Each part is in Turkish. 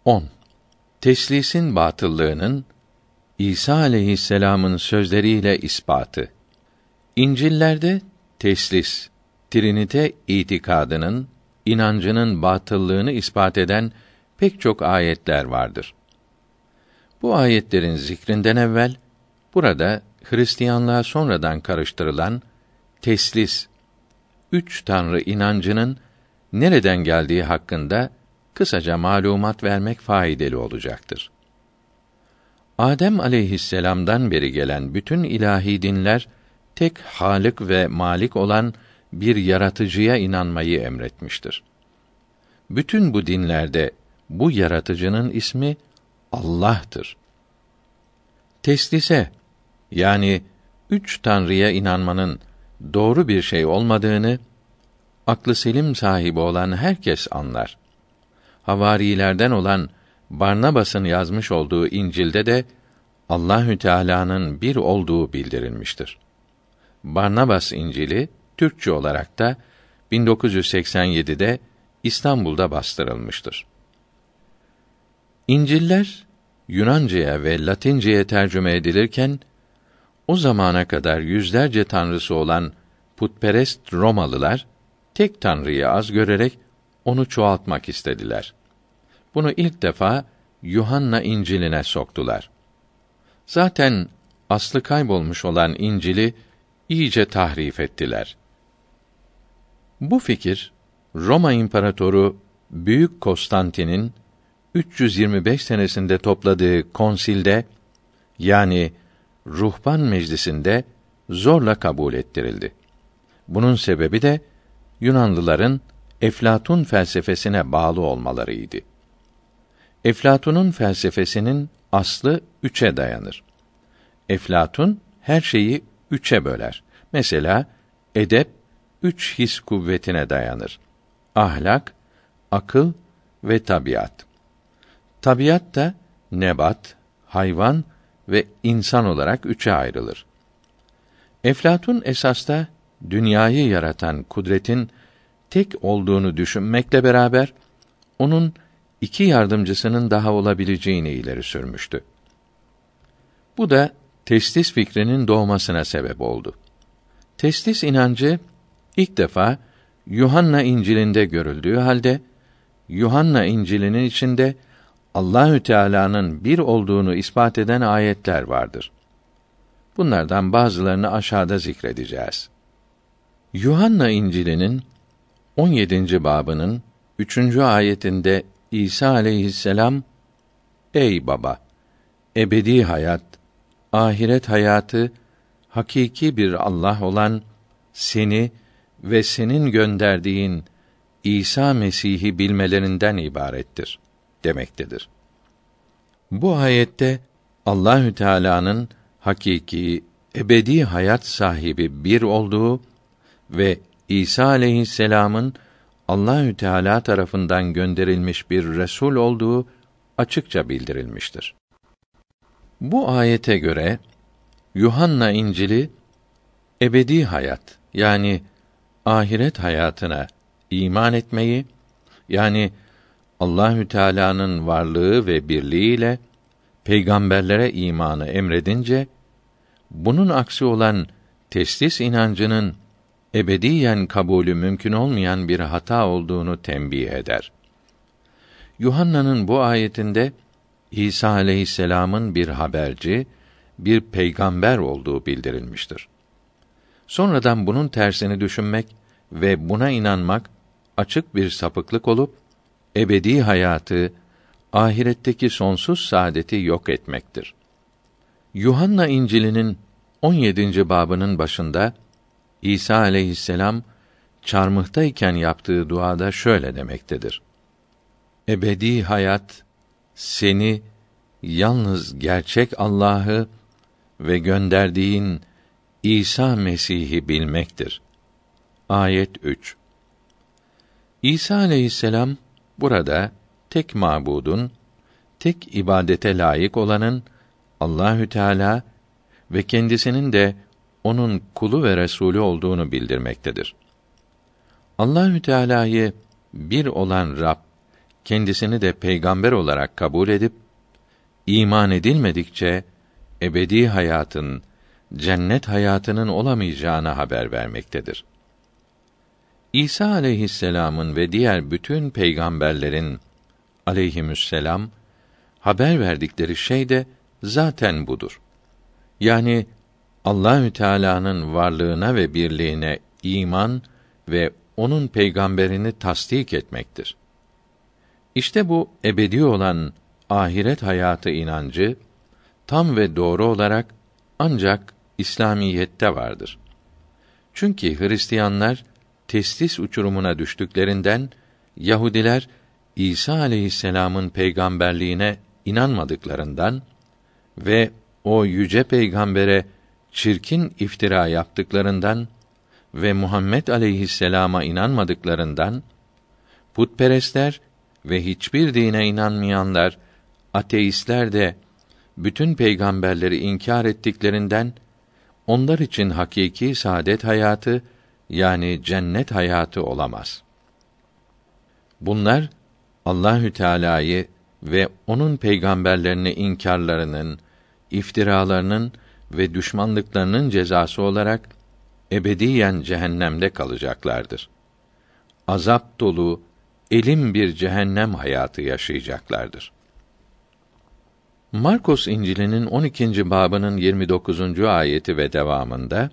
10. Teslisin batıllığının İsa aleyhisselam'ın sözleriyle ispatı. İncil'lerde teslis, Trinite itikadının, inancının batıllığını ispat eden pek çok ayetler vardır. Bu ayetlerin zikrinden evvel burada Hristiyanlığa sonradan karıştırılan teslis, üç tanrı inancının nereden geldiği hakkında kısaca malumat vermek faydalı olacaktır. Adem aleyhisselam'dan beri gelen bütün ilahi dinler tek Hâlık ve Malik olan bir yaratıcıya inanmayı emretmiştir. Bütün bu dinlerde bu yaratıcının ismi Allah'tır. Teslise, yani üç tanrıya inanmanın doğru bir şey olmadığını aklı selim sahibi olan herkes anlar. Havarilerden olan Barnabas'ın yazmış olduğu İncil'de de Allahü Teala'nın bir olduğu bildirilmiştir. Barnabas İncil'i Türkçe olarak da 1987'de İstanbul'da bastırılmıştır. İncil'ler Yunanca'ya ve Latinceye tercüme edilirken o zamana kadar yüzlerce tanrısı olan putperest Romalılar tek tanrıyı az görerek onu çoğaltmak istediler. Bunu ilk defa Yuhanna İncil'ine soktular. Zaten aslı kaybolmuş olan İncil'i iyice tahrif ettiler. Bu fikir Roma İmparatoru Büyük Konstantin'in 325 senesinde topladığı konsilde, yani Ruhban Meclisi'nde zorla kabul ettirildi. Bunun sebebi de Yunanlıların Eflatun felsefesine bağlı olmalarıydı. Eflatun'un felsefesinin aslı üçe dayanır. Eflatun her şeyi üçe böler. Mesela edep üç his kuvvetine dayanır. Ahlak, akıl ve tabiat. Tabiat da nebat, hayvan ve insan olarak üçe ayrılır. Eflatun esasda dünyayı yaratan kudretin tek olduğunu düşünmekle beraber onun iki yardımcısının daha olabileceğini ileri sürmüştü. Bu da teslis fikrinin doğmasına sebep oldu. Teslis inancı ilk defa Yuhanna İncil'inde görüldüğü halde Yuhanna İncil'inin içinde Allahü Teala'nın bir olduğunu ispat eden ayetler vardır. Bunlardan bazılarını aşağıda zikredeceğiz. Yuhanna İncil'inin 17. babının 3. ayetinde İsa aleyhisselam, "Ey baba, ebedi hayat, ahiret hayatı, hakiki bir Allah olan seni ve senin gönderdiğin İsa Mesih'i bilmelerinden ibarettir" demektedir. Bu ayette Allahü Teala'nın hakiki, ebedi hayat sahibi bir olduğu ve İsa aleyhisselam'ın Allahü Teala tarafından gönderilmiş bir resul olduğu açıkça bildirilmiştir. Bu ayete göre Yuhanna İncil'i ebedi hayat, yani ahiret hayatına iman etmeyi, yani Allahü Teala'nın varlığı ve birliğiyle peygamberlere imanı emredince, bunun aksi olan teslis inancının ebediyen kabulü mümkün olmayan bir hata olduğunu tembih eder. Yuhanna'nın bu ayetinde İsa aleyhisselam'ın bir haberci, bir peygamber olduğu bildirilmiştir. Sonradan bunun tersini düşünmek ve buna inanmak açık bir sapıklık olup ebedi hayatı, ahiretteki sonsuz saadeti yok etmektir. Yuhanna İncil'inin 17. babının başında İsa aleyhisselam çarmıhtayken yaptığı duada şöyle demektedir: Ebedi hayat seni, yalnız gerçek Allah'ı ve gönderdiğin İsa Mesih'i bilmektir. Ayet 3. İsa aleyhisselam burada tek mabudun, tek ibadete layık olanın Allahü Teala ve kendisinin de onun kulu ve resulü olduğunu bildirmektedir. Allahü Teala'yı bir olan Rab, kendisini de peygamber olarak kabul edip iman edilmedikçe ebedi hayatın, cennet hayatının olamayacağını haber vermektedir. İsa aleyhisselam'ın ve diğer bütün peygamberlerin aleyhisselam haber verdikleri şey de zaten budur. Yani Allahü Teala'nın varlığına ve birliğine iman ve onun peygamberini tasdik etmektir. İşte bu ebedi olan ahiret hayatı inancı tam ve doğru olarak ancak İslamiyette vardır. Çünkü Hristiyanlar teslis uçurumuna düştüklerinden Yahudiler İsa aleyhisselam'ın peygamberliğine inanmadıklarından ve o yüce peygambere çirkin iftira yaptıklarından ve Muhammed aleyhisselama inanmadıklarından putperestler ve hiçbir dine inanmayanlar, ateistler de bütün peygamberleri inkar ettiklerinden onlar için hakiki saadet hayatı yani cennet hayatı olamaz. Bunlar Allahü Teala'yı ve onun peygamberlerini inkârlarının, iftiralarının ve düşmanlıklarının cezası olarak ebediyen cehennemde kalacaklardır. Azap dolu, elim bir cehennem hayatı yaşayacaklardır. Markos İncil'inin 12. babının 29. ayeti ve devamında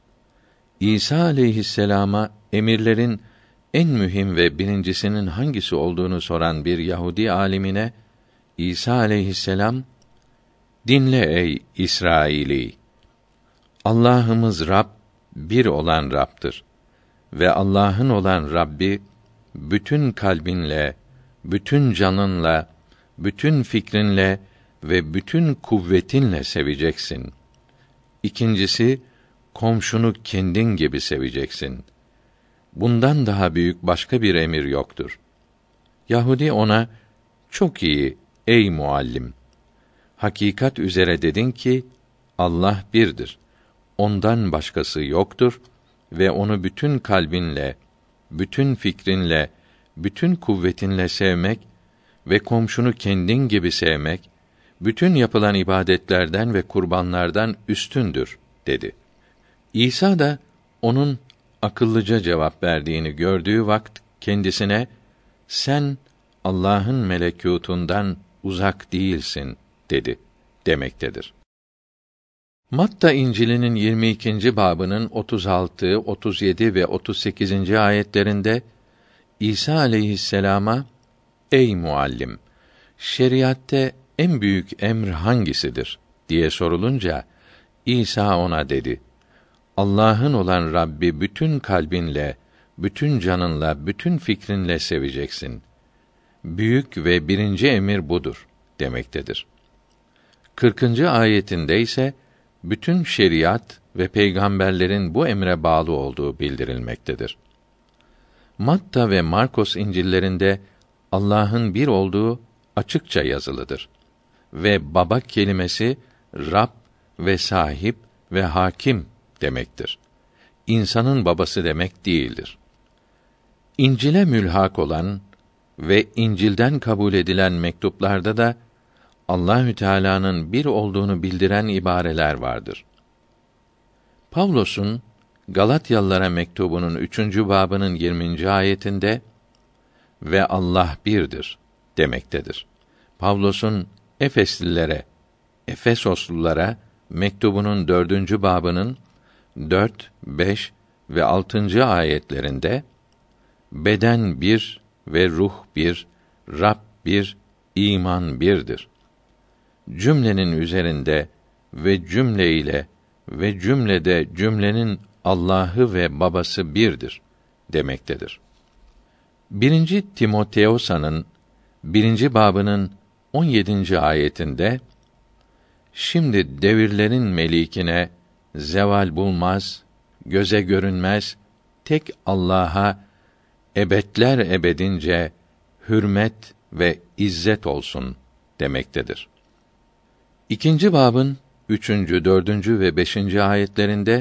İsa aleyhisselama emirlerin en mühim ve birincisinin hangisi olduğunu soran bir Yahudi alimine İsa aleyhisselam, "Dinle ey İsraili! Allah'ımız Rab, bir olan Rab'dır ve Allah'ın olan Rabbi bütün kalbinle, bütün canınla, bütün fikrinle ve bütün kuvvetinle seveceksin. İkincisi, komşunu kendin gibi seveceksin. Bundan daha büyük başka bir emir yoktur." Yahudi ona, "Çok iyi ey muallim. Hakikat üzere dedin ki Allah birdir. Ondan başkası yoktur ve onu bütün kalbinle, bütün fikrinle, bütün kuvvetinle sevmek ve komşunu kendin gibi sevmek bütün yapılan ibadetlerden ve kurbanlardan üstündür," dedi. İsa da onun akıllıca cevap verdiğini gördüğü vakit kendisine, "Sen Allah'ın melekûtundan uzak değilsin," dedi demektedir. Matta İncil'inin 22. babının 36, 37 ve 38. ayetlerinde İsa aleyhisselama, "Ey muallim, şeriatte en büyük emr hangisidir?" diye sorulunca İsa ona dedi: "Allah'ın olan Rabbi bütün kalbinle, bütün canınla, bütün fikrinle seveceksin. Büyük ve birinci emir budur," demektedir. 40. ayetinde ise bütün şeriat ve peygamberlerin bu emre bağlı olduğu bildirilmektedir. Matta ve Markos İncil'lerinde Allah'ın bir olduğu açıkça yazılıdır ve baba kelimesi Rab ve sahip ve hakim demektir. İnsanın babası demek değildir. İncil'e mülhak olan ve İncil'den kabul edilen mektuplarda da Allahü Teala'nın bir olduğunu bildiren ibareler vardır. Pavlos'un Galatyalılara mektubunun 3. babının 20. ayetinde "Ve Allah birdir" demektedir. Pavlos'un Efeslilere, Efesoslulara mektubunun 4. babının 4, 5 ve 6. ayetlerinde "Beden bir ve ruh bir, Rab bir, iman birdir. Cümlenin üzerinde ve cümle ile ve cümlede cümlenin Allah'ı ve babası birdir" demektedir. 1. Timoteosa'nın 1. babının 17. ayetinde "Şimdi devirlerin melikine zeval bulmaz, göze görünmez, tek Allah'a ebedler ebedince hürmet ve izzet olsun" demektedir. 2. babın 3., 4. ve 5. ayetlerinde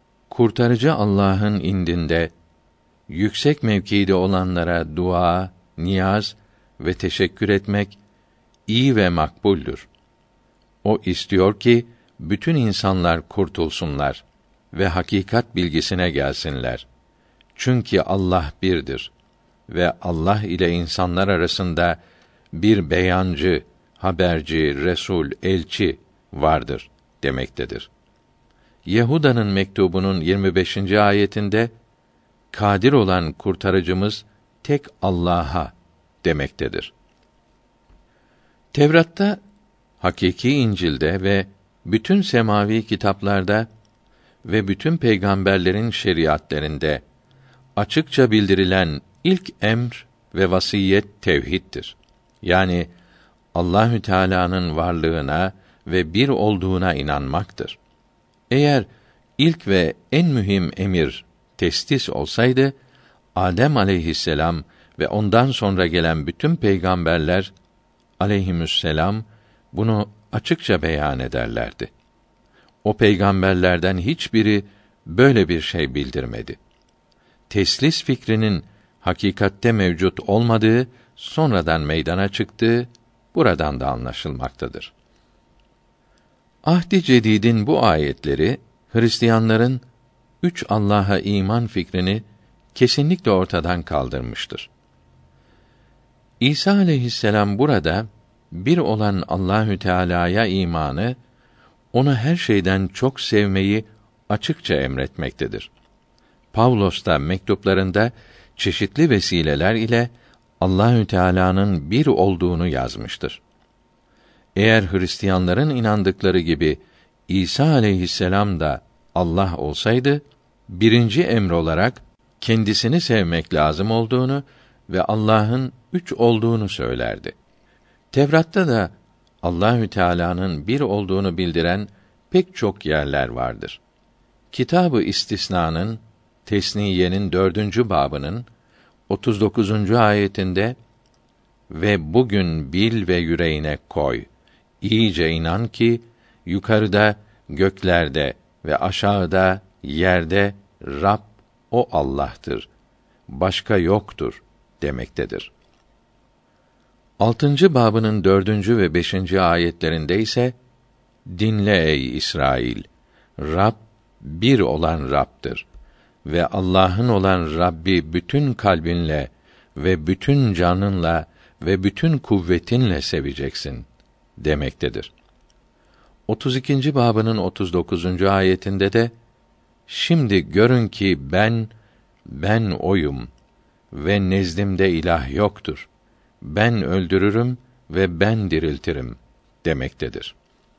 kurtarıcı Allah'ın indinde yüksek mevkide olanlara dua, niyaz ve teşekkür etmek iyi ve makbuldür. O istiyor ki bütün insanlar kurtulsunlar ve hakikat bilgisine gelsinler. Çünkü Allah birdir ve Allah ile insanlar arasında bir beyancı, haberci, resul, elçi vardır demektedir. Yehuda'nın mektubunun 25. ayetinde kadir olan kurtarıcımız tek Allah'a demektedir. Tevrat'ta, hakiki İncil'de ve bütün semavi kitaplarda ve bütün peygamberlerin şeriatlerinde açıkça bildirilen ilk emr ve vasiyet tevhiddir. Yani Allahü Teala'nın varlığına ve bir olduğuna inanmaktır. Eğer ilk ve en mühim emir testis olsaydı, Adem aleyhisselam ve ondan sonra gelen bütün peygamberler aleyhisselam bunu açıkça beyan ederlerdi. O peygamberlerden hiçbiri böyle bir şey bildirmedi. Teslis fikrinin hakikatte mevcut olmadığı sonradan meydana çıktığı buradan da anlaşılmaktadır. Ahd-i Cedid'in bu ayetleri Hristiyanların üç Allah'a iman fikrini kesinlikle ortadan kaldırmıştır. İsa aleyhisselam burada bir olan Allahü Teala'ya imanı, onu her şeyden çok sevmeyi açıkça emretmektedir. Pavlos da mektuplarında çeşitli vesileler ile Allahü Teala'nın bir olduğunu yazmıştır. Eğer Hristiyanların inandıkları gibi İsa aleyhisselam da Allah olsaydı, birinci emir olarak kendisini sevmek lazım olduğunu ve Allah'ın üç olduğunu söylerdi. Tevrat'ta da Allahü Teala'nın bir olduğunu bildiren pek çok yerler vardır. Kitab-ı İstisna'nın Tesniye'nin 4. babının 39. ayetinde ve bugün bil ve yüreğine koy. İyice inan ki yukarıda, göklerde ve aşağıda, yerde Rab o Allah'tır. Başka yoktur demektedir. 6. babının 4. ve 5. ayetlerinde ise dinle ey İsrail, Rab bir olan Rab'dır ve Allah'ın olan Rabbi bütün kalbinle ve bütün canınla ve bütün kuvvetinle seveceksin demektedir. 32. babının 39. ayetinde de şimdi görün ki ben oyum ve nezdimde ilah yoktur. Ben öldürürüm ve ben diriltirim demektedir.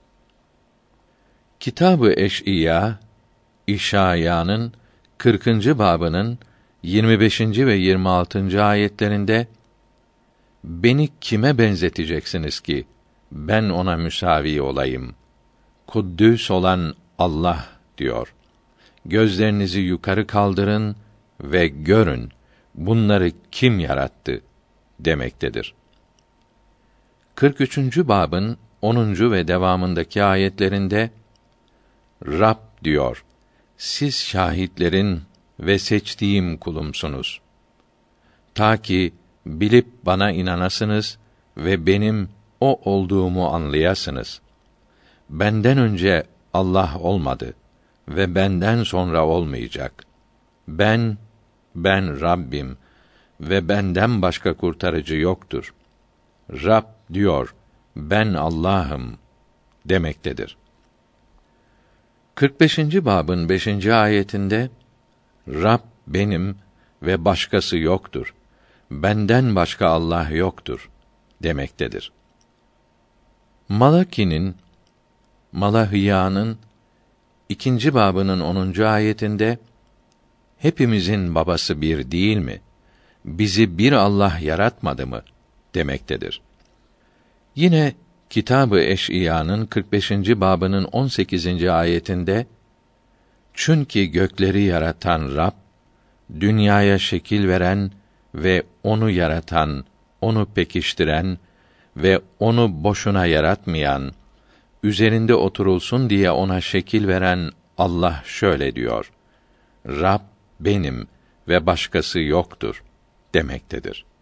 Kitab-ı Eş'îyâ, İşâyâ'nın 40. babının 25. ve 26. ayetlerinde beni kime benzeteceksiniz ki ben ona müsavi olayım? Kuddüs olan Allah diyor. Gözlerinizi yukarı kaldırın ve görün bunları kim yarattı demektedir. 43. babın 10. ve devamındaki ayetlerinde Rab diyor: siz şahitlerin ve seçtiğim kulumsunuz. Ta ki bilip bana inanasınız ve benim o olduğumu anlayasınız. Benden önce Allah olmadı ve benden sonra olmayacak. Ben Rabbim ve benden başka kurtarıcı yoktur. Rab diyor, ben Allah'ım demektedir. 45. babın 5. ayetinde Rab benim ve başkası yoktur. Benden başka Allah yoktur demektedir. Malahiya'nın 2. babının 10. ayetinde hepimizin babası bir değil mi? Bizi bir Allah yaratmadı mı demektedir. Yine Kitab-ı Eş'îyâ'nın 45. babının 18. ayetinde çünkü gökleri yaratan Rab, dünyaya şekil veren ve onu yaratan, onu pekiştiren ve onu boşuna yaratmayan, üzerinde oturulsun diye ona şekil veren Allah şöyle diyor: Rab benim ve başkası yoktur demektedir.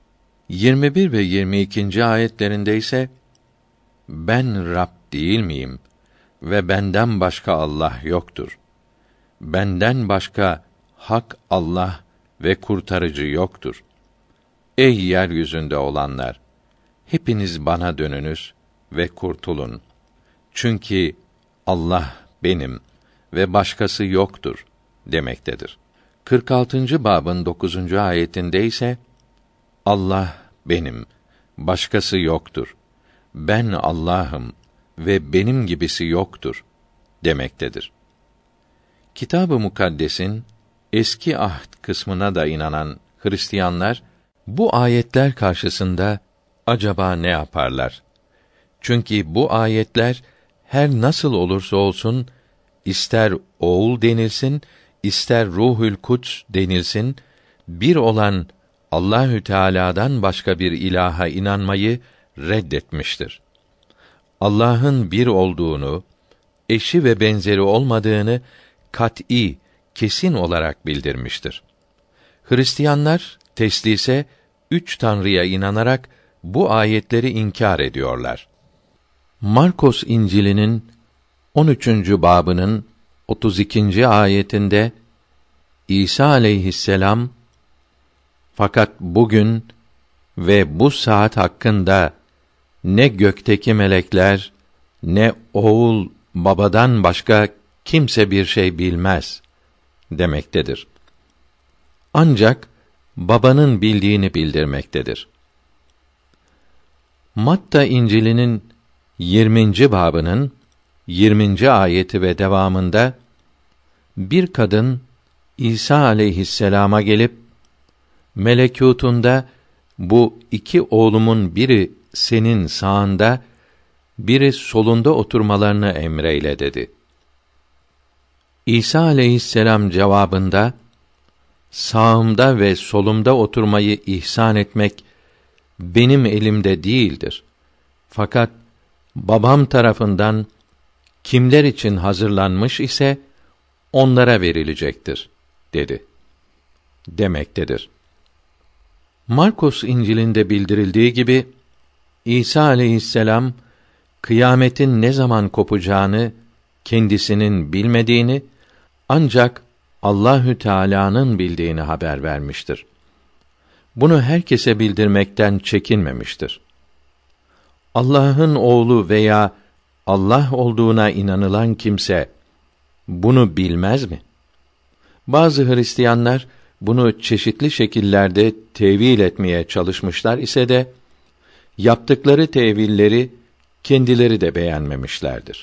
21 ve 22. ayetlerinde ise ben Rab değil miyim ve benden başka Allah yoktur. Benden başka hak Allah ve kurtarıcı yoktur. Ey yeryüzünde olanlar, hepiniz bana dönünüz ve kurtulun. Çünkü Allah benim ve başkası yoktur demektedir. 46. babın 9. ayetinde ise Allah benim, başkası yoktur. Ben Allah'ım ve benim gibisi yoktur demektedir. Kitab-ı Mukaddes'in eski ahd kısmına da inanan Hristiyanlar bu ayetler karşısında acaba ne yaparlar? Çünkü bu ayetler her nasıl olursa olsun, ister oğul denilsin, ister Ruhül Kuds denilsin, bir olan Allahü Teala'dan başka bir ilaha inanmayı reddetmiştir. Allah'ın bir olduğunu, eşi ve benzeri olmadığını kat'î, kesin olarak bildirmiştir. Hristiyanlar teslise 3 tanrıya inanarak bu ayetleri inkar ediyorlar. Markos İncil'inin 13. babının 32. ayetinde İsa aleyhisselam, fakat bugün ve bu saat hakkında ne gökteki melekler ne oğul babadan başka kimse bir şey bilmez demektedir. Ancak babanın bildiğini bildirmektedir. Matta İncil'inin 20. babının 20. ayeti ve devamında bir kadın İsa aleyhisselama gelip melekûtunda bu 2 oğlumun biri senin sağında, biri solunda oturmalarını emreyle dedi. İsa aleyhisselam cevabında, sağımda ve solumda oturmayı ihsan etmek benim elimde değildir. Fakat babam tarafından kimler için hazırlanmış ise onlara verilecektir dedi demektedir. Markos İncil'inde bildirildiği gibi İsa aleyhisselam kıyametin ne zaman kopacağını kendisinin bilmediğini, ancak Allahü Teala'nın bildiğini haber vermiştir. Bunu herkese bildirmekten çekinmemiştir. Allah'ın oğlu veya Allah olduğuna inanılan kimse bunu bilmez mi? Bazı Hristiyanlar bunu çeşitli şekillerde tevil etmeye çalışmışlar ise de yaptıkları tevilleri kendileri de beğenmemişlerdir.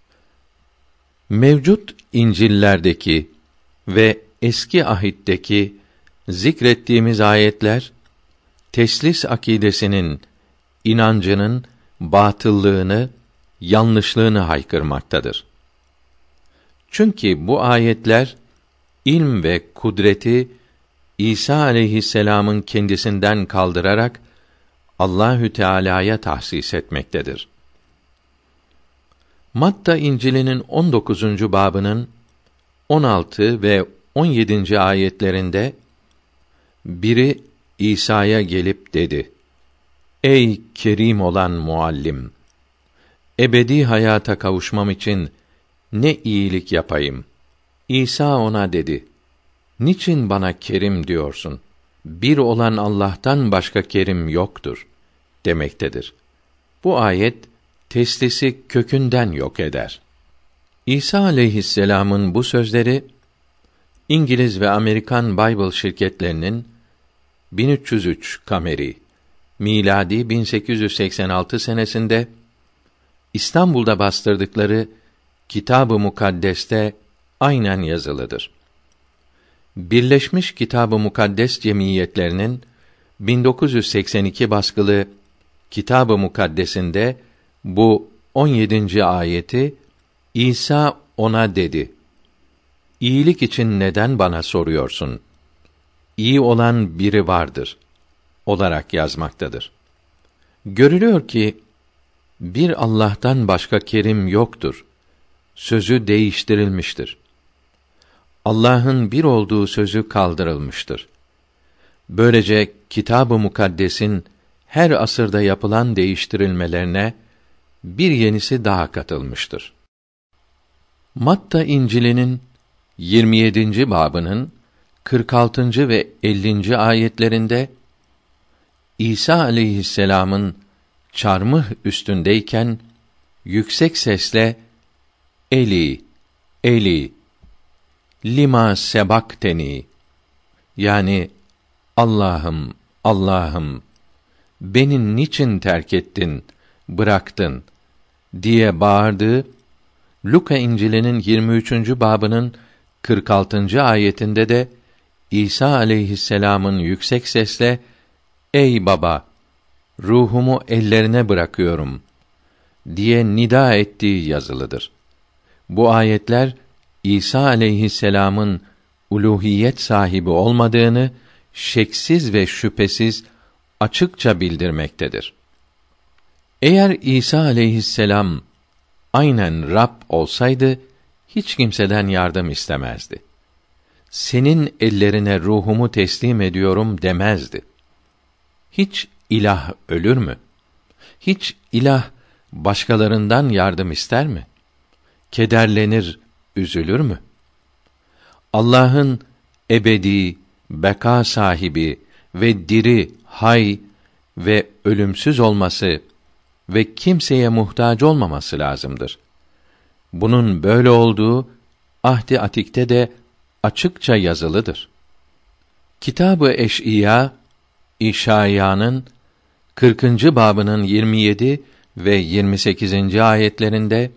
Mevcut İncil'lerdeki ve eski ahitteki zikrettiğimiz ayetler teslis akidesinin, inancının batıllığını, yanlışlığını haykırmaktadır. Çünkü bu ayetler ilm ve kudreti İsa aleyhisselam'ın kendisinden kaldırarak Allahü Teala'ya tahsis etmektedir. Matta İncil'inin 19. babının 16 ve 17. ayetlerinde biri İsa'ya gelip dedi: Ey kerim olan muallim! Ebedi hayata kavuşmam için ne iyilik yapayım? İsa ona dedi: Niçin bana kerim diyorsun? Bir olan Allah'tan başka kerim yoktur demektedir. Bu ayet teslisi kökünden yok eder. İsa aleyhisselam'ın bu sözleri İngiliz ve Amerikan Bible şirketlerinin 1303 kameri miladi 1886 senesinde İstanbul'da bastırdıkları Kitab-ı Mukaddes'te aynen yazılıdır. Birleşmiş Kitab-ı Mukaddes Cemiyetlerinin 1982 baskılı Kitab-ı Mukaddes'inde bu 17. ayeti İsa ona dedi: İyilik için neden bana soruyorsun? İyi olan biri vardır olarak yazmaktadır. Görülüyor ki bir Allah'tan başka kerim yoktur sözü değiştirilmiştir. Allah'ın bir olduğu sözü kaldırılmıştır. Böylece Kitab-ı Mukaddes'in her asırda yapılan değiştirilmelerine bir yenisi daha katılmıştır. Matta İncil'inin 27. babının 46. ve 50. ayetlerinde İsa aleyhisselam'ın çarmıh üstündeyken yüksek sesle Eli, Eli, lima sebakteni, yani Allah'ım, Allah'ım, beni niçin terk ettin, bıraktın diye bağırdığı Luka İncil'inin 23. babının 46. ayetinde de İsa aleyhisselam'ın yüksek sesle Ey baba, ruhumu ellerine bırakıyorum diye nida ettiği yazılıdır. Bu ayetler İsa aleyhisselam'ın uluhiyet sahibi olmadığını şeksiz ve şüphesiz açıkça bildirmektedir. Eğer İsa aleyhisselam aynen Rab olsaydı hiç kimseden yardım istemezdi. Senin ellerine ruhumu teslim ediyorum demezdi. Hiç ilah ölür mü? Hiç ilah başkalarından yardım ister mi? Kederlenir, üzülür mü? Allah'ın ebedi, beka sahibi ve diri, hay ve ölümsüz olması ve kimseye muhtaç olmaması lazımdır. Bunun böyle olduğu Ahd-i Atik'te de açıkça yazılıdır. Kitab-ı Eş'iya, İşaiya'nın 40. babının 27 ve 28. ayetlerinde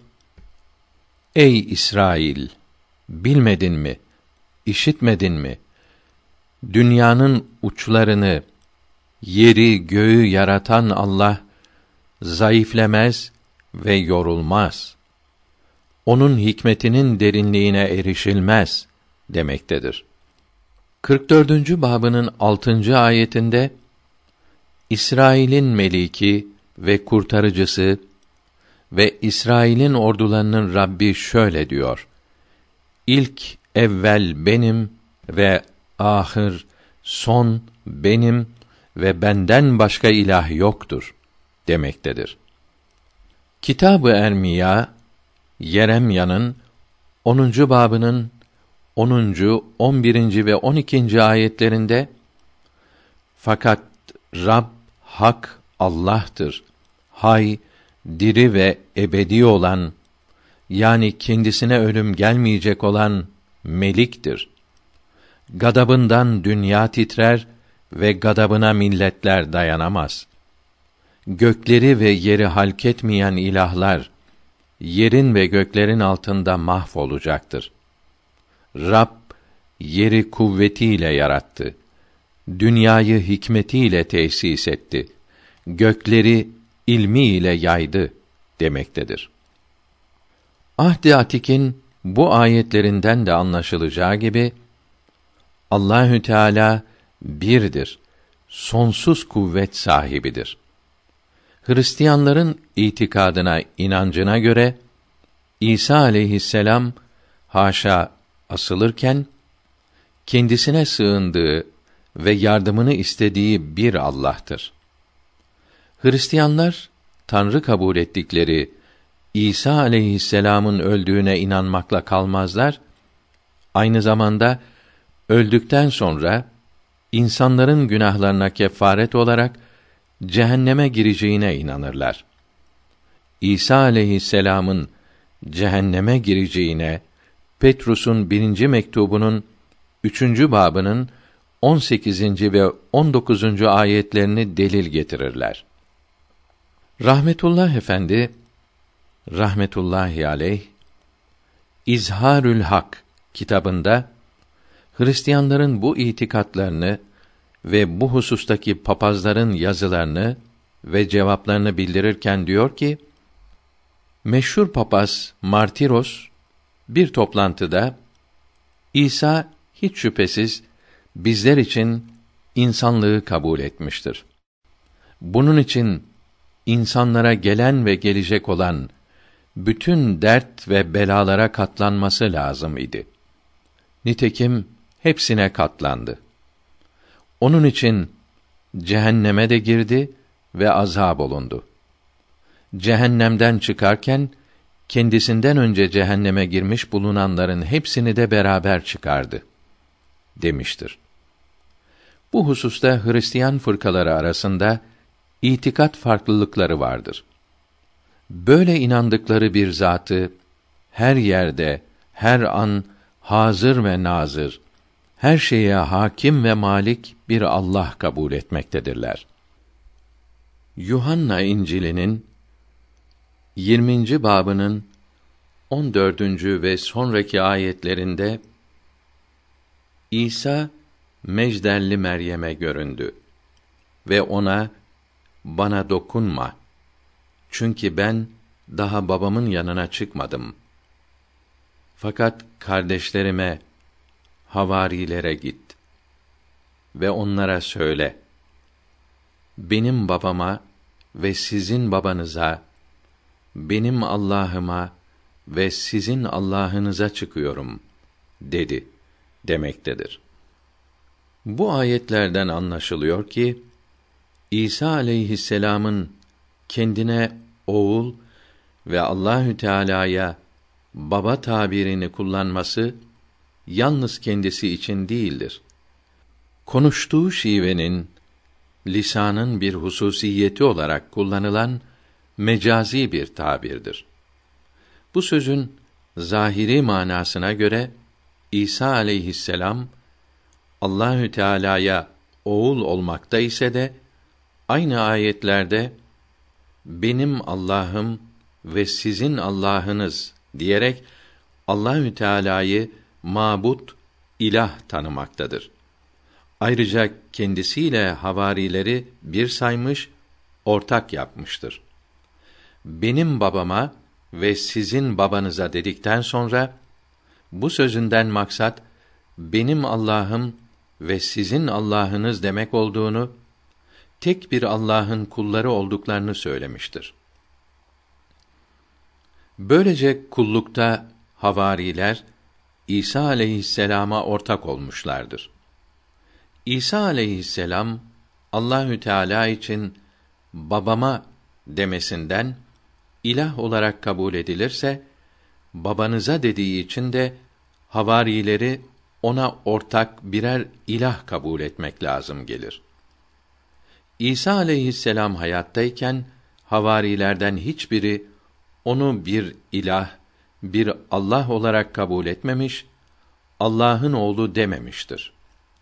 Ey İsrail! Bilmedin mi? İşitmedin mi? Dünyanın uçlarını, yeri göğü yaratan Allah zayıflemez ve yorulmaz. Onun hikmetinin derinliğine erişilmez demektedir. 44. babının 6. ayetinde İsrail'in meliki ve kurtarıcısı ve İsrail'in ordularının Rabbi şöyle diyor: İlk evvel benim ve ahır son benim ve benden başka ilah yoktur demektedir. Kitab-ı Ermiya, Yeremya'nın 10. babının 10., 11. ve 12. ayetlerinde fakat Rab hak Allah'tır. Hay, diri ve ebedi olan, yani kendisine ölüm gelmeyecek olan Melik'tir. Gadabından dünya titrer ve gadabına milletler dayanamaz. Gökleri ve yeri halketmeyen ilahlar, yerin ve göklerin altında mahvolacaktır. Rab, yeri kuvvetiyle yarattı. Dünyayı hikmetiyle tesis etti. Gökleri ilmiyle yaydı demektedir. Ahd-i Atik'in bu ayetlerinden de anlaşılacağı gibi Allahü Teala birdir. Sonsuz kuvvet sahibidir. Hristiyanların itikadına, inancına göre İsa aleyhisselam haşa asılırken kendisine sığındığı ve yardımını istediği bir Allah'tır. Hristiyanlar Tanrı kabul ettikleri İsa aleyhisselam'ın öldüğüne inanmakla kalmazlar, aynı zamanda öldükten sonra insanların günahlarına kefaret olarak cehenneme gireceğine inanırlar. İsa aleyhisselam'ın cehenneme gireceğine Petrus'un 1. mektubunun 3. babının 18. ve 19. ayetlerini delil getirirler. Rahmetullah Efendi rahmetullahi aleyh İzharül Hak kitabında Hristiyanların bu itikatlarını ve bu husustaki papazların yazılarını ve cevaplarını bildirirken diyor ki, meşhur papaz Martiros bir toplantıda İsa hiç şüphesiz bizler için insanlığı kabul etmiştir. Bunun için insanlara gelen ve gelecek olan bütün dert ve belalara katlanması lazım idi. Nitekim hepsine katlandı. Onun için cehenneme de girdi ve azab olundu. Cehennemden çıkarken kendisinden önce cehenneme girmiş bulunanların hepsini de beraber çıkardı demiştir. Bu hususta Hristiyan fırkaları arasında itikat farklılıkları vardır. Böyle inandıkları bir zatı her yerde, her an hazır ve nazır, her şeye hakim ve malik bir Allah kabul etmektedirler. Yuhanna İncil'inin 20. babının 14. ve sonraki ayetlerinde İsa Mecdelli Meryem'e göründü ve ona bana dokunma. Çünkü ben daha babamın yanına çıkmadım. Fakat kardeşlerime, havarilere git ve onlara söyle. Benim babama ve sizin babanıza, benim Allah'ıma ve sizin Allah'ınıza çıkıyorum dedi demektedir. Bu ayetlerden anlaşılıyor ki İsa aleyhisselam'ın kendine oğul ve Allahü Teala'ya baba tabirini kullanması yalnız kendisi için değildir. Konuştuğu şivenin, lisanın bir hususiyeti olarak kullanılan mecazi bir tabirdir. Bu sözün zahiri manasına göre İsa aleyhisselam Allahü Teala'ya oğul olmakta ise de aynı ayetlerde benim Allah'ım ve sizin Allah'ınız diyerek Allahü Teala'yı mabut, ilah tanımaktadır. Ayrıca kendisiyle havarileri bir saymış, ortak yapmıştır. Benim babama ve sizin babanıza dedikten sonra bu sözünden maksat benim Allah'ım ve sizin Allah'ınız demek olduğunu, tek bir Allah'ın kulları olduklarını söylemiştir. Böylece kullukta havariler İsa aleyhisselama ortak olmuşlardır. İsa aleyhisselam Allahü Teala için babama demesinden ilah olarak kabul edilirse, babanıza dediği için de havarileri ona ortak birer ilah kabul etmek lazım gelir. İsa aleyhisselam hayattayken havarilerden hiçbiri onu bir ilah, bir Allah olarak kabul etmemiş, Allah'ın oğlu dememiştir.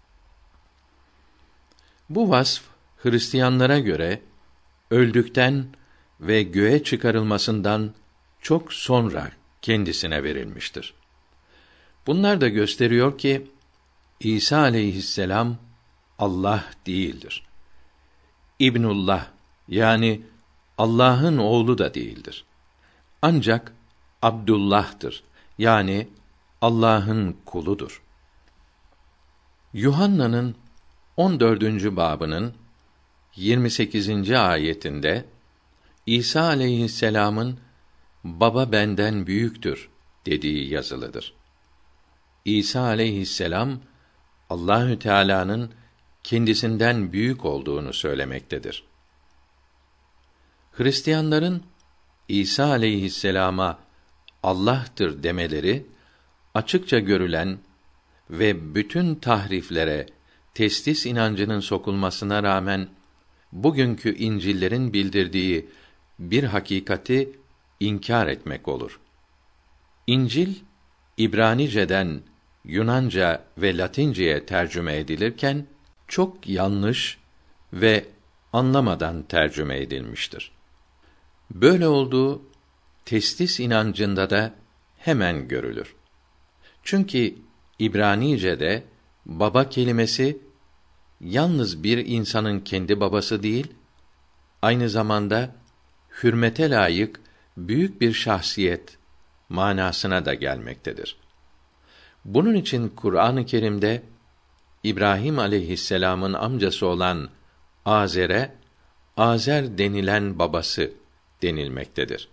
Bu vasf Hristiyanlara göre öldükten ve göğe çıkarılmasından çok sonra kendisine verilmiştir. Bunlar da gösteriyor ki İsa aleyhisselam Allah değildir. İbnullah yani Allah'ın oğlu da değildir. Ancak Abdullah'tır. Yani Allah'ın kuludur. Yuhanna'nın 14. babının 28. ayetinde İsa aleyhisselam'ın baba benden büyüktür dediği yazılıdır. İsa aleyhisselam Allahü Teala'nın kendisinden büyük olduğunu söylemektedir. Hristiyanların İsa aleyhisselama Allah'tır demeleri açıkça görülen ve bütün tahriflere, teslis inancının sokulmasına rağmen bugünkü İncil'lerin bildirdiği bir hakikati inkar etmek olur. İncil İbranice'den Yunanca ve Latince'ye tercüme edilirken çok yanlış ve anlamadan tercüme edilmiştir. Böyle olduğu teslis inancında da hemen görülür. Çünkü İbranice'de baba kelimesi yalnız bir insanın kendi babası değil, aynı zamanda hürmete layık büyük bir şahsiyet manasına da gelmektedir. Bunun için Kur'an-ı Kerim'de İbrahim aleyhisselam'ın amcası olan Azer'e Azer denilen babası denilmektedir.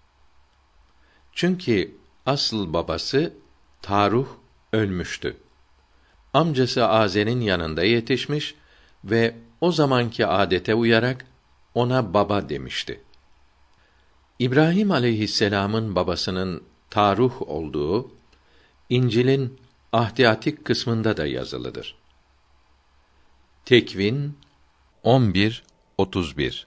Çünkü asıl babası Taruh ölmüştü. Amcası Azer'in yanında yetişmiş ve o zamanki adete uyarak ona baba demişti. İbrahim aleyhisselam'ın babasının Taruh olduğu İncil'in Ahd-i Atik kısmında da yazılıdır. Tekvin 11:31.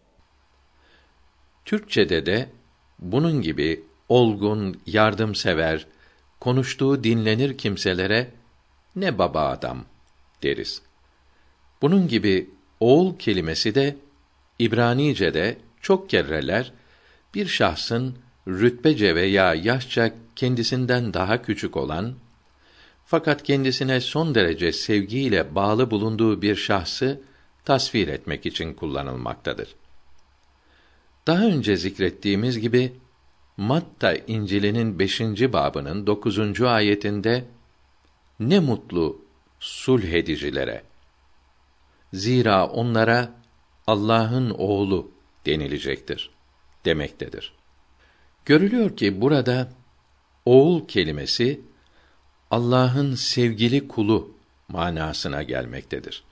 Türkçede de bunun gibi olgun, yardımsever, konuştuğu dinlenir kimselere ne baba adam deriz. Bunun gibi oğul kelimesi de İbranice'de çok kerreler bir şahsın rütbece veya yaşça kendisinden daha küçük olan fakat kendisine son derece sevgiyle bağlı bulunduğu bir şahsı tasvir etmek için kullanılmaktadır. Daha önce zikrettiğimiz gibi Matta İncil'inin 5. babının 9. ayetinde ne mutlu sulh edicilere, zira onlara Allah'ın oğlu denilecektir demektedir. Görülüyor ki burada oğul kelimesi Allah'ın sevgili kulu manasına gelmektedir.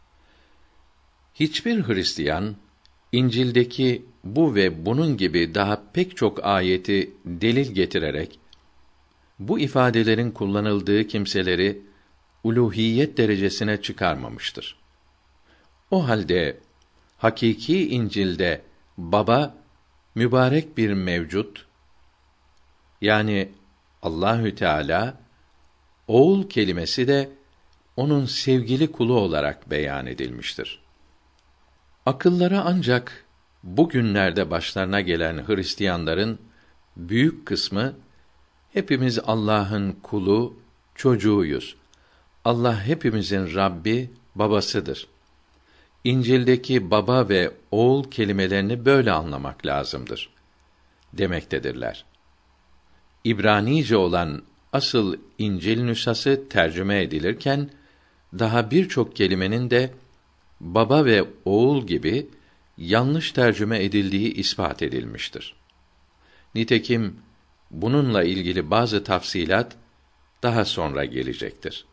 Hiçbir Hristiyan İncil'deki bu ve bunun gibi daha pek çok ayeti delil getirerek bu ifadelerin kullanıldığı kimseleri uluhiyet derecesine çıkarmamıştır. O halde hakiki İncil'de baba mübarek bir mevcut, yani Allahü Teala, oğul kelimesi de onun sevgili kulu olarak beyan edilmiştir. Akıllara ancak bugünlerde başlarına gelen Hristiyanların büyük kısmı hepimiz Allah'ın kulu, çocuğuyuz. Allah hepimizin Rabbi, babasıdır. İncil'deki baba ve oğul kelimelerini böyle anlamak lazımdır demektedirler. İbranice olan asıl İncil nüshası tercüme edilirken daha birçok kelimenin de baba ve oğul gibi yanlış tercüme edildiği ispat edilmiştir. Nitekim bununla ilgili bazı tafsilat daha sonra gelecektir.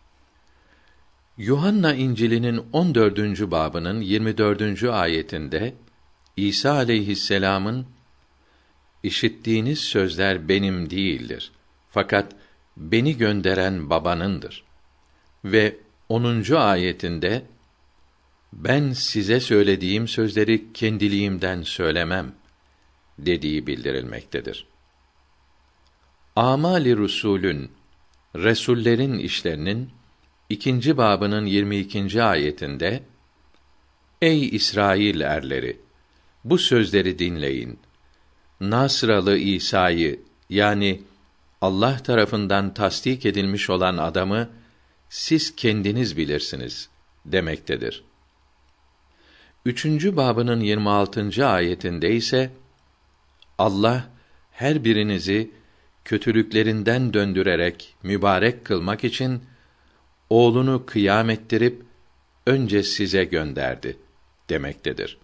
Yuhanna İncil'inin 14. babının 24. ayetinde İsa aleyhisselam'ın işittiğiniz sözler benim değildir. Fakat beni gönderen babanındır. Ve 10. ayetinde ben size söylediğim sözleri kendiliğimden söylemem dediği bildirilmektedir. Amali Rusulün, Resullerin işlerinin 2. babının 22. ayetinde ey İsrail erleri, bu sözleri dinleyin. Nasralı İsa'yı, yani Allah tarafından tasdik edilmiş olan adamı siz kendiniz bilirsiniz demektedir. 3. babının 26. ayetinde ise Allah her birinizi kötülüklerinden döndürerek mübarek kılmak için oğlunu kıyam ettirip önce size gönderdi demektedir.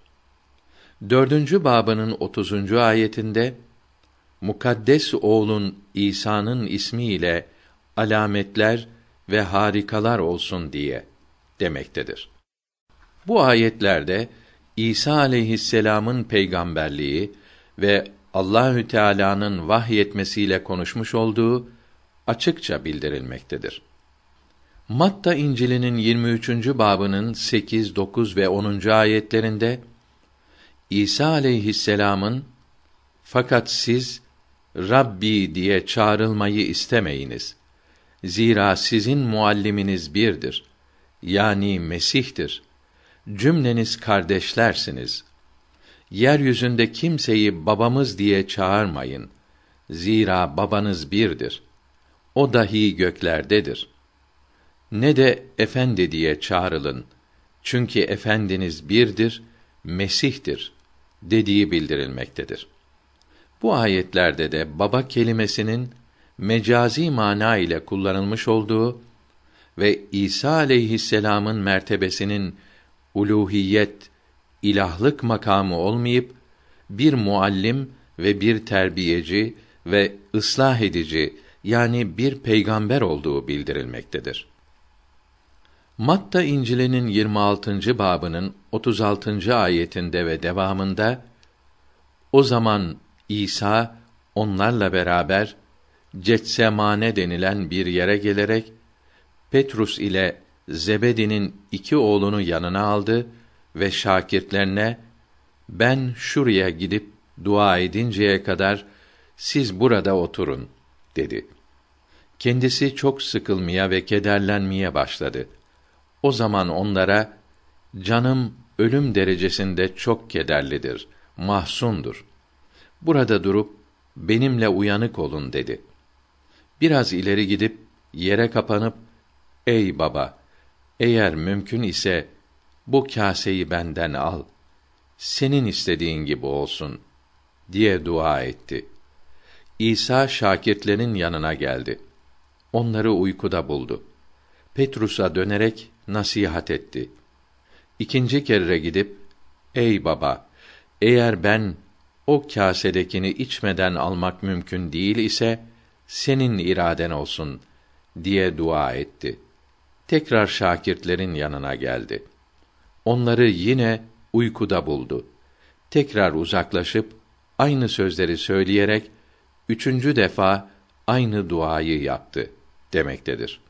4. babının 30. ayetinde mukaddes oğlun İsa'nın ismiyle alametler ve harikalar olsun diye demektedir. Bu ayetlerde İsa aleyhisselam'ın peygamberliği ve Allahü Teala'nın vahyetmesiyle konuşmuş olduğu açıkça bildirilmektedir. Matta İncil'inin 23. babının 8, 9 ve 10. ayetlerinde İsa aleyhisselam'ın fakat siz Rabbi diye çağrılmayı istemeyiniz. Zira sizin mualliminiz birdir. Yani Mesih'tir. Cümleniz kardeşlersiniz. Yeryüzünde kimseyi babamız diye çağırmayın. Zira babanız birdir. O dahi göklerdedir. Ne de efendi diye çağrılın. Çünkü efendiniz birdir, Mesih'tir dediği bildirilmektedir. Bu ayetlerde de baba kelimesinin mecazi mana ile kullanılmış olduğu ve İsa aleyhisselam'ın mertebesinin uluhiyet, ilahlık makamı olmayıp bir muallim ve bir terbiyeci ve ıslah edici, yani bir peygamber olduğu bildirilmektedir. Matta İncil'inin 26. babının 36. ayetinde ve devamında, o zaman İsa onlarla beraber Getsemane denilen bir yere gelerek Petrus ile Zebedi'nin iki oğlunu yanına aldı ve şakirtlerine, ben şuraya gidip dua edinceye kadar siz burada oturun dedi. Kendisi çok sıkılmaya ve kederlenmeye başladı. O zaman onlara, canım ölüm derecesinde çok kederlidir, mahzundur. Burada durup benimle uyanık olun dedi. Biraz ileri gidip yere kapanıp, ey baba, eğer mümkün ise bu kâseyi benden al, senin istediğin gibi olsun diye dua etti. İsa şakirtlerin yanına geldi. Onları uykuda buldu. Petrus'a dönerek nasihat etti. İkinci kere gidip, ey baba, eğer ben o kâsedekini içmeden almak mümkün değil ise, senin iraden olsun diye dua etti. Tekrar şakirtlerin yanına geldi. Onları yine uykuda buldu. Tekrar uzaklaşıp, aynı sözleri söyleyerek, üçüncü defa aynı duayı yaptı demektedir.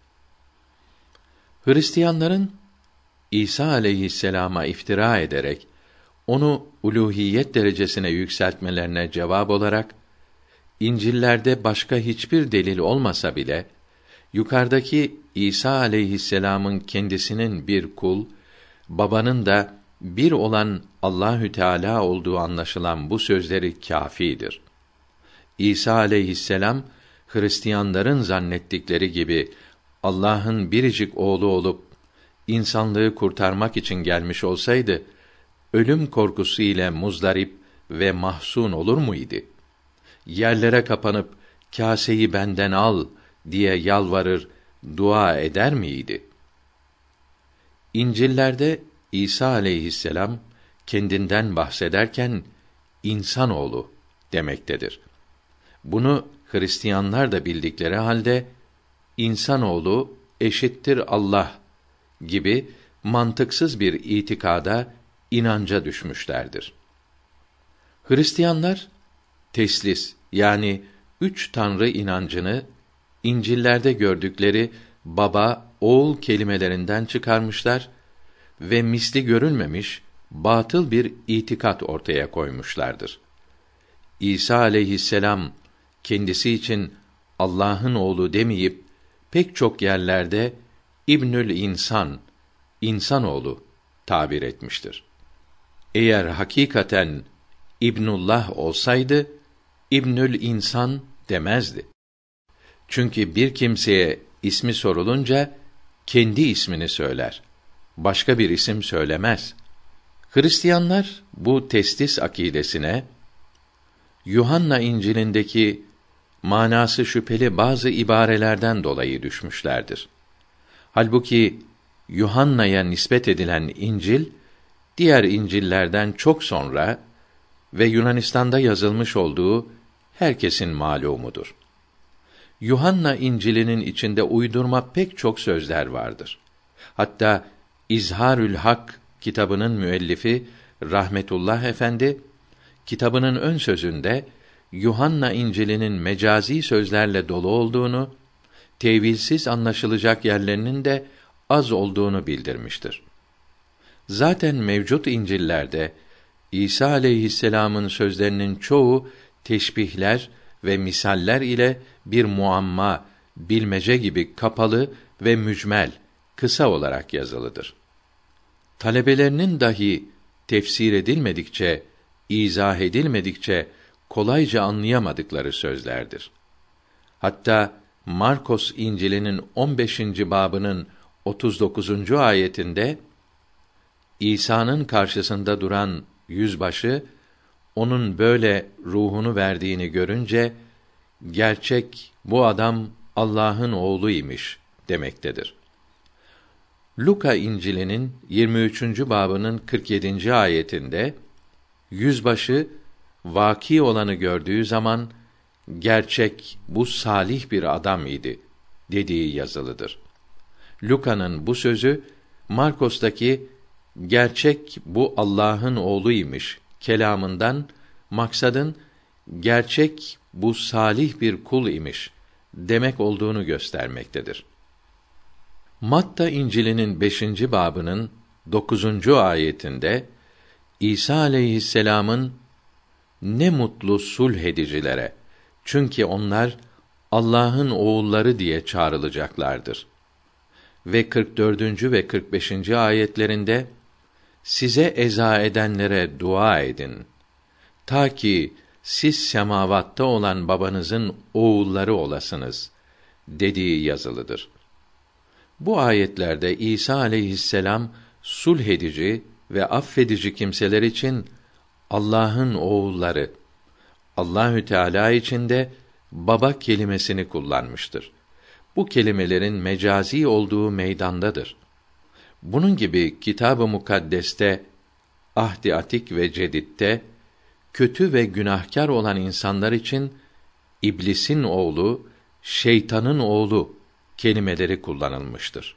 Hristiyanların İsa aleyhisselama iftira ederek onu uluhiyet derecesine yükseltmelerine cevap olarak, İncil'lerde başka hiçbir delil olmasa bile yukarıdaki İsa aleyhisselam'ın kendisinin bir kul, babanın da bir olan Allahü Teala olduğu anlaşılan bu sözleri kâfidir. İsa aleyhisselam Hristiyanların zannettikleri gibi Allah'ın biricik oğlu olup insanlığı kurtarmak için gelmiş olsaydı, ölüm korkusu ile muzdarip ve mahzun olur muydu? Yerlere kapanıp kâseyi benden al diye yalvarır, dua eder miydi? İncil'lerde İsa aleyhisselam kendinden bahsederken insanoğlu demektedir. Bunu Hristiyanlar da bildikleri halde insanoğlu eşittir Allah gibi mantıksız bir itikada, inanca düşmüşlerdir. Hristiyanlar teslis yani üç tanrı inancını İncil'lerde gördükleri baba, oğul kelimelerinden çıkarmışlar ve misli görülmemiş batıl bir itikat ortaya koymuşlardır. İsa aleyhisselam kendisi için Allah'ın oğlu demeyip pek çok yerlerde İbnül İnsan, insanoğlu tabir etmiştir. Eğer hakikaten İbnullah olsaydı İbnül İnsan demezdi. Çünkü bir kimseye ismi sorulunca kendi ismini söyler. Başka bir isim söylemez. Hristiyanlar bu teslis akidesine Yuhanna İncil'indeki manası şüpheli bazı ibarelerden dolayı düşmüşlerdir. Halbuki Yuhanna'ya nispet edilen İncil diğer İncil'lerden çok sonra ve Yunanistan'da yazılmış olduğu herkesin malumudur. Yuhanna İncil'inin içinde uydurma pek çok sözler vardır. Hatta İzharül Hak kitabının müellifi Rahmetullah Efendi kitabının ön sözünde Yuhanna İncil'inin mecazi sözlerle dolu olduğunu, tevilsiz anlaşılacak yerlerinin de az olduğunu bildirmiştir. Zaten mevcut İncil'lerde İsa aleyhisselam'ın sözlerinin çoğu teşbihler ve misaller ile bir muamma, bilmece gibi kapalı ve mücmel, kısa olarak yazılıdır. Talebelerinin dahi tefsir edilmedikçe, izah edilmedikçe kolayca anlayamadıkları sözlerdir. Hatta Markos İncil'inin 15. babının 39. ayetinde İsa'nın karşısında duran yüzbaşı onun böyle ruhunu verdiğini görünce gerçek bu adam Allah'ın oğlu imiş demektedir. Luka İncil'inin 23. babının 47. ayetinde yüzbaşı vaki olanı gördüğü zaman gerçek bu salih bir adam idi dediği yazılıdır. Luka'nın bu sözü Markos'taki gerçek bu Allah'ın oğluymuş kelamından maksadın gerçek bu salih bir kul imiş demek olduğunu göstermektedir. Matta İncil'inin 5. babının 9. ayetinde İsa aleyhisselam'ın ne mutlu sulh edicilere, çünkü onlar Allah'ın oğulları diye çağrılacaklardır. Ve 44. ve 45. ayetlerinde size eza edenlere dua edin. Ta ki siz semavatta olan babanızın oğulları olasınız dediği yazılıdır. Bu ayetlerde İsa aleyhisselam sulh edici ve affedici kimseler için Allah'ın oğulları, Allahü Teala için de baba kelimesini kullanmıştır. Bu kelimelerin mecazi olduğu meydandadır. Bunun gibi Kitab-ı Mukaddes'te, Ahd-i Atik ve Cedid'de kötü ve günahkar olan insanlar için iblisin oğlu, şeytanın oğlu kelimeleri kullanılmıştır.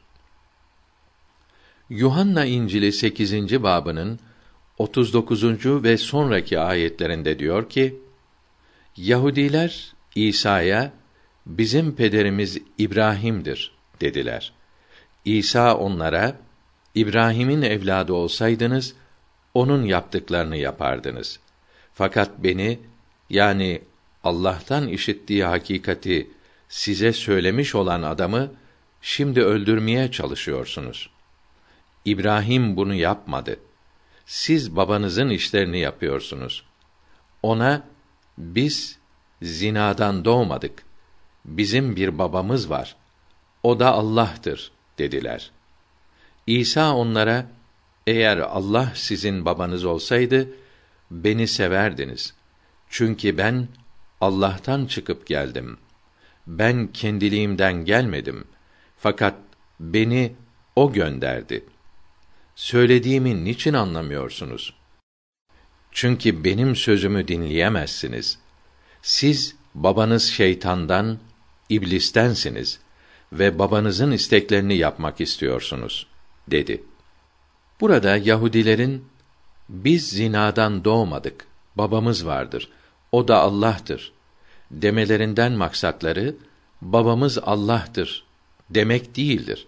Yuhanna İncil'i 8. babının 39. ve sonraki ayetlerinde diyor ki: Yahudiler İsa'ya bizim pederimiz İbrahim'dir dediler. İsa onlara İbrahim'in evladı olsaydınız onun yaptıklarını yapardınız. Fakat beni, yani Allah'tan işittiği hakikati size söylemiş olan adamı şimdi öldürmeye çalışıyorsunuz. İbrahim bunu yapmadı. Siz babanızın işlerini yapıyorsunuz. Ona biz zinadan doğmadık. Bizim bir babamız var. O da Allah'tır dediler. İsa onlara eğer Allah sizin babanız olsaydı beni severdiniz. Çünkü ben Allah'tan çıkıp geldim. Ben kendiliğimden gelmedim. Fakat beni o gönderdi. Söylediğimi niçin anlamıyorsunuz? Çünkü benim sözümü dinleyemezsiniz. Siz babanız şeytandan, iblistensiniz ve babanızın isteklerini yapmak istiyorsunuz, dedi. Burada Yahudilerin biz zinadan doğmadık, babamız vardır, o da Allah'tır demelerinden maksatları babamız Allah'tır demek değildir.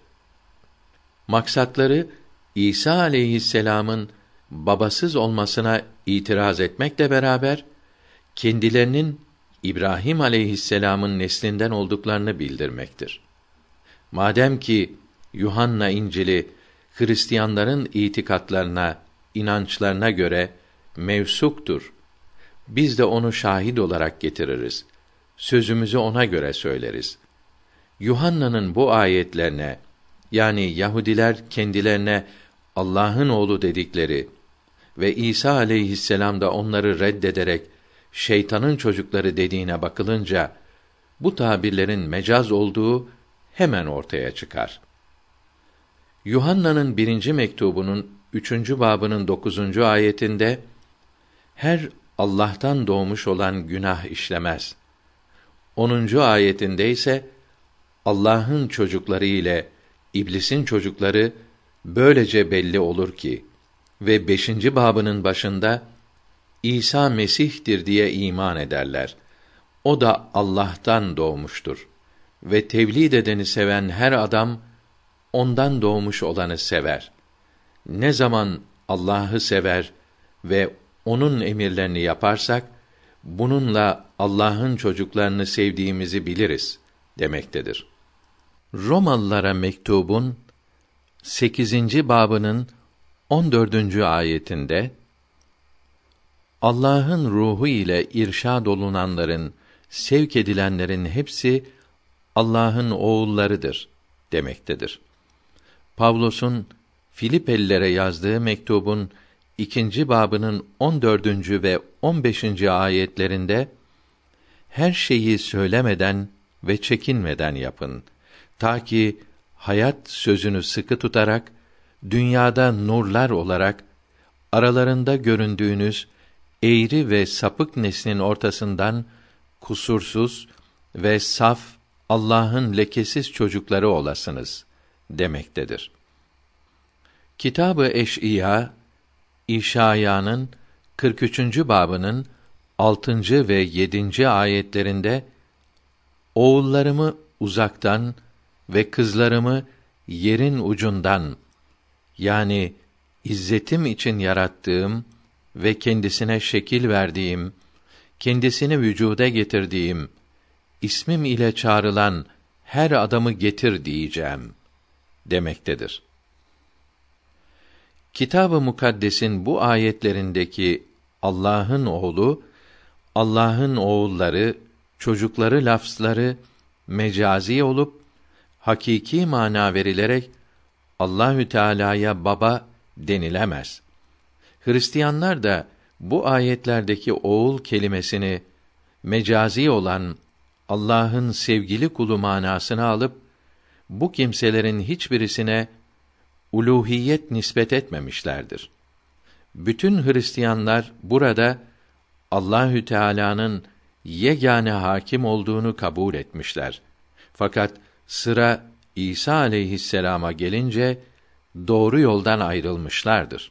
Maksatları İsa aleyhisselam'ın babasız olmasına itiraz etmekle beraber kendilerinin İbrahim aleyhisselam'ın neslinden olduklarını bildirmektir. Madem ki Yuhanna İncil'i Hristiyanların itikatlarına, inançlarına göre mevsuktur, biz de onu şahit olarak getiririz. Sözümüzü ona göre söyleriz. Yuhanna'nın bu ayetlerine, yani Yahudiler kendilerine Allah'ın oğlu dedikleri ve İsa aleyhisselam da onları reddederek şeytanın çocukları dediğine bakılınca bu tabirlerin mecaz olduğu hemen ortaya çıkar. Yuhanna'nın 1. mektubunun 3. babının 9. ayetinde her Allah'tan doğmuş olan günah işlemez. 10. ayetinde ise Allah'ın çocukları ile iblisin çocukları böylece belli olur ki ve 5. babının başında İsa Mesih'tir diye iman ederler. O da Allah'tan doğmuştur ve tevlid edeni seven her adam ondan doğmuş olanı sever. Ne zaman Allah'ı sever ve onun emirlerini yaparsak bununla Allah'ın çocuklarını sevdiğimizi biliriz demektedir. Romalılara mektubun 8. babının 14. ayetinde Allah'ın ruhu ile irşad olunanların, sevk edilenlerin hepsi Allah'ın oğullarıdır demektedir. Pavlus'un Filipelilere yazdığı mektubun 2. babının 14. ve 15. ayetlerinde her şeyi söylemeden ve çekinmeden yapın. Ta ki hayat sözünü sıkı tutarak dünyada nurlar olarak aralarında göründüğünüz eğri ve sapık neslin ortasından kusursuz ve saf Allah'ın lekesiz çocukları olasınız demektedir. Kitab-ı Eş'iya, İşaya'nın 43. babının 6. ve 7. ayetlerinde oğullarımı uzaktan ve kızlarımı yerin ucundan, yani izzetim için yarattığım ve kendisine şekil verdiğim, kendisini vücuda getirdiğim, ismim ile çağrılan her adamı getir diyeceğim demektedir. Kitab-ı Mukaddes'in bu ayetlerindeki Allah'ın oğlu, Allah'ın oğulları, çocukları lafzları mecazi olup hakiki mana verilerek Allahü Teala'ya baba denilemez. Hristiyanlar da bu ayetlerdeki oğul kelimesini mecazi olan Allah'ın sevgili kulu manasına alıp bu kimselerin hiçbirisine uluhiyet nispet etmemişlerdir. Bütün Hristiyanlar burada Allahü Teala'nın yegâne hakim olduğunu kabul etmişler. Fakat sıra İsa aleyhisselama gelince doğru yoldan ayrılmışlardır.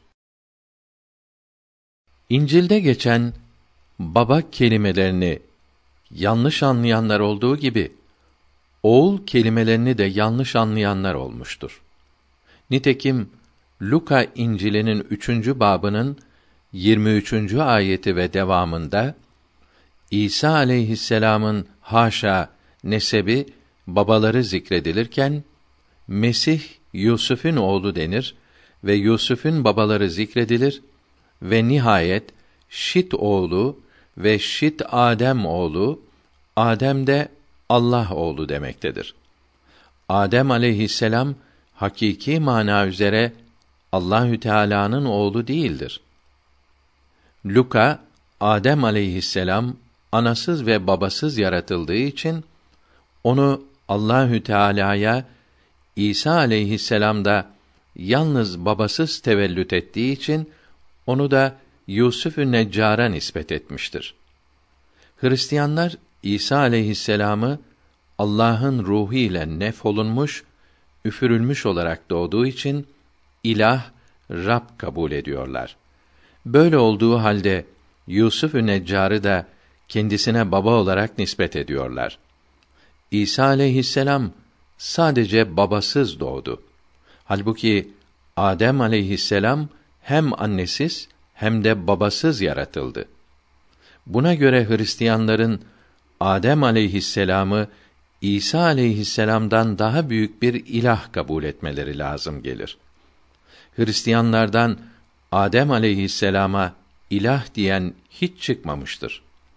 İncil'de geçen baba kelimelerini yanlış anlayanlar olduğu gibi oğul kelimelerini de yanlış anlayanlar olmuştur. Nitekim Luka İncil'inin 3. babının 23. ayeti ve devamında İsa aleyhisselam'ın haşa nesebi babaları zikredilirken Mesih Yusuf'un oğlu denir ve Yusuf'un babaları zikredilir ve nihayet Şit oğlu ve Şit Adem oğlu, Adem de Allah oğlu demektedir. Adem aleyhisselam hakiki mana üzere Allahü Teala'nın oğlu değildir. Luka, Adem aleyhisselam anasız ve babasız yaratıldığı için onu Allahü Teala'ya, İsa aleyhisselam da yalnız babasız tevellüt ettiği için onu da Yusuf-ü Neccar'a nispet etmiştir. Hristiyanlar İsa aleyhisselam'ı Allah'ın ruhu ile nefholunmuş, üfürülmüş olarak doğduğu için ilah, Rab kabul ediyorlar. Böyle olduğu halde Yusuf-ü Neccar'ı da kendisine baba olarak nispet ediyorlar. İsa aleyhisselam sadece babasız doğdu. Halbuki Adem aleyhisselam hem annesiz hem de babasız yaratıldı. Buna göre Hristiyanların Adem aleyhisselam'ı İsa aleyhisselam'dan daha büyük bir ilah kabul etmeleri lazım gelir. Hristiyanlardan Adem aleyhisselama ilah diyen hiç çıkmamıştır.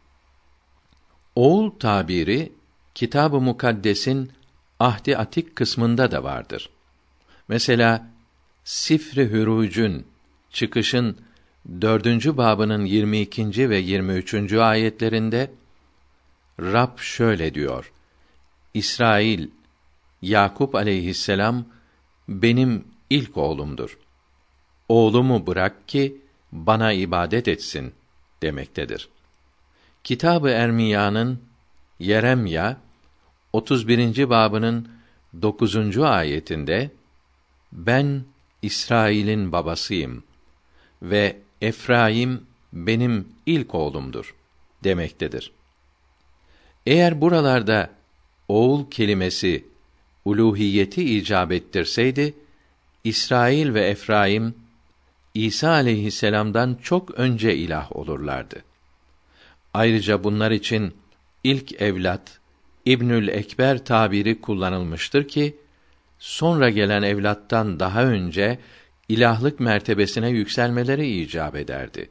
Oğul tabiri Kitab-ı Mukaddes'in Ahd-i Atik kısmında da vardır. Mesela Sifr-i Hüruc'ün Çıkış'ın 4. babının 22. ve 23. ayetlerinde Rab şöyle diyor: İsrail, Yakup aleyhisselam benim ilk oğlumdur. Oğlumu bırak ki bana ibadet etsin demektedir. Kitab-ı Ermiya'nın Yeremya 31. babının 9. ayetinde ben İsrail'in babasıyım ve Efraim benim ilk oğlumdur demektedir. Eğer buralarda oğul kelimesi uluhiyeti icap ettirseydi, İsrail ve Efraim İsa aleyhisselam'dan çok önce ilah olurlardı. Ayrıca bunlar için ilk evlat İbnül Ekber tabiri kullanılmıştır ki sonra gelen evlattan daha önce ilahlık mertebesine yükselmeleri icap ederdi.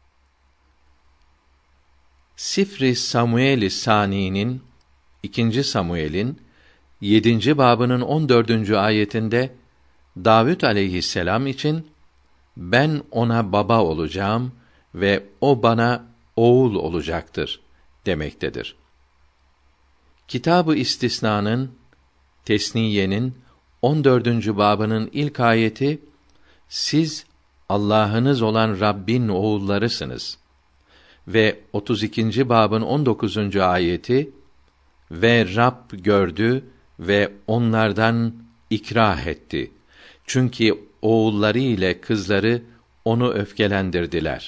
Sifr-i Samuel-i Sani'nin 2. Samuel'in 7. babının 14. ayetinde Davud aleyhisselam için ben ona baba olacağım ve o bana oğul olacaktır demektedir. Kitab-ı İstisna'nın Tesniye'nin 14. babının ilk ayeti siz Allah'ınız olan Rabbin oğullarısınız ve 32. babın 19. ayeti ve Rab gördü ve onlardan ikrah etti. Çünkü oğulları ile kızları onu öfkelendirdiler.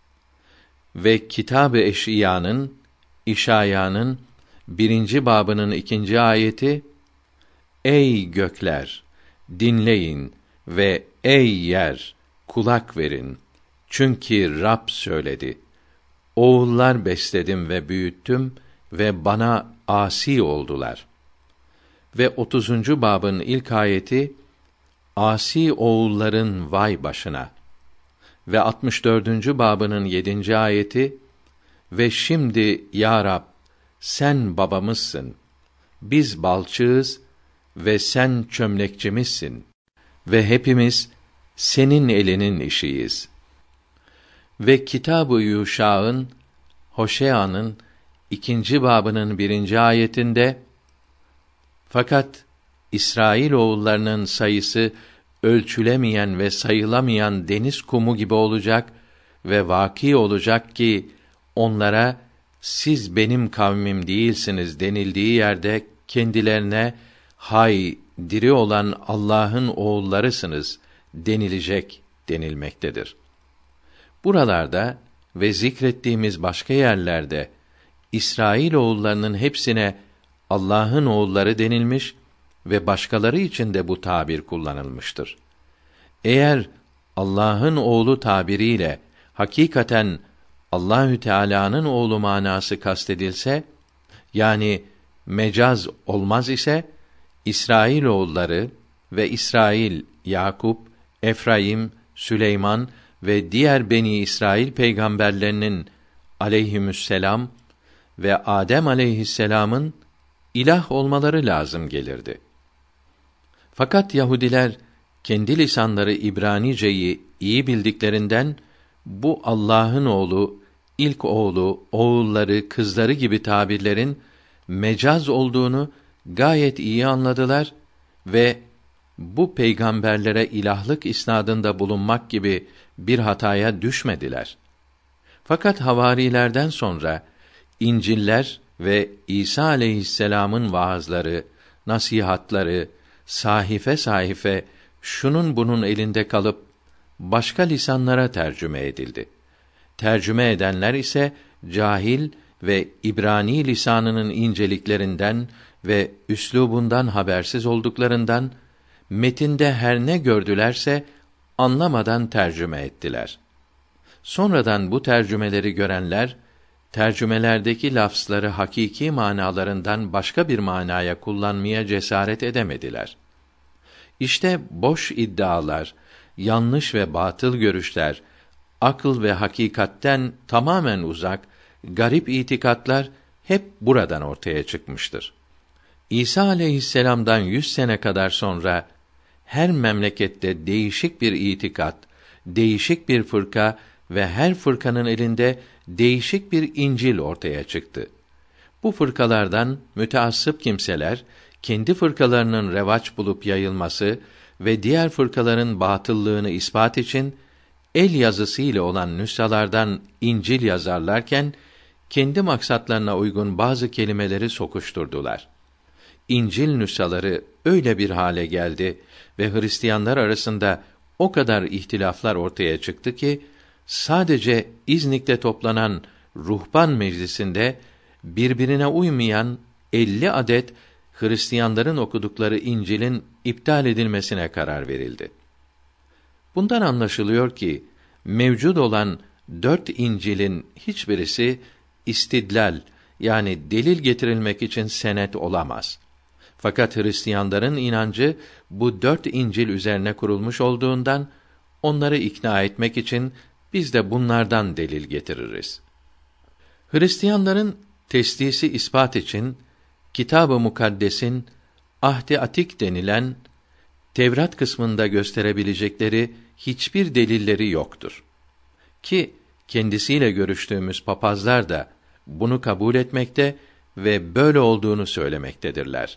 Ve Kitab-ı Eş'iya'nın, İşaya'nın 1. babının 2. ayeti: Ey gökler, dinleyin ve ey yer, kulak verin. Çünkü Rab söyledi. Oğullar besledim ve büyüttüm ve bana asi oldular. Ve 30. babın ilk ayeti: Asi oğulların vay başına. Ve 64. babının 7. ayeti: Ve şimdi ya Rab, sen babamızsın. Biz balçığız ve sen çömlekçimizsin ve hepimiz senin elinin işiyiz. Ve Kitab-ı Yuşa'nın, Hoşea'nın 2. babının 1. ayetinde: Fakat İsrail oğullarının sayısı ölçülemeyen ve sayılamayan deniz kumu gibi olacak ve vaki olacak ki onlara siz benim kavmim değilsiniz denildiği yerde kendilerine hay diri olan Allah'ın oğullarısınız denilecek denilmektedir. Buralarda ve zikrettiğimiz başka yerlerde İsrail oğullarının hepsine Allah'ın oğulları denilmiş ve başkaları için de bu tabir kullanılmıştır. Eğer Allah'ın oğlu tabiriyle hakikaten Allahü Teala'nın oğlu manası kastedilse, yani mecaz olmaz ise, İsrail oğulları ve İsrail, Yakup, Efraim, Süleyman ve diğer Beni İsrail peygamberlerinin aleyhimüsselam ve Adem aleyhisselam'ın ilah olmaları lazım gelirdi. Fakat Yahudiler kendi lisanları İbranice'yi iyi bildiklerinden bu Allah'ın oğlu, ilk oğlu, oğulları, kızları gibi tabirlerin mecaz olduğunu gayet iyi anladılar ve bu peygamberlere ilahlık isnadında bulunmak gibi bir hataya düşmediler. Fakat havarilerden sonra İncil'ler ve İsa aleyhisselam'ın vaazları, nasihatları sahife sahife şunun bunun elinde kalıp başka lisanlara tercüme edildi. Tercüme edenler ise cahil ve İbrani lisanının inceliklerinden ve üslubundan habersiz olduklarından metinde her ne gördülerse anlamadan tercüme ettiler. Sonradan bu tercümeleri görenler tercümelerdeki lafzları hakiki manalarından başka bir manaya kullanmaya cesaret edemediler. İşte boş iddialar, yanlış ve batıl görüşler, akıl ve hakikatten tamamen uzak, garip itikatlar hep buradan ortaya çıkmıştır. İsa aleyhisselam'dan 100 sene kadar sonra her memlekette değişik bir itikat, değişik bir fırka ve her fırkanın elinde değişik bir İncil ortaya çıktı. Bu fırkalardan müteassıp kimseler kendi fırkalarının revaç bulup yayılması ve diğer fırkaların batıllığını ispat için el yazısı ile olan nüshalardan İncil yazarlarken kendi maksatlarına uygun bazı kelimeleri sokuşturdular. İncil nüshaları öyle bir hale geldi ve Hristiyanlar arasında o kadar ihtilaflar ortaya çıktı ki sadece İznik'te toplanan ruhban meclisinde birbirine uymayan 50 adet Hristiyanların okudukları İncil'in iptal edilmesine karar verildi. Bundan anlaşılıyor ki mevcud olan 4 İncil'in hiçbirisi istidlal, yani delil getirilmek için senet olamaz. Fakat Hristiyanların inancı bu 4 İncil üzerine kurulmuş olduğundan onları ikna etmek için biz de bunlardan delil getiririz. Hristiyanların tesdisi ispat için Kitab-ı Mukaddes'in Ahd-i Atik denilen Tevrat kısmında gösterebilecekleri hiçbir delilleri yoktur. Ki kendisiyle görüştüğümüz papazlar da bunu kabul etmekte ve böyle olduğunu söylemektedirler.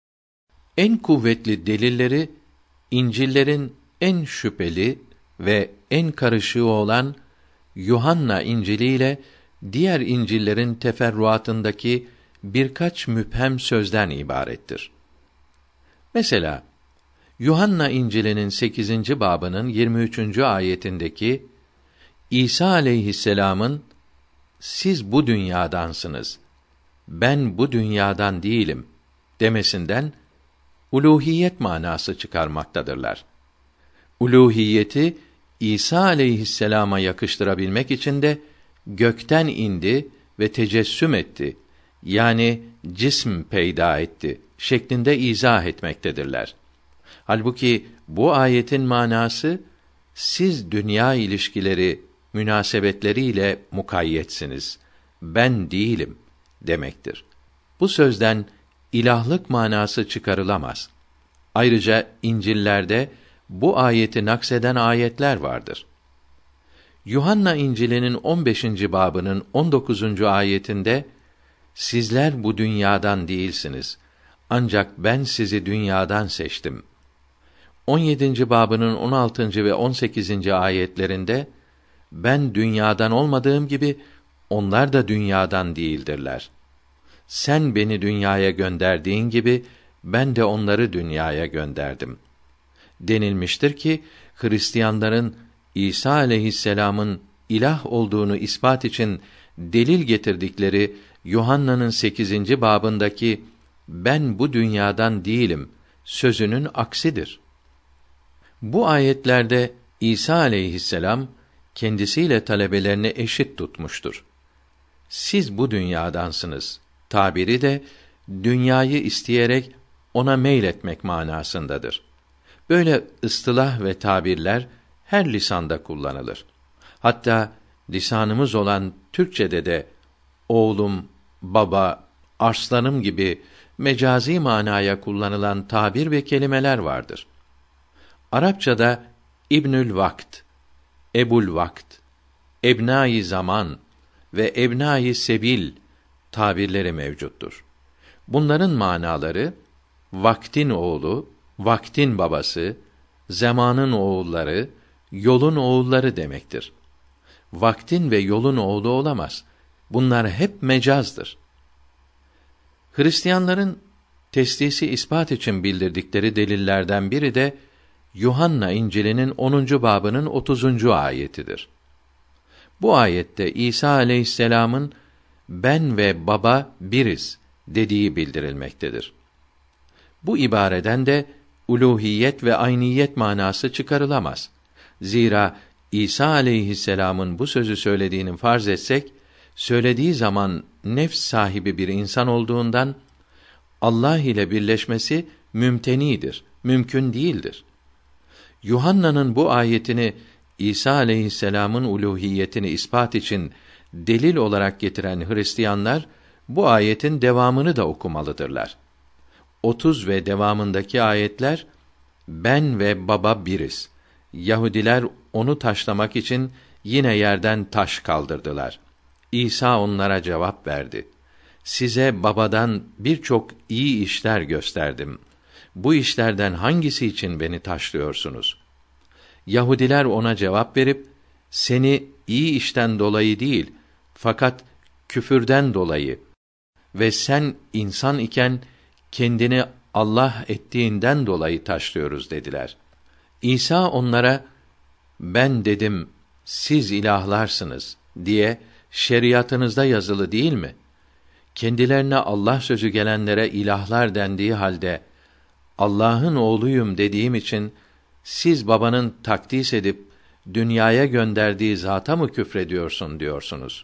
En kuvvetli delilleri İncil'lerin en şüpheli ve en karışığı olan Yuhanna İncil'i ile diğer İncil'lerin teferruatındaki birkaç müphem sözden ibarettir. Mesela Yuhanna İncil'inin 8. babının 23. ayetindeki İsa aleyhisselam'ın siz bu dünyadansınız, ben bu dünyadan değilim demesinden uluhiyet manası çıkarmaktadırlar. Uluhiyeti İsa aleyhisselama yakıştırabilmek için de gökten indi ve tecessüm etti. Yani cism peyda etti şeklinde izah etmektedirler. Halbuki bu ayetin manası siz dünya ilişkileri, münasebetleriyle mukayyetsiniz. Ben değilim demektir. Bu sözden ilahlık manası çıkarılamaz. Ayrıca İncil'lerde bu ayeti nakseden ayetler vardır. Yuhanna İncil'inin 15. babının 19. ayetinde sizler bu dünyadan değilsiniz. Ancak ben sizi dünyadan seçtim. 17. babının 16. ve 18. ayetlerinde ben dünyadan olmadığım gibi onlar da dünyadan değildirler. Sen beni dünyaya gönderdiğin gibi ben de onları dünyaya gönderdim denilmiştir ki Hristiyanların İsa aleyhisselam'ın ilah olduğunu ispat için delil getirdikleri Yuhanna'nın 8. babındaki ben bu dünyadan değilim sözünün aksidir. Bu ayetlerde İsa aleyhisselam kendisiyle talebelerini eşit tutmuştur. Siz bu dünyadansınız tabiri de dünyayı isteyerek ona meyletmek manasındadır. Böyle ıstılah ve tabirler her lisanda kullanılır. Hatta lisanımız olan Türkçede de oğlum, baba, arslanım gibi mecazi manaya kullanılan tabir ve kelimeler vardır. Arapçada İbnül Vakt, Ebul Vakt, Ebnâ-i Zaman ve Ebnâ-i Sebil tabirleri mevcuttur. Bunların manaları vaktin oğlu, vaktin babası, zamanın oğulları, yolun oğulları demektir. Vaktin ve yolun oğlu olamaz. Bunlar hep mecazdır. Hristiyanların teslisi ispat için bildirdikleri delillerden biri de Yuhanna İncil'inin 10. babının 30. ayetidir. Bu ayette İsa aleyhisselam'ın ben ve baba biriz dediği bildirilmektedir. Bu ibareden de uluhiyet ve ayniyet manası çıkarılamaz. Zira İsa aleyhisselam'ın bu sözü söylediğini farz etsek, söylediği zaman nefs sahibi bir insan olduğundan Allah ile birleşmesi mümtenidir, mümkün değildir. Yuhanna'nın bu ayetini İsa aleyhisselam'ın uluhiyetini ispat için delil olarak getiren Hristiyanlar bu ayetin devamını da okumalıdırlar. 30 ve devamındaki ayetler ben ve baba biriz. Yahudiler onu taşlamak için yine yerden taş kaldırdılar. İsa onlara cevap verdi. Size babadan birçok iyi işler gösterdim. Bu işlerden hangisi için beni taşlıyorsunuz? Yahudiler ona cevap verip seni iyi işten dolayı değil, fakat küfürden dolayı ve sen insan iken kendini Allah ettiğinden dolayı taşlıyoruz dediler. İsa onlara ben dedim siz ilahlarsınız diye şeriatınızda yazılı değil mi? Kendilerine Allah sözü gelenlere ilahlar dendiği halde Allah'ın oğluyum dediğim için siz babanın takdis edip dünyaya gönderdiği zata mı küfrediyorsun diyorsunuz?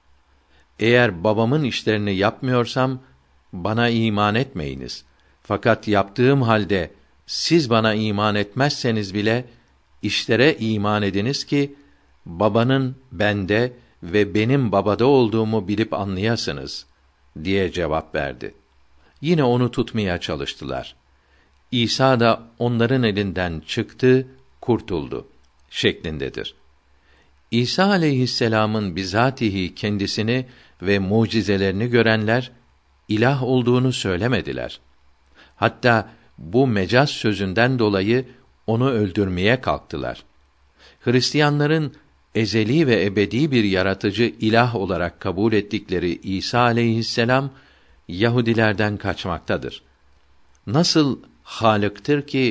Eğer babamın işlerini yapmıyorsam bana iman etmeyiniz. Fakat yaptığım halde siz bana iman etmezseniz bile işlere iman ediniz ki babanın bende ve benim babada olduğumu bilip anlayasınız diye cevap verdi. Yine onu tutmaya çalıştılar. İsa da onların elinden çıktı, kurtuldu şeklindedir. İsa aleyhisselam'ın bizatihi kendisini ve mucizelerini görenler ilah olduğunu söylemediler. Hatta bu mecaz sözünden dolayı onu öldürmeye kalktılar. Hristiyanların ezeli ve ebedi bir yaratıcı ilah olarak kabul ettikleri İsa aleyhisselam Yahudilerden kaçmaktadır. Nasıl Halık'tır ki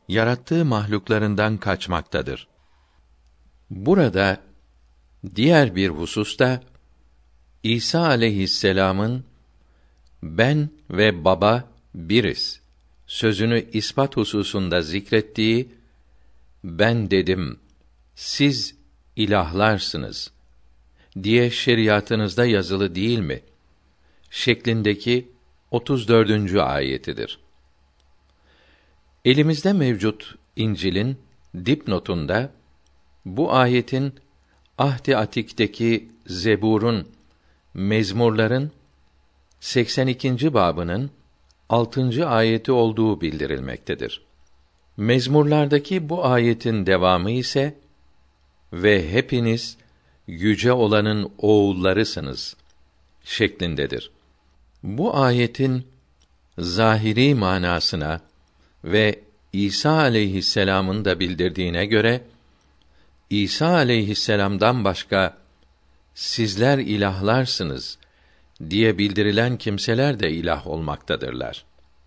yarattığı mahluklarından kaçmaktadır. Burada diğer bir hususta İsa aleyhisselam'ın ben ve Baba biriz sözünü ispat hususunda zikrettiği ben dedim siz ilahlarsınız diye şeriatınızda yazılı değil mi şeklindeki 34. ayetidir. Elimizde mevcut İncil'in dipnotunda bu ayetin Ahd-i Atik'teki Zebur'un, Mezmurların 82. babının 6. ayeti olduğu bildirilmektedir. Mezmurlardaki bu ayetin devamı ise ve hepiniz yüce olanın oğullarısınız şeklindedir. Bu ayetin zahiri manasına ve İsa aleyhisselam'ın da bildirdiğine göre İsa aleyhisselam'dan başka sizler ilahlarsınız diye bildirilen kimseler de ilah olmaktadırlar.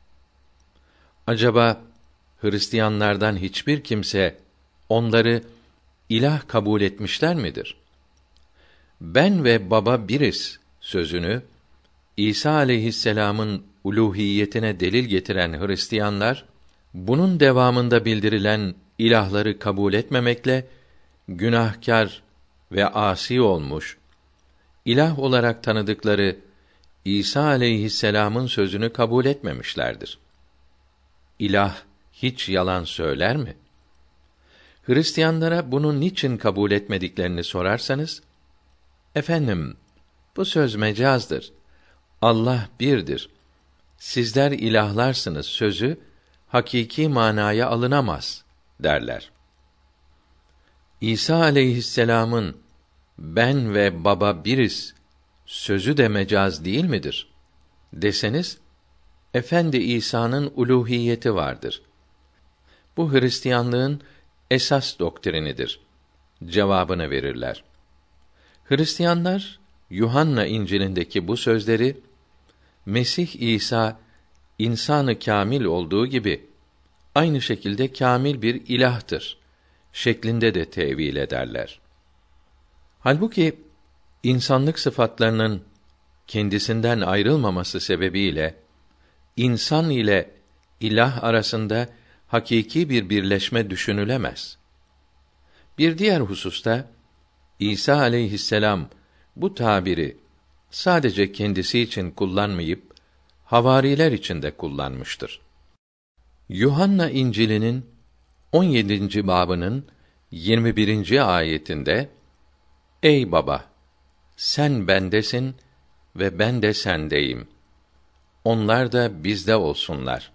Acaba Hristiyanlardan hiçbir kimse onları ilah kabul etmişler midir? Ben ve Baba biriz sözünü İsa aleyhisselam'ın uluhiyetine delil getiren Hristiyanlar bunun devamında bildirilen ilahları kabul etmemekle günahkar ve asi olmuş, ilah olarak tanıdıkları İsa aleyhisselam'ın sözünü kabul etmemişlerdir. İlah hiç yalan söyler mi? Hristiyanlara bunu niçin kabul etmediklerini sorarsanız, efendim, bu söz mecazdır. Allah birdir. Sizler ilahlarsınız sözü hakiki manaya alınamaz derler. İsa aleyhisselam'ın ben ve Baba biriz sözü de mecaz değil midir deseniz, Efendi İsa'nın uluhiyeti vardır. Bu Hristiyanlığın esas doktrinidir cevabını verirler. Hristiyanlar Yuhanna İncil'indeki bu sözleri Mesih İsa insanı kâmil olduğu gibi aynı şekilde kâmil bir ilahtır şeklinde de tevil ederler. Halbuki insanlık sıfatlarının kendisinden ayrılmaması sebebiyle insan ile ilah arasında hakiki bir birleşme düşünülemez. Bir diğer hususta İsa aleyhisselam bu tabiri sadece kendisi için kullanmayıp havariler için de kullanmıştır. Yuhanna İncil'inin 17. babının 21. ayetinde Ey Baba, sen bendesin ve ben de sendeyim. Onlar da bizde olsunlar.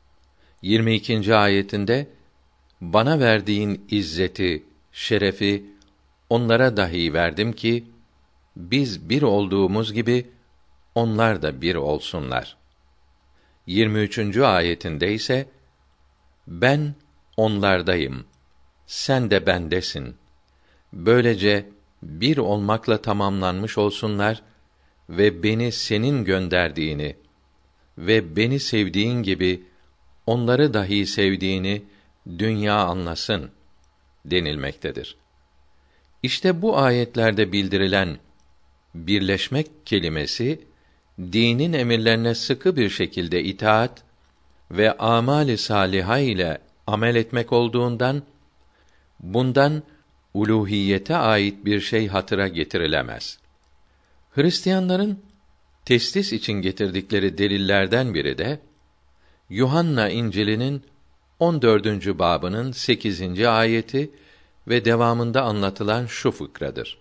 22. ayetinde bana verdiğin izzeti, şerefi onlara dahi verdim ki biz bir olduğumuz gibi onlar da bir olsunlar. 23. ayetinde ise ben onlardayım, sen de bendesin. Böylece bir olmakla tamamlanmış olsunlar ve beni senin gönderdiğini ve beni sevdiğin gibi onları dahi sevdiğini dünya anlasın denilmektedir. İşte bu ayetlerde bildirilen birleşmek kelimesi dinin emirlerine sıkı bir şekilde itaat ve amali saliha ile amel etmek olduğundan bundan uluhiyete ait bir şey hatıra getirilemez. Hristiyanların teslis için getirdikleri delillerden biri de Yuhanna İncil'inin 14. babının 8. ayeti ve devamında anlatılan şu fıkradır.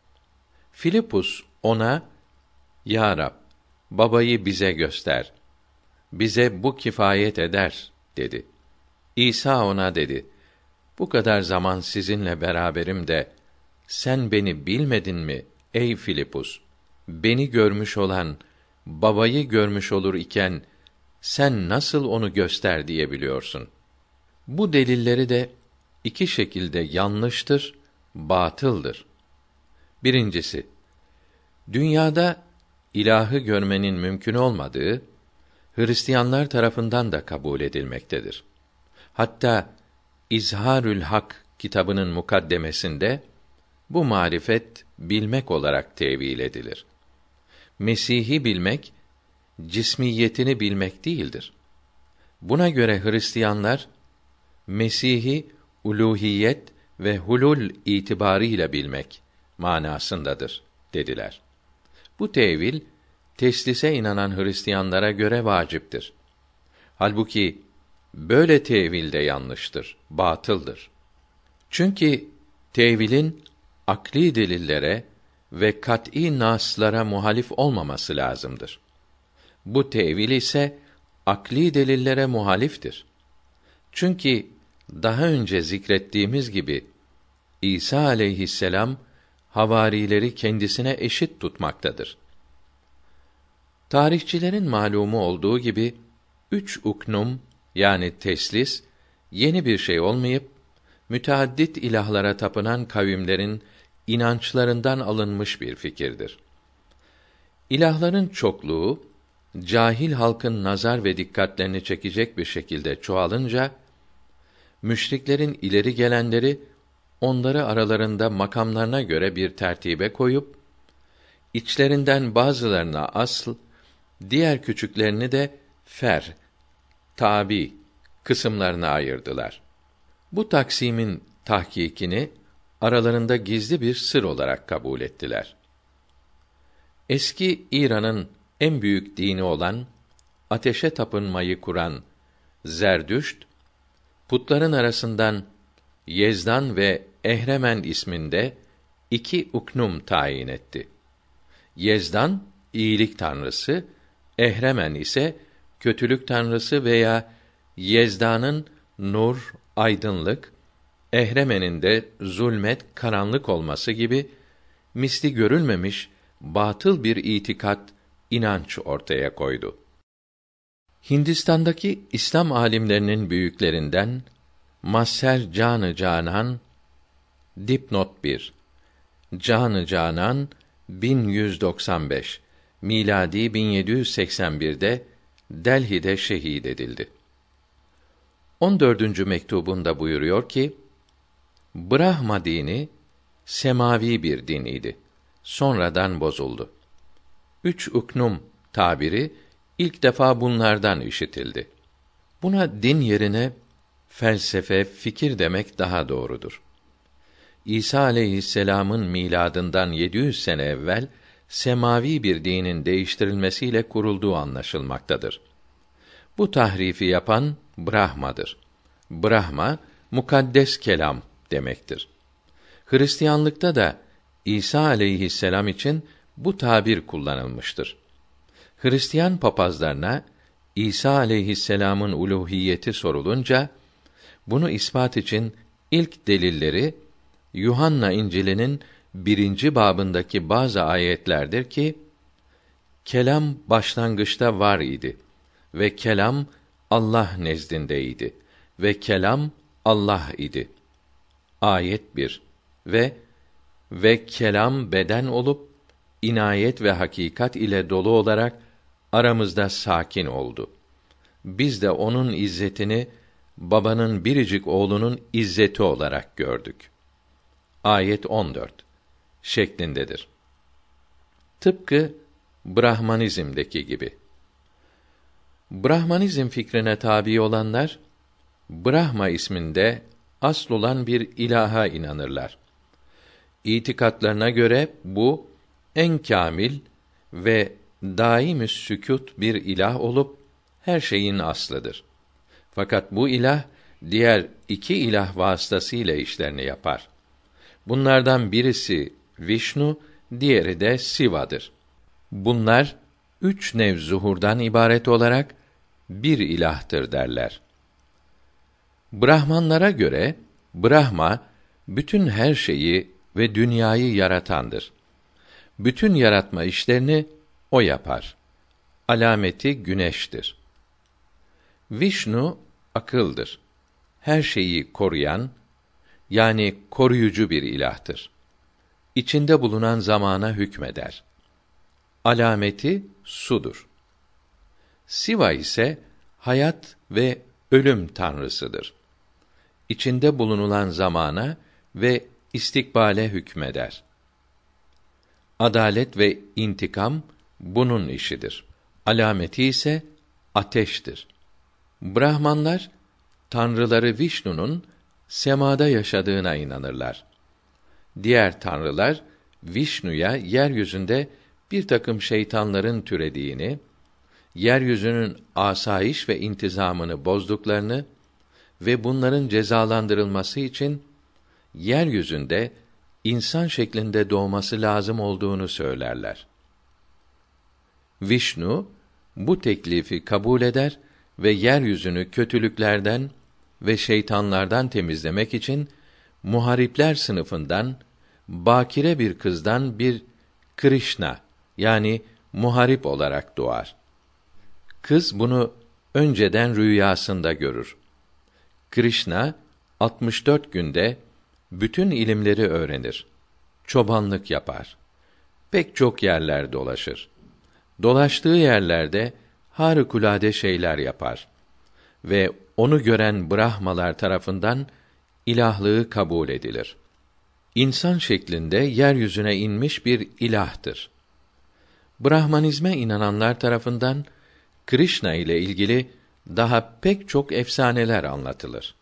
Filipus ona, Ya Rab, babayı bize göster. Bize bu kifayet eder, dedi. İsa ona dedi, bu kadar zaman sizinle beraberim de, sen beni bilmedin mi ey Filipus? Beni görmüş olan, babayı görmüş olur iken, sen nasıl onu göster diyebiliyorsun? Bu delilleri de iki şekilde yanlıştır, batıldır. Birincisi, dünyada ilahı görmenin mümkün olmadığı, Hristiyanlar tarafından da kabul edilmektedir. Hatta İzharül Hak kitabının mukaddemesinde bu marifet bilmek olarak tevil edilir. Mesih'i bilmek cismiyetini bilmek değildir. Buna göre Hristiyanlar Mesih'i uluhiyet ve hulul itibarıyla bilmek manasındadır dediler. Bu tevil teslise inanan Hristiyanlara göre vaciptir. Halbuki böyle tevil de yanlıştır, batıldır. Çünkü tevilin akli delillere ve kat'î naslara muhalif olmaması lazımdır. Bu tevil ise akli delillere muhaliftir. Çünkü daha önce zikrettiğimiz gibi İsa aleyhisselam havarileri kendisine eşit tutmaktadır. Tarihçilerin malumu olduğu gibi 3 uknum yani teslis yeni bir şey olmayıp müteaddit ilahlara tapınan kavimlerin inançlarından alınmış bir fikirdir. İlahların çokluğu cahil halkın nazar ve dikkatlerini çekecek bir şekilde çoğalınca müşriklerin ileri gelenleri onları aralarında makamlarına göre bir tertibe koyup içlerinden bazılarına asl, diğer küçüklerini de fer, tabi kısımlarına ayırdılar. Bu taksimin tahkikini aralarında gizli bir sır olarak kabul ettiler. Eski İran'ın en büyük dini olan ateşe tapınmayı kuran Zerdüşt, putların arasından Yezdan ve Ehremen isminde 2 uknum tayin etti. Yezdan iyilik tanrısı, Ehremen ise kötülük tanrısı veya Yezdan'ın nur, aydınlık, Ehremen'in de zulmet, karanlık olması gibi misli görülmemiş batıl bir itikat, inanç ortaya koydu. Hindistan'daki İslam alimlerinin büyüklerinden Masser Canı Canan dipnot 1 Canı Canan 1195 miladi 1781'de Delhi'de şehit edildi. 14. mektubunda buyuruyor ki: Brahma dini semavi bir din idi. Sonradan bozuldu. 3 uknum tabiri ilk defa bunlardan işitildi. Buna din yerine felsefe, fikir demek daha doğrudur. İsa aleyhisselam'ın miladından 700 sene evvel semavi bir dinin değiştirilmesiyle kurulduğu anlaşılmaktadır. Bu tahrifi yapan Brahma'dır. Brahma mukaddes kelam demektir. Hristiyanlıkta da İsa aleyhisselam için bu tabir kullanılmıştır. Hristiyan papazlarına İsa aleyhisselam'ın uluhiyeti sorulunca bunu ispat için ilk delilleri Yuhanna İncil'inin 1. babındaki bazı ayetlerdir ki kelam başlangıçta var idi ve kelam Allah nezdindeydi ve kelam Allah idi. Ayet 1 ve kelam beden olup inayet ve hakikat ile dolu olarak aramızda sakin oldu. Biz de onun izzetini babanın biricik oğlunun izzeti olarak gördük. Ayet 14 şeklindedir. Tıpkı Brahmanizm'deki gibi. Brahmanizm fikrine tabi olanlar Brahma isminde asl olan bir ilaha inanırlar. İtikatlarına göre bu en kâmil ve daimü's sükût bir ilah olup her şeyin aslıdır. Fakat bu ilah diğer 2 ilah vasıtasıyla işlerini yapar. Bunlardan birisi Vişnu, diğeri de Siva'dır. Bunlar 3 nev zuhurdan ibaret olarak bir ilahtır derler. Brahmanlara göre Brahma bütün her şeyi ve dünyayı yaratandır. Bütün yaratma işlerini o yapar. Alameti güneştir. Vişnu akıldır. Her şeyi koruyan, yani koruyucu bir ilahtır. İçinde bulunan zamana hükmeder. Alameti sudur. Siva ise hayat ve ölüm tanrısıdır. içinde bulunulan zamana ve istikbale hükmeder. Adalet ve intikam bunun işidir. Alameti ise ateştir. Brahmanlar tanrıları Vişnu'nun semada yaşadığına inanırlar. Diğer tanrılar Vişnu'ya yeryüzünde bir takım şeytanların türediğini, yeryüzünün asayiş ve intizamını bozduklarını ve bunların cezalandırılması için yeryüzünde insan şeklinde doğması lazım olduğunu söylerler. Vişnu bu teklifi kabul eder ve yeryüzünü kötülüklerden ve şeytanlardan temizlemek için muharipler sınıfından bakire bir kızdan bir Krişna yani muharip olarak doğar. Kız bunu önceden rüyasında görür. Krişna 64 günde bütün ilimleri öğrenir. Çobanlık yapar. Pek çok yerler dolaşır. Dolaştığı yerlerde harikulade şeyler yapar ve onu gören Brahmalar tarafından ilahlığı kabul edilir. İnsan şeklinde yeryüzüne inmiş bir ilahtır. Brahmanizme inananlar tarafından Krişna ile ilgili daha pek çok efsaneler anlatılır.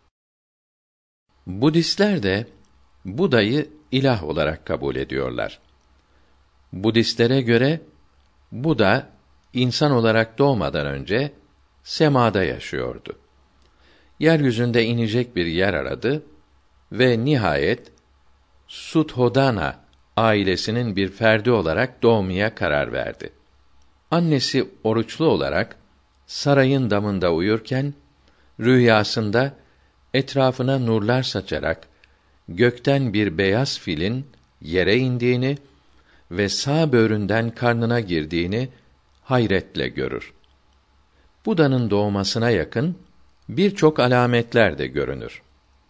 Budistler de Buda'yı ilah olarak kabul ediyorlar. Budistlere göre Buda insan olarak doğmadan önce semada yaşıyordu. Yeryüzünde inecek bir yer aradı ve nihayet Suddhodana ailesinin bir ferdi olarak doğmaya karar verdi. Annesi oruçlu olarak sarayın damında uyurken rüyasında etrafına nurlar saçarak gökten bir beyaz filin yere indiğini ve sağ böğründen karnına girdiğini hayretle görür. Buda'nın doğmasına yakın birçok alametler de görünür.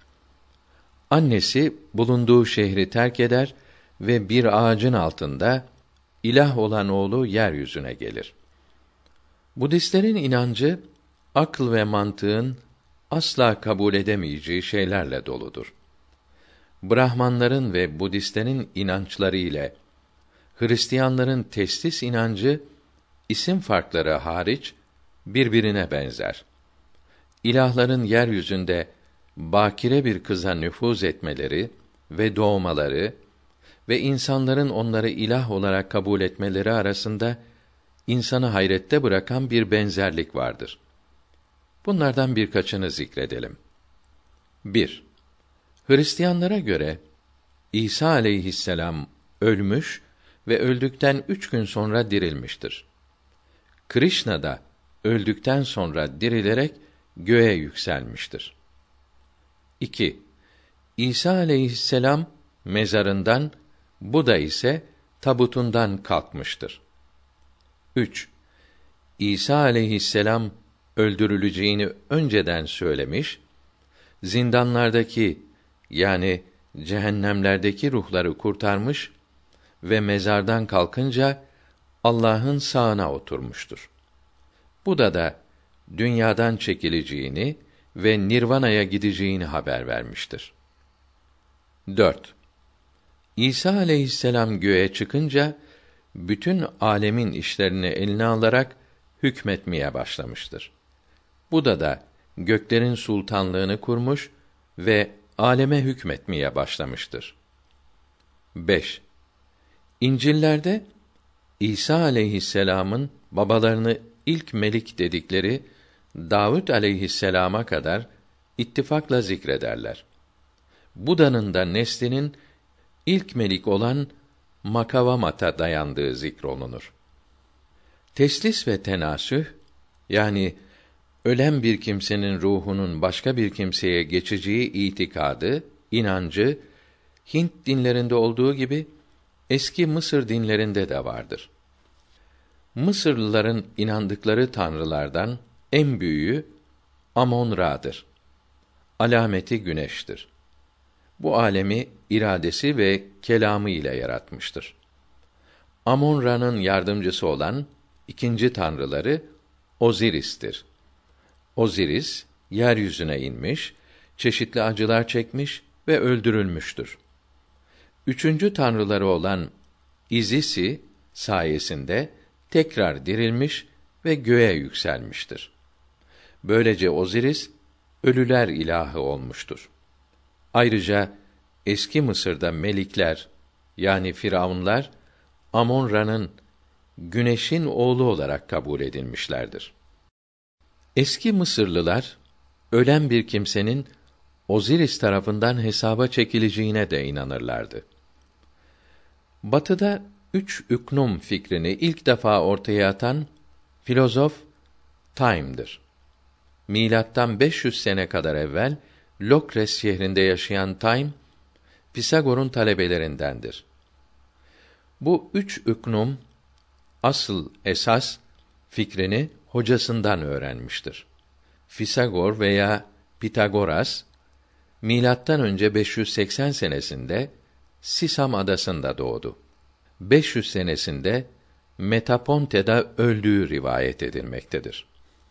Annesi bulunduğu şehri terk eder ve bir ağacın altında ilah olan oğlu yeryüzüne gelir. Budistlerin inancı akıl ve mantığın asla kabul edemeyeceği şeylerle doludur. Brahmanların ve Budistlerin inançları ile Hristiyanların teslis inancı isim farkları hariç birbirine benzer. İlahların yeryüzünde bakire bir kıza nüfuz etmeleri ve doğmaları ve insanların onları ilah olarak kabul etmeleri arasında insanı hayrette bırakan bir benzerlik vardır. Bunlardan birkaçını zikredelim. 1. Hristiyanlara göre İsa aleyhisselam ölmüş ve öldükten 3 gün sonra dirilmiştir. Krişna da öldükten sonra dirilerek göğe yükselmiştir. 2. İsa aleyhisselam mezarından, Buda ise tabutundan kalkmıştır. 3. İsa aleyhisselam öldürüleceğini önceden söylemiş, zindanlardaki yani cehennemlerdeki ruhları kurtarmış ve mezardan kalkınca Allah'ın sağına oturmuştur. Buda da dünyadan çekileceğini ve nirvanaya gideceğini haber vermiştir. 4. İsa aleyhisselam göğe çıkınca bütün âlemin işlerini eline alarak hükmetmeye başlamıştır. Buda da göklerin sultanlığını kurmuş ve âleme hükmetmeye başlamıştır. 5. İncil'lerde İsa aleyhisselam'ın babalarını ilk melik dedikleri Davud aleyhisselama kadar ittifakla zikrederler. Buda'nın da neslinin ilk melik olan Makavamat'a dayandığı zikrolunur. Teslis ve tenasüh, yani ölen bir kimsenin ruhunun başka bir kimseye geçeceği itikadı, inancı, Hint dinlerinde olduğu gibi eski Mısır dinlerinde de vardır. Mısırlıların inandıkları tanrılardan en büyüğü Amon-Ra'dır. Alameti güneştir. Bu alemi iradesi ve kelamı ile yaratmıştır. Amon-Ra'nın yardımcısı olan ikinci tanrıları Oziris'tir. Oziris yeryüzüne inmiş, çeşitli acılar çekmiş ve öldürülmüştür. Üçüncü tanrıları olan Izisi sayesinde tekrar dirilmiş ve göğe yükselmiştir. Böylece Osiris ölüler ilahı olmuştur. Ayrıca eski Mısır'da melikler yani firavunlar Amon-Ra'nın güneşin oğlu olarak kabul edilmişlerdir. Eski Mısırlılar ölen bir kimsenin Osiris tarafından hesaba çekileceğine de inanırlardı. Batı'da üç üknum fikrini ilk defa ortaya atan filozof Time'dır. Milattan 500 sene kadar evvel Lokres şehrinde yaşayan Time, Pisagor'un talebelerindendir. Bu üç üknum esas fikrini hocasından öğrenmiştir. Pisagor veya Pitagoras milattan önce 580 senesinde Sisam adasında doğdu. 500 senesinde Metaponte'da öldüğü rivayet edilmektedir.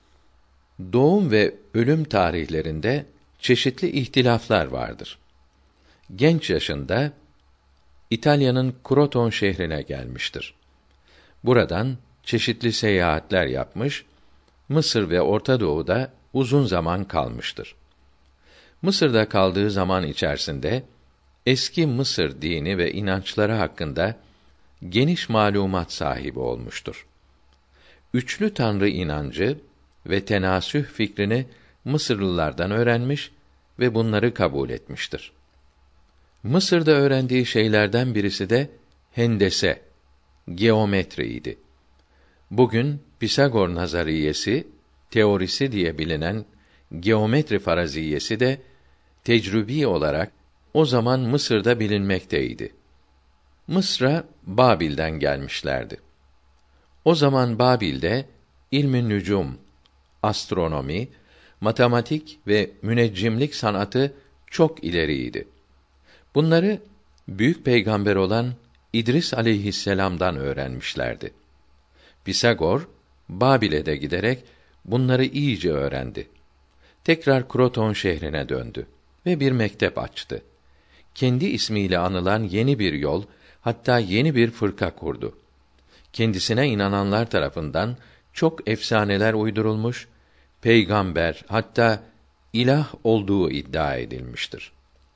Doğum ve ölüm tarihlerinde çeşitli ihtilaflar vardır. Genç yaşında İtalya'nın Kroton şehrine gelmiştir. Buradan çeşitli seyahatler yapmış, Mısır ve Orta Doğu'da uzun zaman kalmıştır. Mısır'da kaldığı zaman içerisinde eski Mısır dini ve inançları hakkında geniş malumat sahibi olmuştur. Üçlü tanrı inancı ve tenasüh fikrini Mısırlılardan öğrenmiş ve bunları kabul etmiştir. Mısır'da öğrendiği şeylerden birisi de hendese, geometriydi. Bugün Pisagor nazariyesi, teorisi diye bilinen geometri faraziyesi de tecrübi olarak o zaman Mısır'da bilinmekteydi. Mısır'a Babil'den gelmişlerdi. O zaman Babil'de ilm-i nücum, astronomi, matematik ve müneccimlik sanatı çok ileriydi. Bunları büyük peygamber olan İdris aleyhisselam'dan öğrenmişlerdi. Pisagor Babil'e de giderek bunları iyice öğrendi. Tekrar Kroton şehrine döndü ve bir mektep açtı. Kendi ismiyle anılan yeni bir yol, hatta yeni bir fırka kurdu. Kendisine inananlar tarafından çok efsaneler uydurulmuş, peygamber hatta ilah olduğu iddia edilmiştir.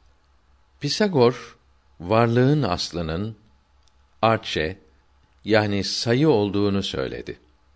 Pisagor varlığın aslının arche yani sayı olduğunu söyledi.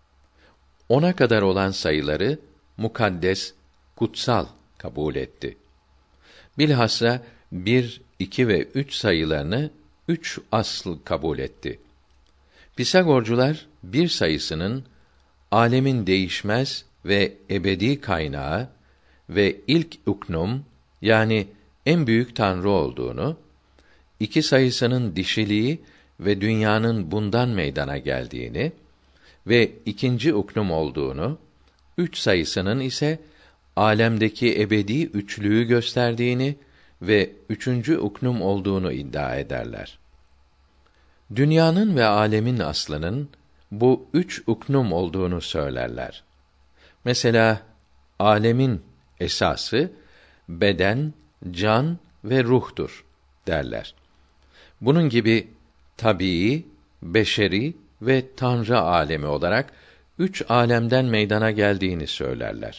Ona kadar olan sayıları mukaddes, kutsal kabul etti. Bilhassa 1, 2 ve 3 sayılarını 3 asıl kabul etti. Pisagorcular bir sayısının âlemin değişmez ve ebedi kaynağı ve ilk uknum yani en büyük tanrı olduğunu, iki sayısının dişiliği ve dünyanın bundan meydana geldiğini ve ikinci uknum olduğunu, üç sayısının ise âlemdeki ebedi üçlüğü gösterdiğini ve üçüncü uknum olduğunu iddia ederler. Dünyanın ve âlemin aslının bu üç uknum olduğunu söylerler. Mesela âlemin esası beden, can ve ruhtur derler. Bunun gibi tabii, beşeri ve tanrı alemi olarak üç âlemden meydana geldiğini söylerler.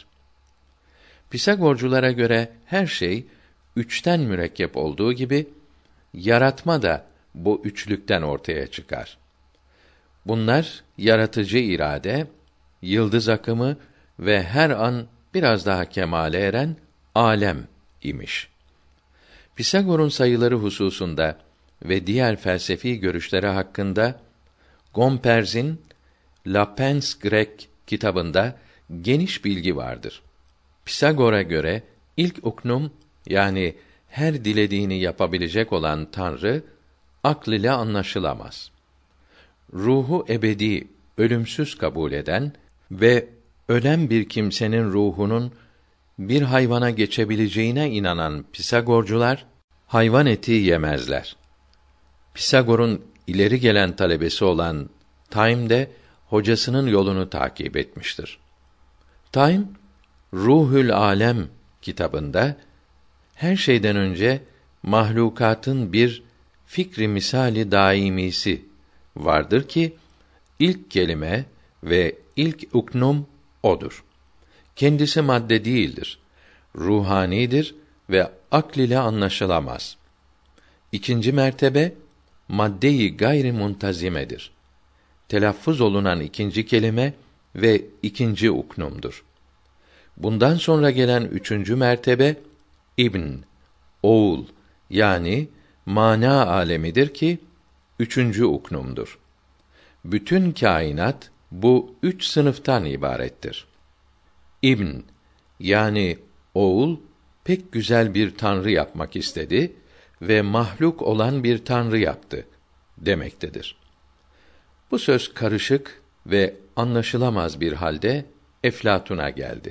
Pisagorculara göre her şey üçten mürekkep olduğu gibi yaratma da bu üçlükten ortaya çıkar. Bunlar yaratıcı irade, yıldız akımı ve her an biraz daha kemale eren alem imiş. Pisagor'un sayıları hususunda ve diğer felsefi görüşleri hakkında Gomperz'in La Pense Grecque kitabında geniş bilgi vardır. Pisagor'a göre ilk uknum yani her dilediğini yapabilecek olan Tanrı akl ile anlaşılamaz. Ruhu ebedi, ölümsüz kabul eden ve ölen bir kimsenin ruhunun bir hayvana geçebileceğine inanan Pisagorcular hayvan eti yemezler. Pisagor'un ileri gelen talebesi olan Time de hocasının yolunu takip etmiştir. Time, Ruhül Alem kitabında Her şeyden önce mahlukatın bir fikri misali daimisi vardır ki ilk kelime ve ilk uknum odur. Kendisi madde değildir. Ruhanidir ve akl ile anlaşılamaz. İkinci mertebe madde-i gayri muntazimedir. Telaffuz olunan ikinci kelime ve ikinci uknumdur. Bundan sonra gelen üçüncü mertebe ibn, oğul yani mana alemidir ki üçüncü uknumdur. Bütün kainat bu üç sınıftan ibarettir. İbn yani oğul pek güzel bir tanrı yapmak istedi ve mahluk olan bir tanrı yaptı demektedir. Bu söz karışık ve anlaşılamaz bir halde Eflatun'a geldi.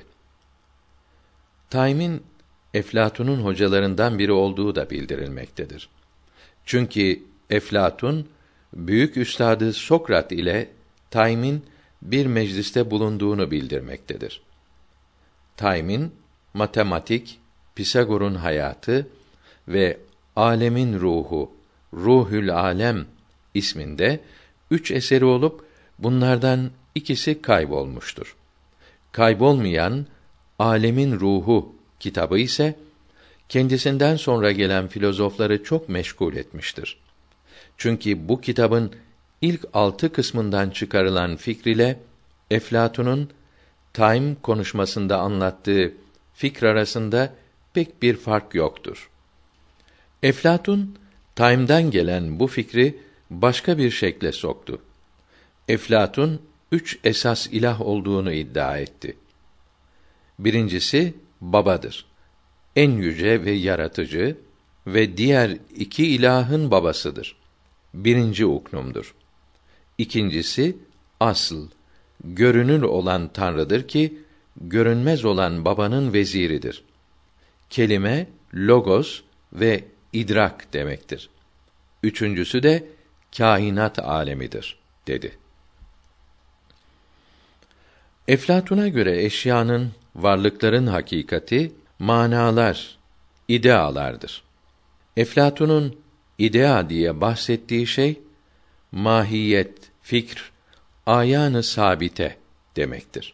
Taym'in Eflatun'un hocalarından biri olduğu da bildirilmektedir. Çünkü Eflatun büyük üstadı Sokrat ile Taym'in bir mecliste bulunduğunu bildirmektedir. Taym'in matematik, Pisagor'un hayatı ve alemin ruhu, Ruhül Alem isminde 3 eseri olup bunlardan ikisi kaybolmuştur. Kaybolmayan Alemin Ruhu kitabı ise kendisinden sonra gelen filozofları çok meşgul etmiştir. Çünkü bu kitabın ilk 6 kısmından çıkarılan fikr ile Eflatun'un Time konuşmasında anlattığı fikr arasında pek bir fark yoktur. Eflatun Time'dan gelen bu fikri başka bir şekle soktu. Eflatun 3 esas ilah olduğunu iddia etti. Birincisi babadır. En yüce ve yaratıcı ve diğer 2 ilahın babasıdır. Birinci uknumdur. İkincisi asıl, görünür olan Tanrı'dır ki görünmez olan babanın veziridir. Kelime logos ve idrak demektir. Üçüncüsü de kainat alemidir dedi. Eflatun'a göre eşyanın, varlıkların hakikati manalar, idealardır. Eflatun'un idea diye bahsettiği şey mahiyet, fikr, ayan-ı sabite demektir.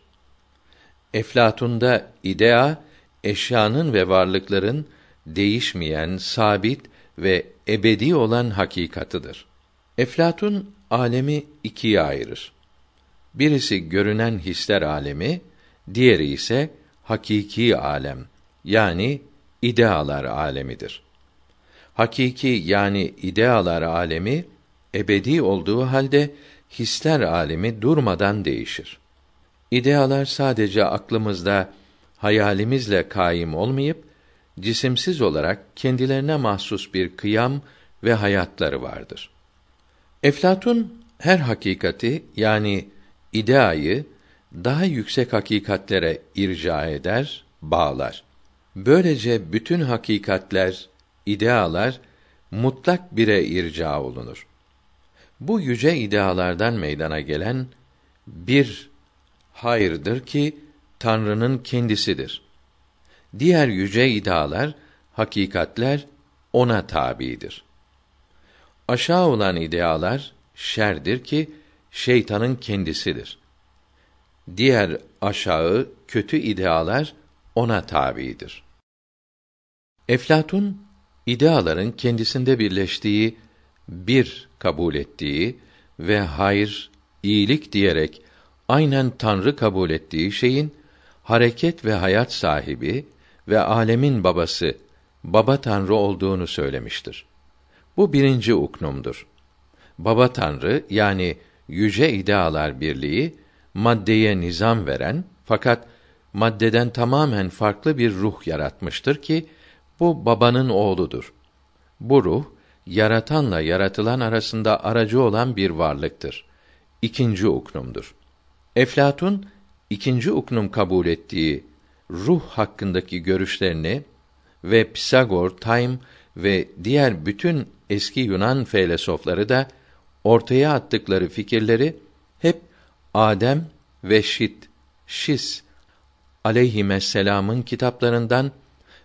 Eflatun'da idea eşyanın ve varlıkların değişmeyen, sabit ve ebedi olan hakikatıdır. Eflatun alemi ikiye ayırır. Birisi görünen hisler alemi, diğeri ise hakiki alem yani idealar alemidir. Hakiki yani idealar alemi ebedi olduğu halde hisler alemi durmadan değişir. İdealar sadece aklımızda, hayalimizle kaim olmayıp cisimsiz olarak kendilerine mahsus bir kıyam ve hayatları vardır. Eflatun her hakikati yani ideayı daha yüksek hakikatlere irca eder, bağlar. Böylece bütün hakikatler, idealar mutlak bire irca olunur. Bu yüce idealardan meydana gelen bir hayırdır ki Tanrı'nın kendisidir. Diğer yüce idealar, hakikatler ona tabidir. Aşağı olan idealar şerdir ki şeytanın kendisidir. Diğer aşağı kötü idealar ona tabidir. Eflatun ideaların kendisinde birleştiği, bir kabul ettiği ve hayır, iyilik diyerek aynen Tanrı kabul ettiği şeyin hareket ve hayat sahibi ve alemin babası, Baba Tanrı olduğunu söylemiştir. Bu birinci uknumdur. Baba Tanrı yani yüce idealar birliği maddeye nizam veren fakat maddeden tamamen farklı bir ruh yaratmıştır ki bu babanın oğludur. Bu ruh yaratanla yaratılan arasında aracı olan bir varlıktır. İkinci uknumdur. Eflatun ikinci uknum kabul ettiği ruh hakkındaki görüşlerini ve Pisagor, Time ve diğer bütün eski Yunan felsefeleri da ortaya attıkları fikirleri hep Adem ve Şis aleyhisselam'ın kitaplarından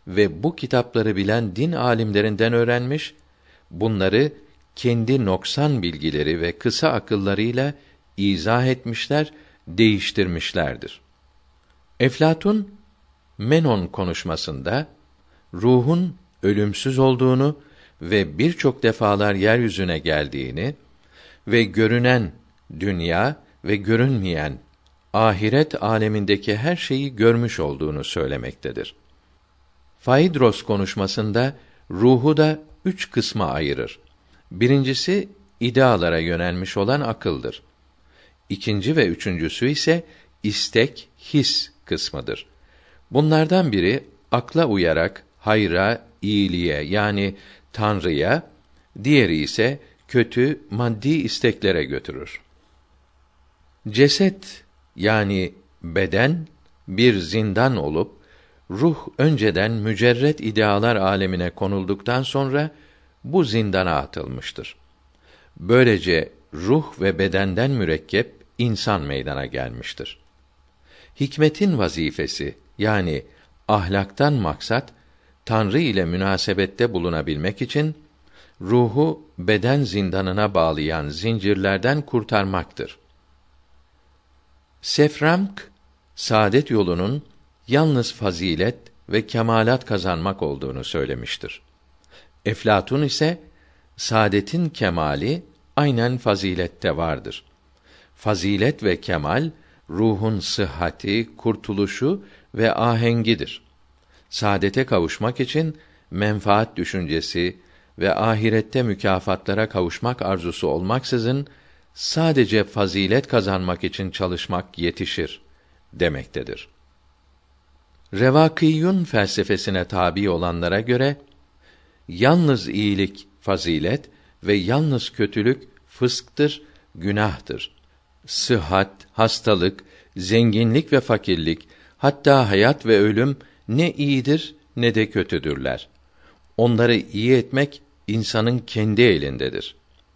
ve bu kitapları bilen din âlimlerinden öğrenmiş, bunları kendi noksan bilgileri ve kısa akıllarıyla izah etmişler, değiştirmişlerdir. Eflatun, Menon konuşmasında, ruhun ölümsüz olduğunu ve birçok defalar yeryüzüne geldiğini ve görünen dünya ve görünmeyen ahiret alemindeki her şeyi görmüş olduğunu söylemektedir. Phaedros konuşmasında ruhu da 3 kısma ayırır. Birincisi idealara yönelmiş olan akıldır. İkinci ve üçüncüsü ise istek, his kısmıdır. Bunlardan biri akla uyarak hayra, iyiliğe yani Tanrı'ya, diğeri ise kötü maddi isteklere götürür. Ceset yani beden bir zindan olup ruh önceden mücerret idealar alemine konulduktan sonra bu zindana atılmıştır. Böylece ruh ve bedenden mürekkep insan meydana gelmiştir. Hikmetin vazifesi yani ahlaktan maksat Tanrı ile münasebette bulunabilmek için ruhu beden zindanına bağlayan zincirlerden kurtarmaktır. Seframk, saadet yolunun yalnız fazilet ve kemalat kazanmak olduğunu söylemiştir. Eflatun ise saadetin kemali aynen fazilette vardır. Fazilet ve kemal ruhun sıhhati, kurtuluşu ve ahengidir. Saadete kavuşmak için menfaat düşüncesi ve ahirette mükafatlara kavuşmak arzusu olmaksızın sadece fazilet kazanmak için çalışmak yetişir demektedir. Revâkîyûn felsefesine tabi olanlara göre yalnız iyilik fazilet ve yalnız kötülük fısktır, günahtır. Sıhhat, hastalık, zenginlik ve fakirlik, hatta hayat ve ölüm ne iyidir ne de kötüdürler. Onları iyi etmek insanın kendi elindedir.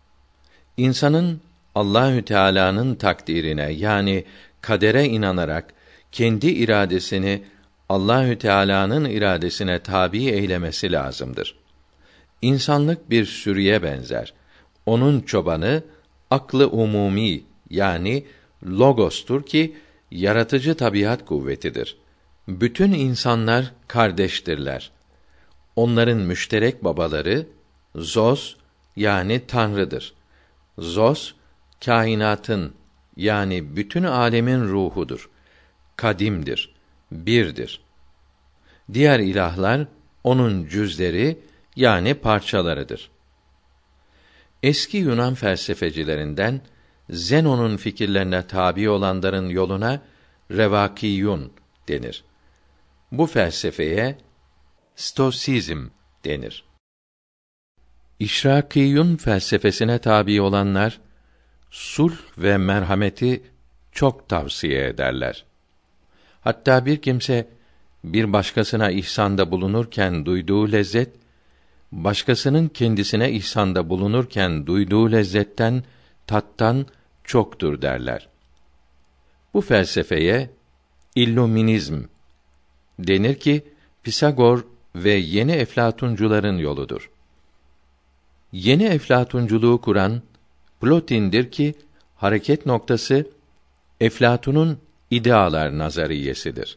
İnsanın Allahü Teala'nın takdirine yani kadere inanarak kendi iradesini Allahü Teala'nın iradesine tabi eylemesi lazımdır. İnsanlık bir sürüye benzer. Onun çobanı aklı umumi yani logostur ki yaratıcı tabiat kuvvetidir. Bütün insanlar kardeştirler. Onların müşterek babaları Zos yani Tanrı'dır. Zos kainatın yani bütün âlemin ruhudur. Kadimdir, birdir. Diğer ilahlar onun cüzleri yani parçalarıdır. Eski Yunan felsefecilerinden Zenon'un fikirlerine tabi olanların yoluna Revâkîyûn denir. Bu felsefeye Stoisizm denir. İşrakîyûn felsefesine tabi olanlar sulh ve merhameti çok tavsiye ederler. Hatta bir kimse bir başkasına ihsanda bulunurken duyduğu lezzet, başkasının kendisine ihsanda bulunurken duyduğu lezzetten, tattan çoktur derler. Bu felsefeye illüminizm denir ki Pisagor ve yeni eflatuncuların yoludur. Yeni eflatunculuğu kuran Plotin'dir ki hareket noktası Eflatun'un idealar nazariyesidir.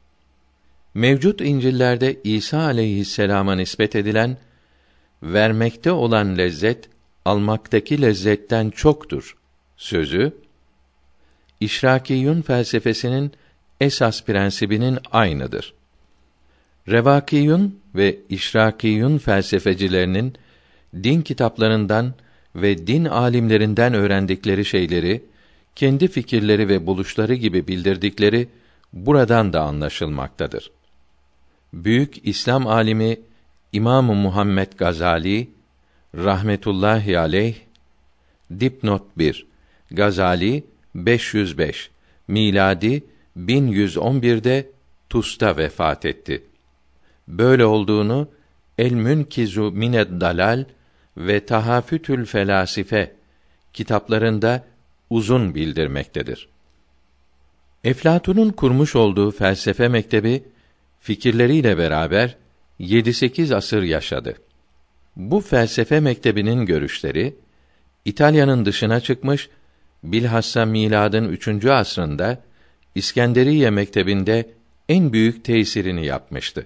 Mevcut İncil'lerde İsa aleyhisselama nispet edilen vermekte olan lezzet almaktaki lezzetten çoktur sözü İşrakîyûn felsefesinin esas prensibinin aynıdır. Revâkîyûn ve İşrakîyûn felsefecilerinin din kitaplarından ve din âlimlerinden öğrendikleri şeyleri kendi fikirleri ve buluşları gibi bildirdikleri buradan da anlaşılmaktadır. Büyük İslam alimi İmam-ı Muhammed Gazali rahmetullahi aleyh dipnot 1 Gazali 505 miladi 1111'de Tus'ta vefat etti. Böyle olduğunu El-Münkizu mined-Dalal ve Tahafütül Felasife kitaplarında uzun bildirmektedir. Eflatun'un kurmuş olduğu felsefe mektebi fikirleriyle beraber 7-8 asır yaşadı. Bu felsefe mektebinin görüşleri İtalya'nın dışına çıkmış, bilhassa miladın 3. asrında İskenderiye mektebinde en büyük tesirini yapmıştı.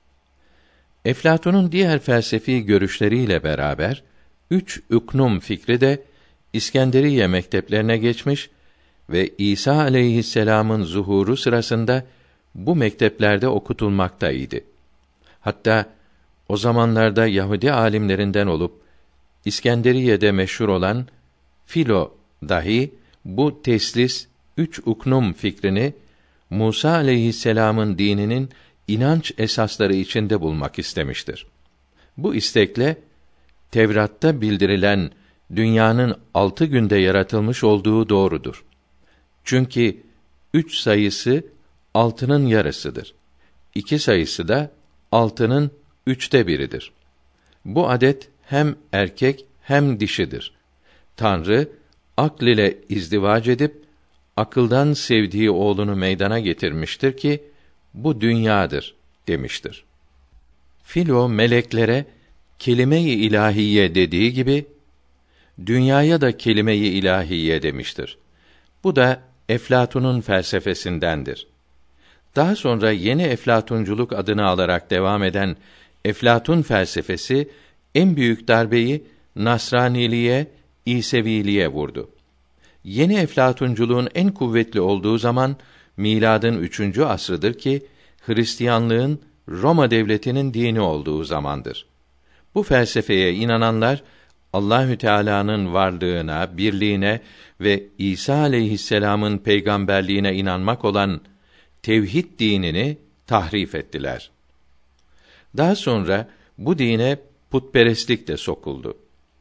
Eflatun'un diğer felsefi görüşleriyle beraber 3 uknum fikri de İskenderiye mekteplerine geçmiş ve İsa aleyhisselam'ın zuhuru sırasında bu mekteplerde okutulmaktaydı. Hatta o zamanlarda Yahudi alimlerinden olup İskenderiye'de meşhur olan Filo dahi bu teslis 3 uknum fikrini Musa aleyhisselam'ın dininin inanç esasları içinde bulmak istemiştir. Bu istekle Tevrat'ta bildirilen dünyanın 6 günde yaratılmış olduğu doğrudur. Çünkü 3 sayısı 6'nın yarısıdır. 2 sayısı da 6'nın 3'te biridir. Bu adet hem erkek hem dişidir. Tanrı akl ile izdivac edip akıldan sevdiği oğlunu meydana getirmiştir ki bu dünyadır demiştir. Filo meleklere kelime-i ilahiye dediği gibi dünyaya da kelime-i ilahiye demiştir. Bu da Eflatun'un felsefesindendir. Daha sonra yeni Eflatunculuk adını alarak devam eden Eflatun felsefesi en büyük darbeyi Nasraniliğe, İseviliğe vurdu. Yeni Eflatunculuğun en kuvvetli olduğu zaman miladın 3. asrıdır ki Hristiyanlığın Roma devletinin dini olduğu zamandır. Bu felsefeye inananlar Allahü Teala'nın varlığına, birliğine ve İsa aleyhisselam'ın peygamberliğine inanmak olan tevhid dinini tahrif ettiler. Daha sonra bu dine putperestlik de sokuldu.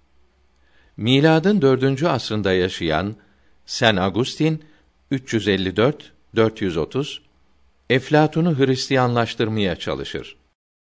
Miladın 4. asrında yaşayan Sen Agustin 354-430 Eflatun'u Hristiyanlaştırmaya çalışır.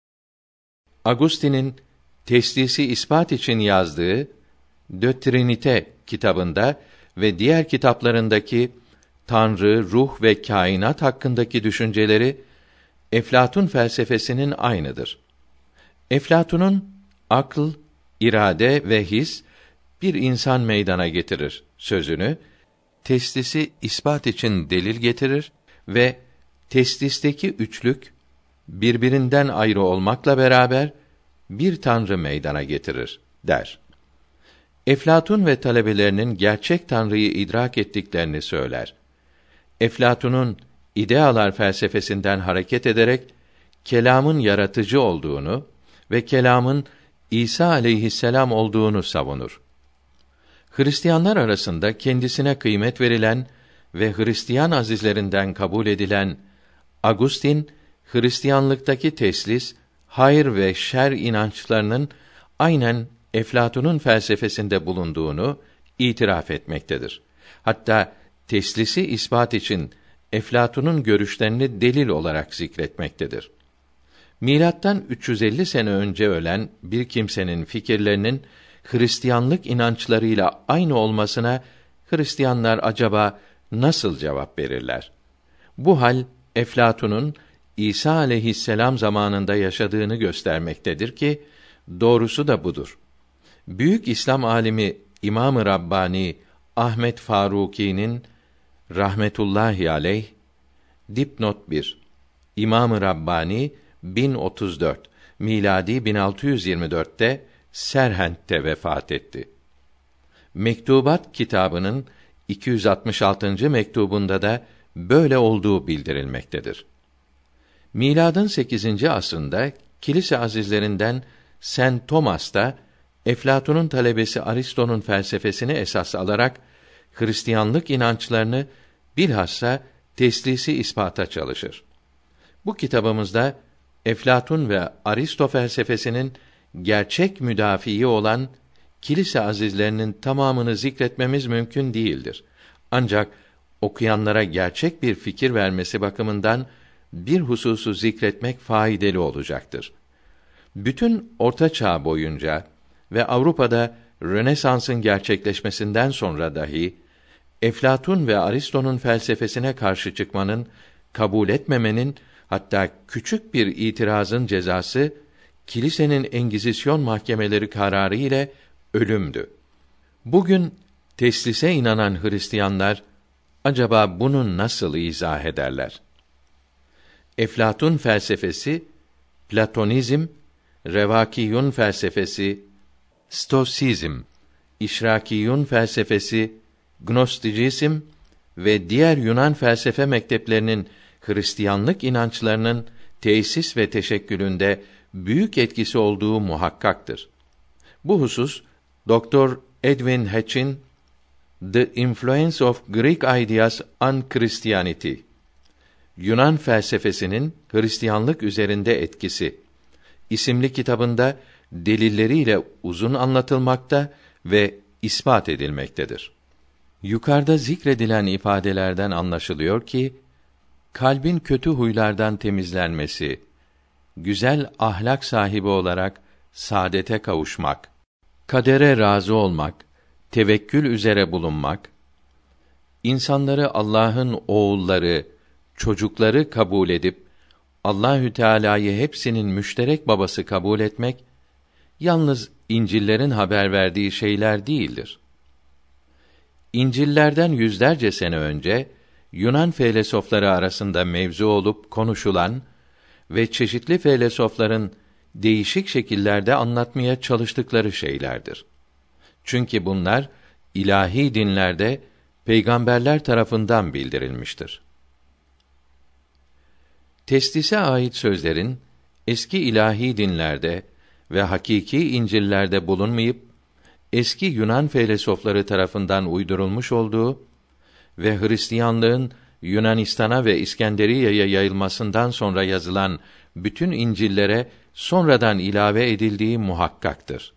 Agustin'in teslisi ispat için yazdığı De Trinite kitabında ve diğer kitaplarındaki Tanrı, ruh ve kainat hakkındaki düşünceleri Eflatun felsefesinin aynıdır. Eflatun'un akıl, irade ve his bir insan meydana getirir sözünü teslisi ispat için delil getirir ve teslisteki üçlük birbirinden ayrı olmakla beraber bir tanrı meydana getirir der. Eflatun ve talebelerinin gerçek tanrıyı idrak ettiklerini söyler. Eflatun'un idealar felsefesinden hareket ederek kelamın yaratıcı olduğunu ve kelamın İsa aleyhisselam olduğunu savunur. Hristiyanlar arasında kendisine kıymet verilen ve Hristiyan azizlerinden kabul edilen Agustin, Hristiyanlıktaki teslis, hayır ve şer inançlarının aynen Eflatun'un felsefesinde bulunduğunu itiraf etmektedir. Hatta teslisi ispat için Eflatun'un görüşlerini delil olarak zikretmektedir. Milattan 350 sene önce ölen bir kimsenin fikirlerinin Hristiyanlık inançlarıyla aynı olmasına Hristiyanlar acaba nasıl cevap verirler? Bu hal Eflatun'un İsa aleyhisselam zamanında yaşadığını göstermektedir ki doğrusu da budur. Büyük İslam alimi İmam-ı Rabbani Ahmet Faruki'nin rahmetullahi aleyh dipnot 1 İmam-ı Rabbani 1034 miladi 1624'te Serhent'te vefat etti. Mektubat kitabının 266. mektubunda da böyle olduğu bildirilmektedir. Miladın 8. asrında kilise azizlerinden Saint Thomas da Eflatun'un talebesi Aristo'nun felsefesini esas alarak Hristiyanlık inançlarını bilhassa teslisi ispata çalışır. Bu kitabımızda Eflatun ve Aristo felsefesinin gerçek müdafii olan kilise azizlerinin tamamını zikretmemiz mümkün değildir. Ancak okuyanlara gerçek bir fikir vermesi bakımından bir hususu zikretmek faydalı olacaktır. Bütün Orta Çağ boyunca ve Avrupa'da Rönesans'ın gerçekleşmesinden sonra dahi Eflatun ve Aristo'nun felsefesine karşı çıkmanın, kabul etmemenin, hatta küçük bir itirazın cezası kilisenin Engizisyon mahkemeleri kararı ile ölümdü. Bugün teslise inanan Hristiyanlar acaba bunu nasıl izah ederler? Eflatun felsefesi Platonizm, Revakiyun felsefesi Stoisizm, İşrakiyun felsefesi Gnostisizm ve diğer Yunan felsefe mekteplerinin Hristiyanlık inançlarının tesis ve teşekkülünde büyük etkisi olduğu muhakkaktır. Bu husus Doktor Edwin Hatch'in The Influence of Greek Ideas on Christianity, Yunan felsefesinin Hristiyanlık üzerinde etkisi isimli kitabında delilleriyle uzun anlatılmakta ve ispat edilmektedir. Yukarıda zikredilen ifadelerden anlaşılıyor ki, kalbin kötü huylardan temizlenmesi, güzel ahlak sahibi olarak saadete kavuşmak, kadere razı olmak, tevekkül üzere bulunmak, insanları Allah'ın oğulları, çocukları kabul edip Allahü Teala'yı hepsinin müşterek babası kabul etmek yalnız İncil'lerin haber verdiği şeyler değildir. İncil'lerden yüzlerce sene önce Yunan felsefeleri arasında mevzu olup konuşulan ve çeşitli felsefeler'in değişik şekillerde anlatmaya çalıştıkları şeylerdir. Çünkü bunlar ilahi dinlerde peygamberler tarafından bildirilmiştir. Teslise ait sözlerin eski ilahi dinlerde ve hakiki İncil'lerde bulunmayıp eski Yunan felsefeleri tarafından uydurulmuş olduğu ve Hristiyanlığın Yunanistan'a ve İskenderiye'ye yayılmasından sonra yazılan bütün İncil'lere sonradan ilave edildiği muhakkaktır.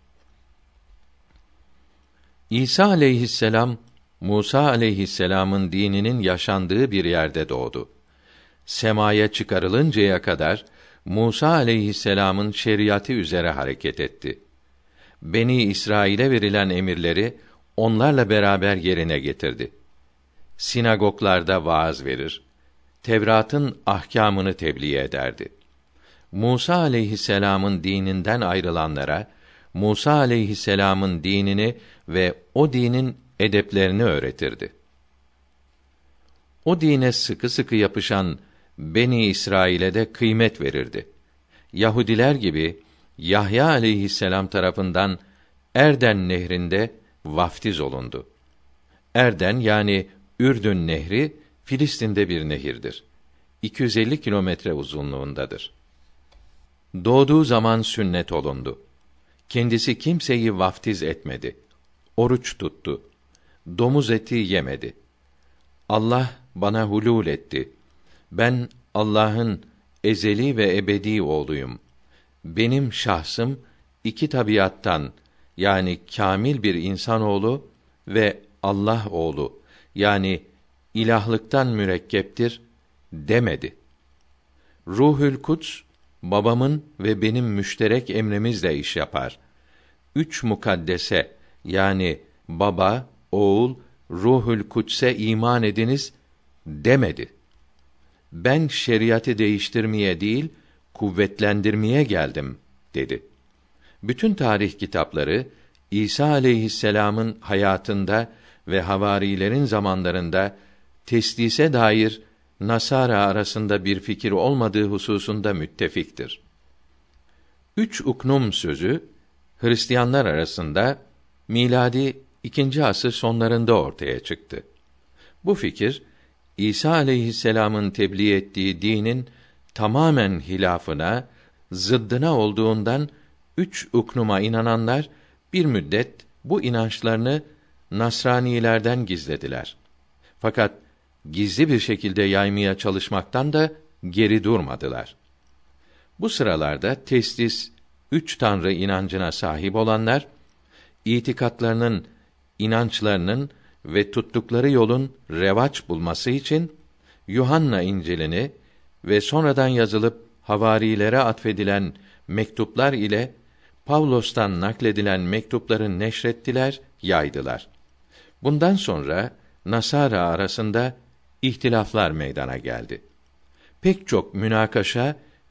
İsa aleyhisselam, Musa aleyhisselam'ın dininin yaşandığı bir yerde doğdu. Semaya çıkarılıncaya kadar Musa aleyhisselam'ın şeriatı üzere hareket etti. Beni İsrail'e verilen emirleri onlarla beraber yerine getirdi. Sinagoglarda vaaz verir, Tevrat'ın ahkâmını tebliğ ederdi. Musa aleyhisselam'ın dininden ayrılanlara Musa aleyhisselam'ın dinini ve o dinin edeplerini öğretirdi. O dine sıkı sıkı yapışan Beni İsrail'e de kıymet verirdi. Yahudiler gibi Yahya aleyhisselam tarafından Erden nehrinde vaftiz olundu. Erden yani Ürdün nehri Filistin'de bir nehirdir. 250 kilometre uzunluğundadır. Doğduğu zaman sünnet olundu. Kendisi kimseyi vaftiz etmedi. Oruç tuttu. Domuz eti yemedi. Allah bana hulûl etti. Ben Allah'ın ezeli ve ebedi oğluyum. Benim şahsım iki tabiattan yani kâmil bir insanoğlu ve Allah oğlu yani ilahlıktan mürekkeptir demedi. Ruhül Kuds babamın ve benim müşterek emrimizle iş yapar. Üç mukaddese yani baba, oğul, Ruhül Kuds'e iman ediniz demedi. Ben şeriatı değiştirmeye değil, kuvvetlendirmeye geldim dedi. Bütün tarih kitapları İsa aleyhisselam'ın hayatında ve havarilerin zamanlarında teslise dair Nasara arasında bir fikir olmadığı hususunda müttefiktir. Üç uknum sözü Hristiyanlar arasında miladi 2. asır sonlarında ortaya çıktı. Bu fikir İsa aleyhisselam'ın tebliğ ettiği dinin tamamen hilafına, zıddına olduğundan üç uknuma inananlar bir müddet bu inançlarını Nasranilerden gizlediler. Fakat gizli bir şekilde yaymaya çalışmaktan da geri durmadılar. Bu sıralarda teslis, üç tanrı inancına sahip olanlar, itikatlarının, inançlarının ve tuttukları yolun revaç bulması için Yuhanna İncil'ini ve sonradan yazılıp havarilere atfedilen mektuplar ile Pavlos'tan nakledilen mektupları neşrettiler, yaydılar. Bundan sonra Nasara arasında ihtilaflar meydana geldi. Pek çok münakaşa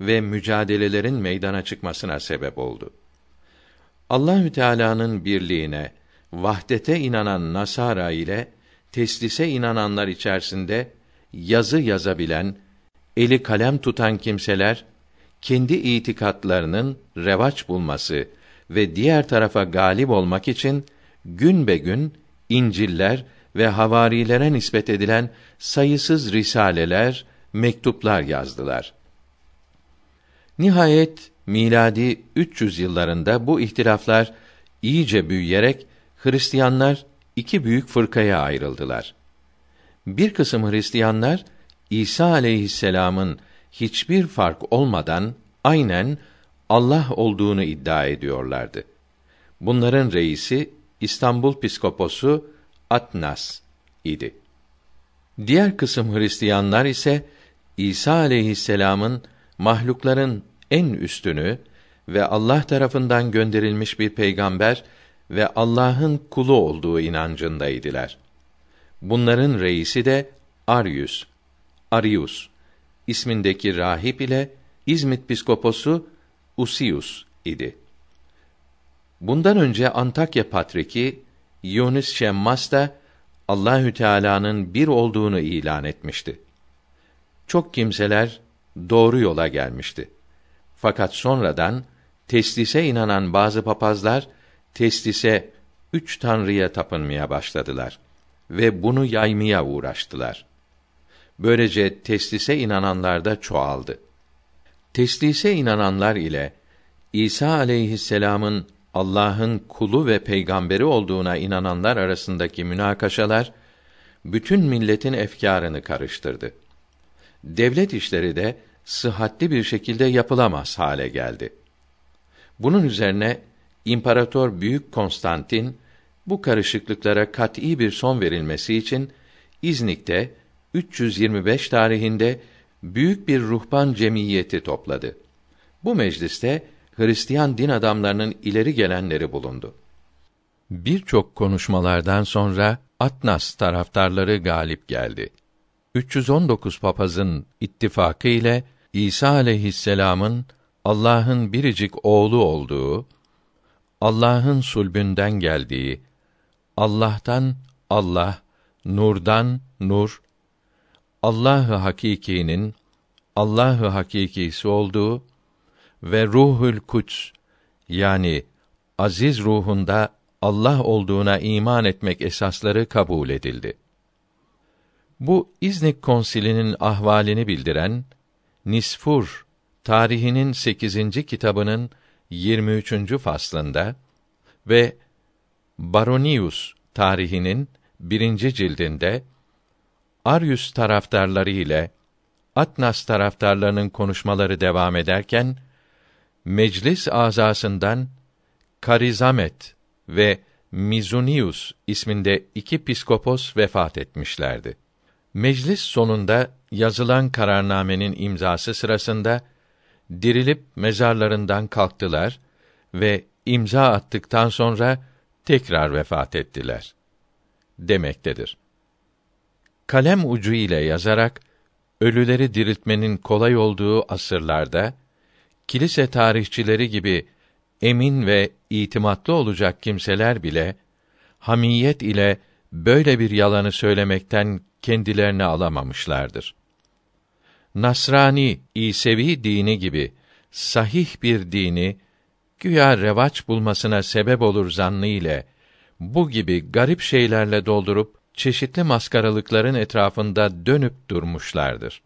ve mücadelelerin meydana çıkmasına sebep oldu. Allahü Teala'nın birliğine, vahdete inanan Nasara ile teslise inananlar içerisinde yazı yazabilen, eli kalem tutan kimseler kendi itikatlarının revaç bulması ve diğer tarafa galip olmak için günbegün İncil'ler ve havarilere nispet edilen sayısız risaleler, mektuplar yazdılar. Nihayet miladi 300 yıllarında bu ihtilaflar iyice büyüyerek Hristiyanlar iki büyük fırkaya ayrıldılar. Bir kısım Hristiyanlar İsa aleyhisselam'ın hiçbir fark olmadan aynen Allah olduğunu iddia ediyorlardı. Bunların reisi İstanbul Piskoposu Atnas idi. Diğer kısım Hristiyanlar ise İsa aleyhisselam'ın mahlukların en üstünü ve Allah tarafından gönderilmiş bir peygamber ve Allah'ın kulu olduğu inancındaydılar. Bunların reisi de Arius ismindeki rahip ile İzmit Piskoposu Usius idi. Bundan önce Antakya Patriki Yunus Şemmas da Allahü Teala'nın bir olduğunu ilan etmişti. Çok kimseler doğru yola gelmişti. Fakat sonradan teslise inanan bazı papazlar teslise 3 tanrıya tapınmaya başladılar ve bunu yaymaya uğraştılar. Böylece teslise inananlar da çoğaldı. Teslise inananlar ile İsa aleyhisselam'ın Allah'ın kulu ve peygamberi olduğuna inananlar arasındaki münakaşalar bütün milletin efkârını karıştırdı. Devlet işleri de sıhhatli bir şekilde yapılamaz hale geldi. Bunun üzerine İmparator Büyük Konstantin bu karışıklıklara kat'î bir son verilmesi için İznik'te 325 tarihinde büyük bir ruhban cemiyeti topladı. Bu mecliste Hristiyan din adamlarının ileri gelenleri bulundu. Birçok konuşmalardan sonra Atnas taraftarları galip geldi. 319 papazın ittifakı ile İsa aleyhisselam'ın Allah'ın biricik oğlu olduğu, Allah'ın sulbünden geldiği, Allah'tan Allah, nurdan nur, Allah-ı Hakîkî'nin Allah-ı Hakîkî'si olduğu ve Ruhul Kuds yani aziz ruhunda Allah olduğuna iman etmek esasları kabul edildi. Bu İznik Konsili'nin ahvalini bildiren Nisfur tarihinin 8. kitabının 23. faslında ve Baronius tarihinin 1. cildinde Arius taraftarları ile Atnas taraftarlarının konuşmaları devam ederken meclis azasından Karizamet ve Mizunius isminde 2 piskopos vefat etmişlerdi. Meclis sonunda yazılan kararnamenin imzası sırasında dirilip mezarlarından kalktılar ve imza attıktan sonra tekrar vefat ettiler demektedir. Kalem ucu ile yazarak ölüleri diriltmenin kolay olduğu asırlarda kilise tarihçileri gibi emin ve itimatlı olacak kimseler bile hamiyet ile böyle bir yalanı söylemekten kendilerini alamamışlardır. Nasrani, İsevi dini gibi sahih bir dini güya revaç bulmasına sebep olur zannı ile bu gibi garip şeylerle doldurup çeşitli maskaralıkların etrafında dönüp durmuşlardır.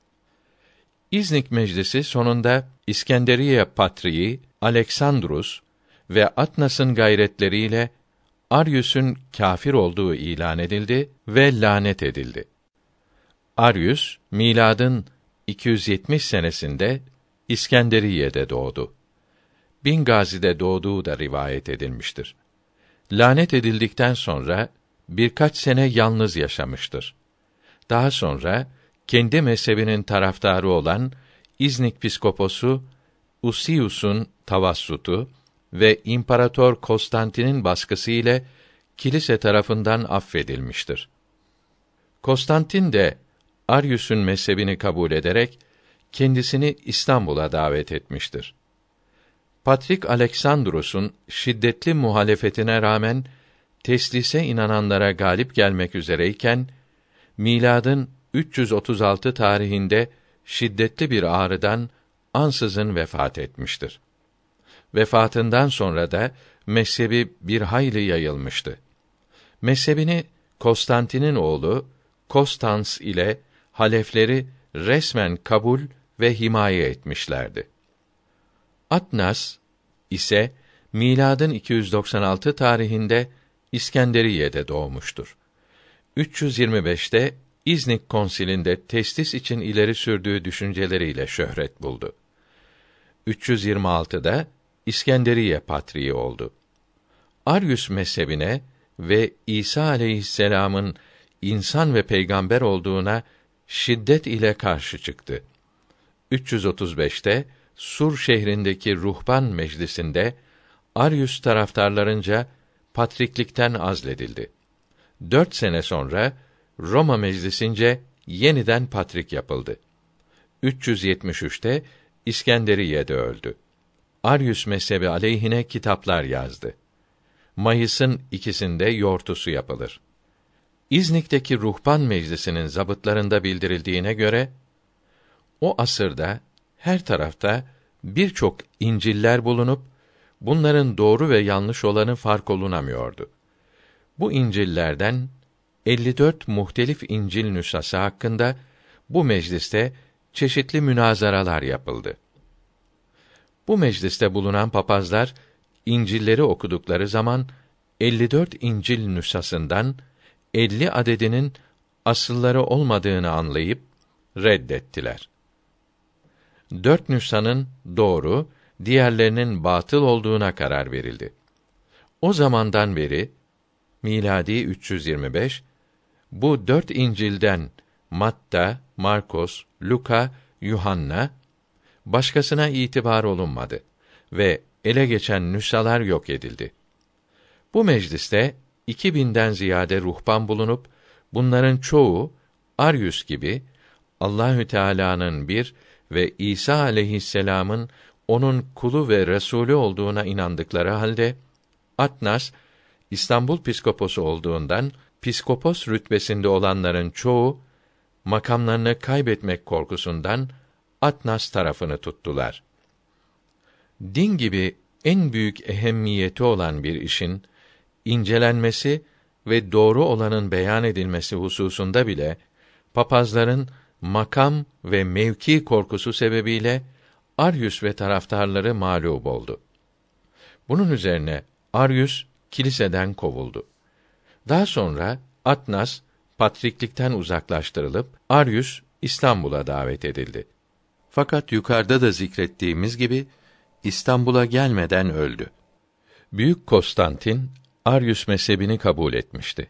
İznik Meclisi sonunda İskenderiye Patriği Aleksandrus ve Atnas'ın gayretleriyle Arius'un kâfir olduğu ilan edildi ve lanet edildi. Arius miladın 270 senesinde İskenderiye'de doğdu. Bingazi'de doğduğu da rivayet edilmiştir. Lanet edildikten sonra birkaç sene yalnız yaşamıştır. Daha sonra kendi mezhebinin taraftarı olan İznik Piskoposu Usius'un tavassutu ve İmparator Konstantin'in baskısı ile kilise tarafından affedilmiştir. Konstantin de Arius'un mezhebini kabul ederek kendisini İstanbul'a davet etmiştir. Patrik Aleksandros'un şiddetli muhalefetine rağmen teslise inananlara galip gelmek üzereyken miladın 336 tarihinde şiddetli bir ağrıdan ansızın vefat etmiştir. Vefatından sonra da mezhebi bir hayli yayılmıştı. Mezhebini Konstantin'in oğlu Konstans ile halefleri resmen kabul ve himaye etmişlerdi. Atnas ise miladın 296 tarihinde İskenderiye'de doğmuştur. 325'te İznik Konsili'nde testis için ileri sürdüğü düşünceleriyle şöhret buldu. 326'da İskenderiye patriği oldu. Aryüs mezhebine ve İsa aleyhisselam'ın insan ve peygamber olduğuna şiddet ile karşı çıktı. 335'te Sur şehrindeki ruhban meclisinde Aryüs taraftarlarınca patriklikten azledildi. 4 sene sonra Roma meclisince yeniden patrik yapıldı. 373'te İskenderiye'de öldü. Aryüs mezhebi aleyhine kitaplar yazdı. Mayıs'ın 2'sinde yortusu yapılır. İznik'teki ruhban meclisinin zabıtlarında bildirildiğine göre, o asırda her tarafta birçok İncil'ler bulunup, bunların doğru ve yanlış olanı fark olunamıyordu. Bu İncil'lerden 54 muhtelif İncil nüshası hakkında bu mecliste çeşitli münazaralar yapıldı. Bu mecliste bulunan papazlar İncil'leri okudukları zaman 54 İncil nüshasından 50 adedinin asılları olmadığını anlayıp reddettiler. 4 nüshanın doğru, diğerlerinin batıl olduğuna karar verildi. O zamandan beri miladi 325 bu 4 İncil'den Matta, Markos, Luka, Yuhanna başkasına itibar olunmadı ve ele geçen nüshalar yok edildi. Bu mecliste 2000'den ziyade ruhban bulunup bunların çoğu Aryüs gibi Allahü Teala'nın bir ve İsa aleyhisselam'ın onun kulu ve resulü olduğuna inandıkları halde Atnas İstanbul piskoposu olduğundan piskopos rütbesinde olanların çoğu makamlarını kaybetmek korkusundan Atnas tarafını tuttular. Din gibi en büyük ehemmiyeti olan bir işin incelenmesi ve doğru olanın beyan edilmesi hususunda bile papazların makam ve mevki korkusu sebebiyle Aryüs ve taraftarları mağlup oldu. Bunun üzerine Aryüs kiliseden kovuldu. Daha sonra Atnas patriklikten uzaklaştırılıp Aryüs İstanbul'a davet edildi. Fakat yukarıda da zikrettiğimiz gibi İstanbul'a gelmeden öldü. Büyük Konstantin Aryüs mezhebini kabul etmişti.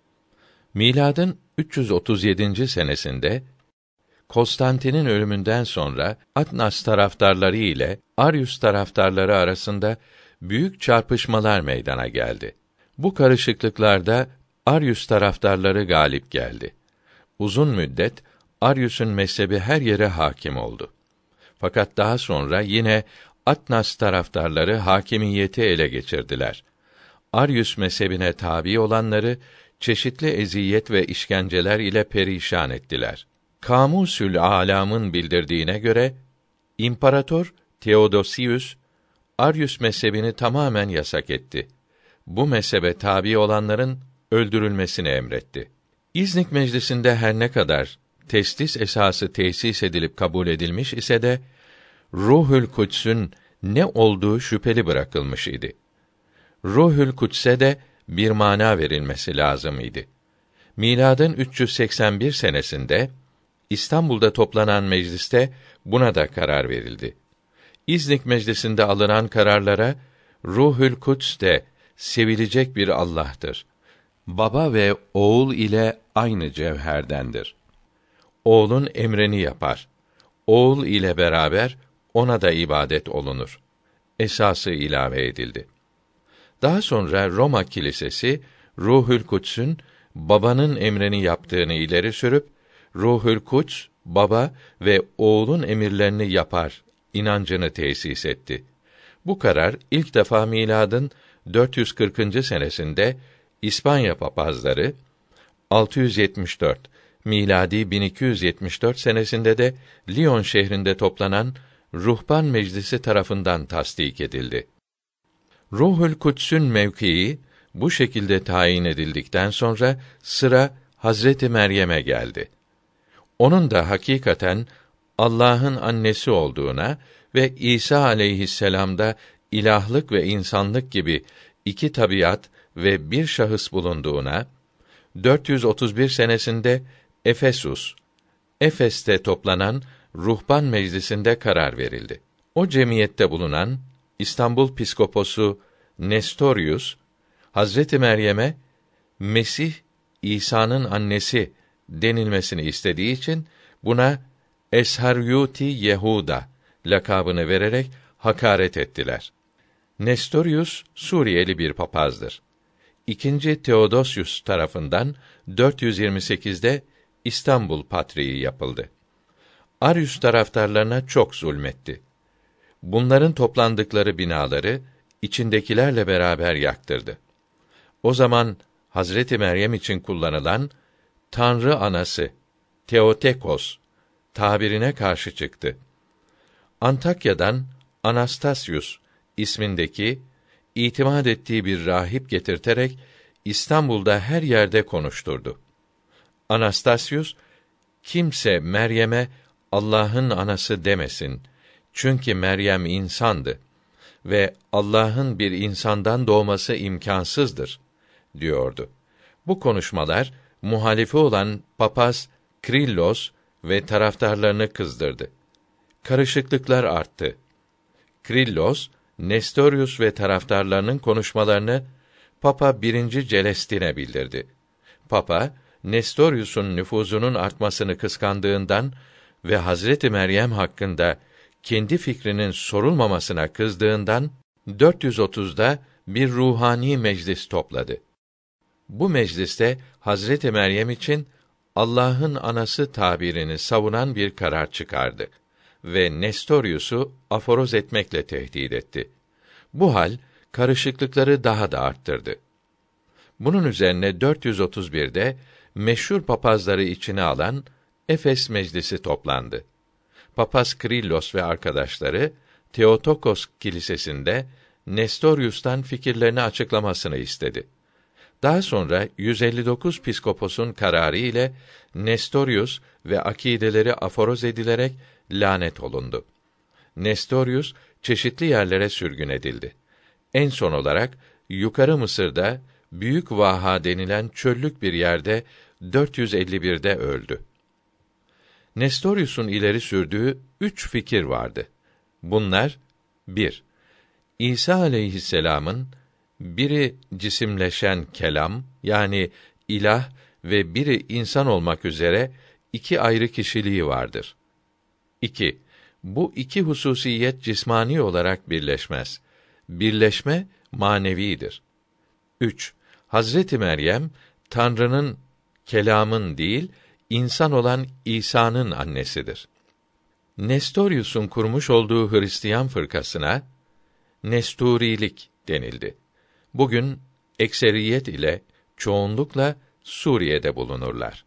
Miladın 337. senesinde Konstantin'in ölümünden sonra Atnas taraftarları ile Aryüs taraftarları arasında büyük çarpışmalar meydana geldi. Bu karışıklıklarda Aryüs taraftarları galip geldi. Uzun müddet Aryüs'ün mezhebi her yere hakim oldu. Fakat daha sonra yine Atnas taraftarları hakimiyeti ele geçirdiler. Aryüs mezhebine tabi olanları çeşitli eziyet ve işkenceler ile perişan ettiler. Kamusül Alam'ın bildirdiğine göre İmparator Theodosius Aryüs mezhebini tamamen yasak etti. Bu mezhebe tabi olanların öldürülmesini emretti. İznik Meclisi'nde her ne kadar teslis esası tesis edilip kabul edilmiş ise de Ruhül Kuds'ün ne olduğu şüpheli bırakılmış idi. Ruhül Kuds'e de bir mana verilmesi lazım idi. Miladın 381 senesinde İstanbul'da toplanan mecliste buna da karar verildi. İznik Meclisi'nde alınan kararlara Ruhül Kuds de sevilecek bir Allah'tır. Baba ve oğul ile aynı cevherdendir. Oğlun emrini yapar. Oğul ile beraber ona da ibadet olunur. Esası ilave edildi. Daha sonra Roma Kilisesi Ruhül Kuds'ün babanın emrini yaptığını ileri sürüp Ruhül Kuds baba ve oğlun emirlerini yapar inancını tesis etti. Bu karar ilk defa miladın 440. senesinde İspanya papazları, 674 miladi 1274 senesinde de Lyon şehrinde toplanan Ruhban Meclisi tarafından tasdik edildi. Ruhul Kuds'ün mevkii bu şekilde tayin edildikten sonra sıra Hazreti Meryem'e geldi. Onun da hakikaten Allah'ın annesi olduğuna ve İsa aleyhisselam'da ilahlık ve insanlık gibi iki tabiat ve bir şahıs bulunduğuna 431 senesinde Efes'te toplanan Ruhban Meclisi'nde karar verildi. O cemiyette bulunan İstanbul Piskoposu Nestorius, Hazreti Meryem'e Mesih İsa'nın annesi denilmesini istediği için buna Esharyuti Yehuda lakabını vererek hakaret ettiler. Nestorius Suriyeli bir papazdır. İkinci Theodosius tarafından 428'de İstanbul Patriği yapıldı. Arius taraftarlarına çok zulmetti. Bunların toplandıkları binaları içindekilerle beraber yaktırdı. O zaman Hazreti Meryem için kullanılan Tanrı Anası Theotokos tabirine karşı çıktı. Antakya'dan Anastasius ismindeki itimat ettiği bir rahip getirterek İstanbul'da her yerde konuşturdu. Anastasius, kimse Meryem'e Allah'ın anası demesin. Çünkü Meryem insandı ve Allah'ın bir insandan doğması imkansızdır diyordu. Bu konuşmalar muhalifi olan papaz Krillos ve taraftarlarını kızdırdı. Karışıklıklar arttı. Krillos, Nestorius ve taraftarlarının konuşmalarını Papa 1. Celestin'e bildirdi. Papa, Nestorius'un nüfuzunun artmasını kıskandığından ve Hazreti Meryem hakkında kendi fikrinin sorulmamasına kızdığından 430'da bir ruhani meclis topladı. Bu mecliste Hazreti Meryem için Allah'ın anası tabirini savunan bir karar çıkardı ve Nestorius'u aforoz etmekle tehdit etti. Bu hal karışıklıkları daha da arttırdı. Bunun üzerine 431'de meşhur papazları içine alan Efes Meclisi toplandı. Papaz Krillos ve arkadaşları Theotokos kilisesinde Nestorius'tan fikirlerini açıklamasını istedi. Daha sonra 159 piskoposun kararı ile Nestorius ve akideleri aforoz edilerek lanet olundu. Nestorius çeşitli yerlere sürgün edildi. En son olarak Yukarı Mısır'da Büyük Vaha denilen çöllük bir yerde 451'de öldü. Nestorius'un ileri sürdüğü 3 fikir vardı. Bunlar: 1. İsa aleyhisselam'ın biri cisimleşen kelam, yani ilah ve biri insan olmak üzere 2 ayrı kişiliği vardır. 2. Bu 2 hususiyet cismani olarak birleşmez. Birleşme manevidir. 3. Hazreti Meryem Tanrı'nın, kelamın değil, insan olan İsa'nın annesidir. Nestorius'un kurmuş olduğu Hristiyan fırkasına Nesturilik denildi. Bugün ekseriyet ile çoğunlukla Suriye'de bulunurlar.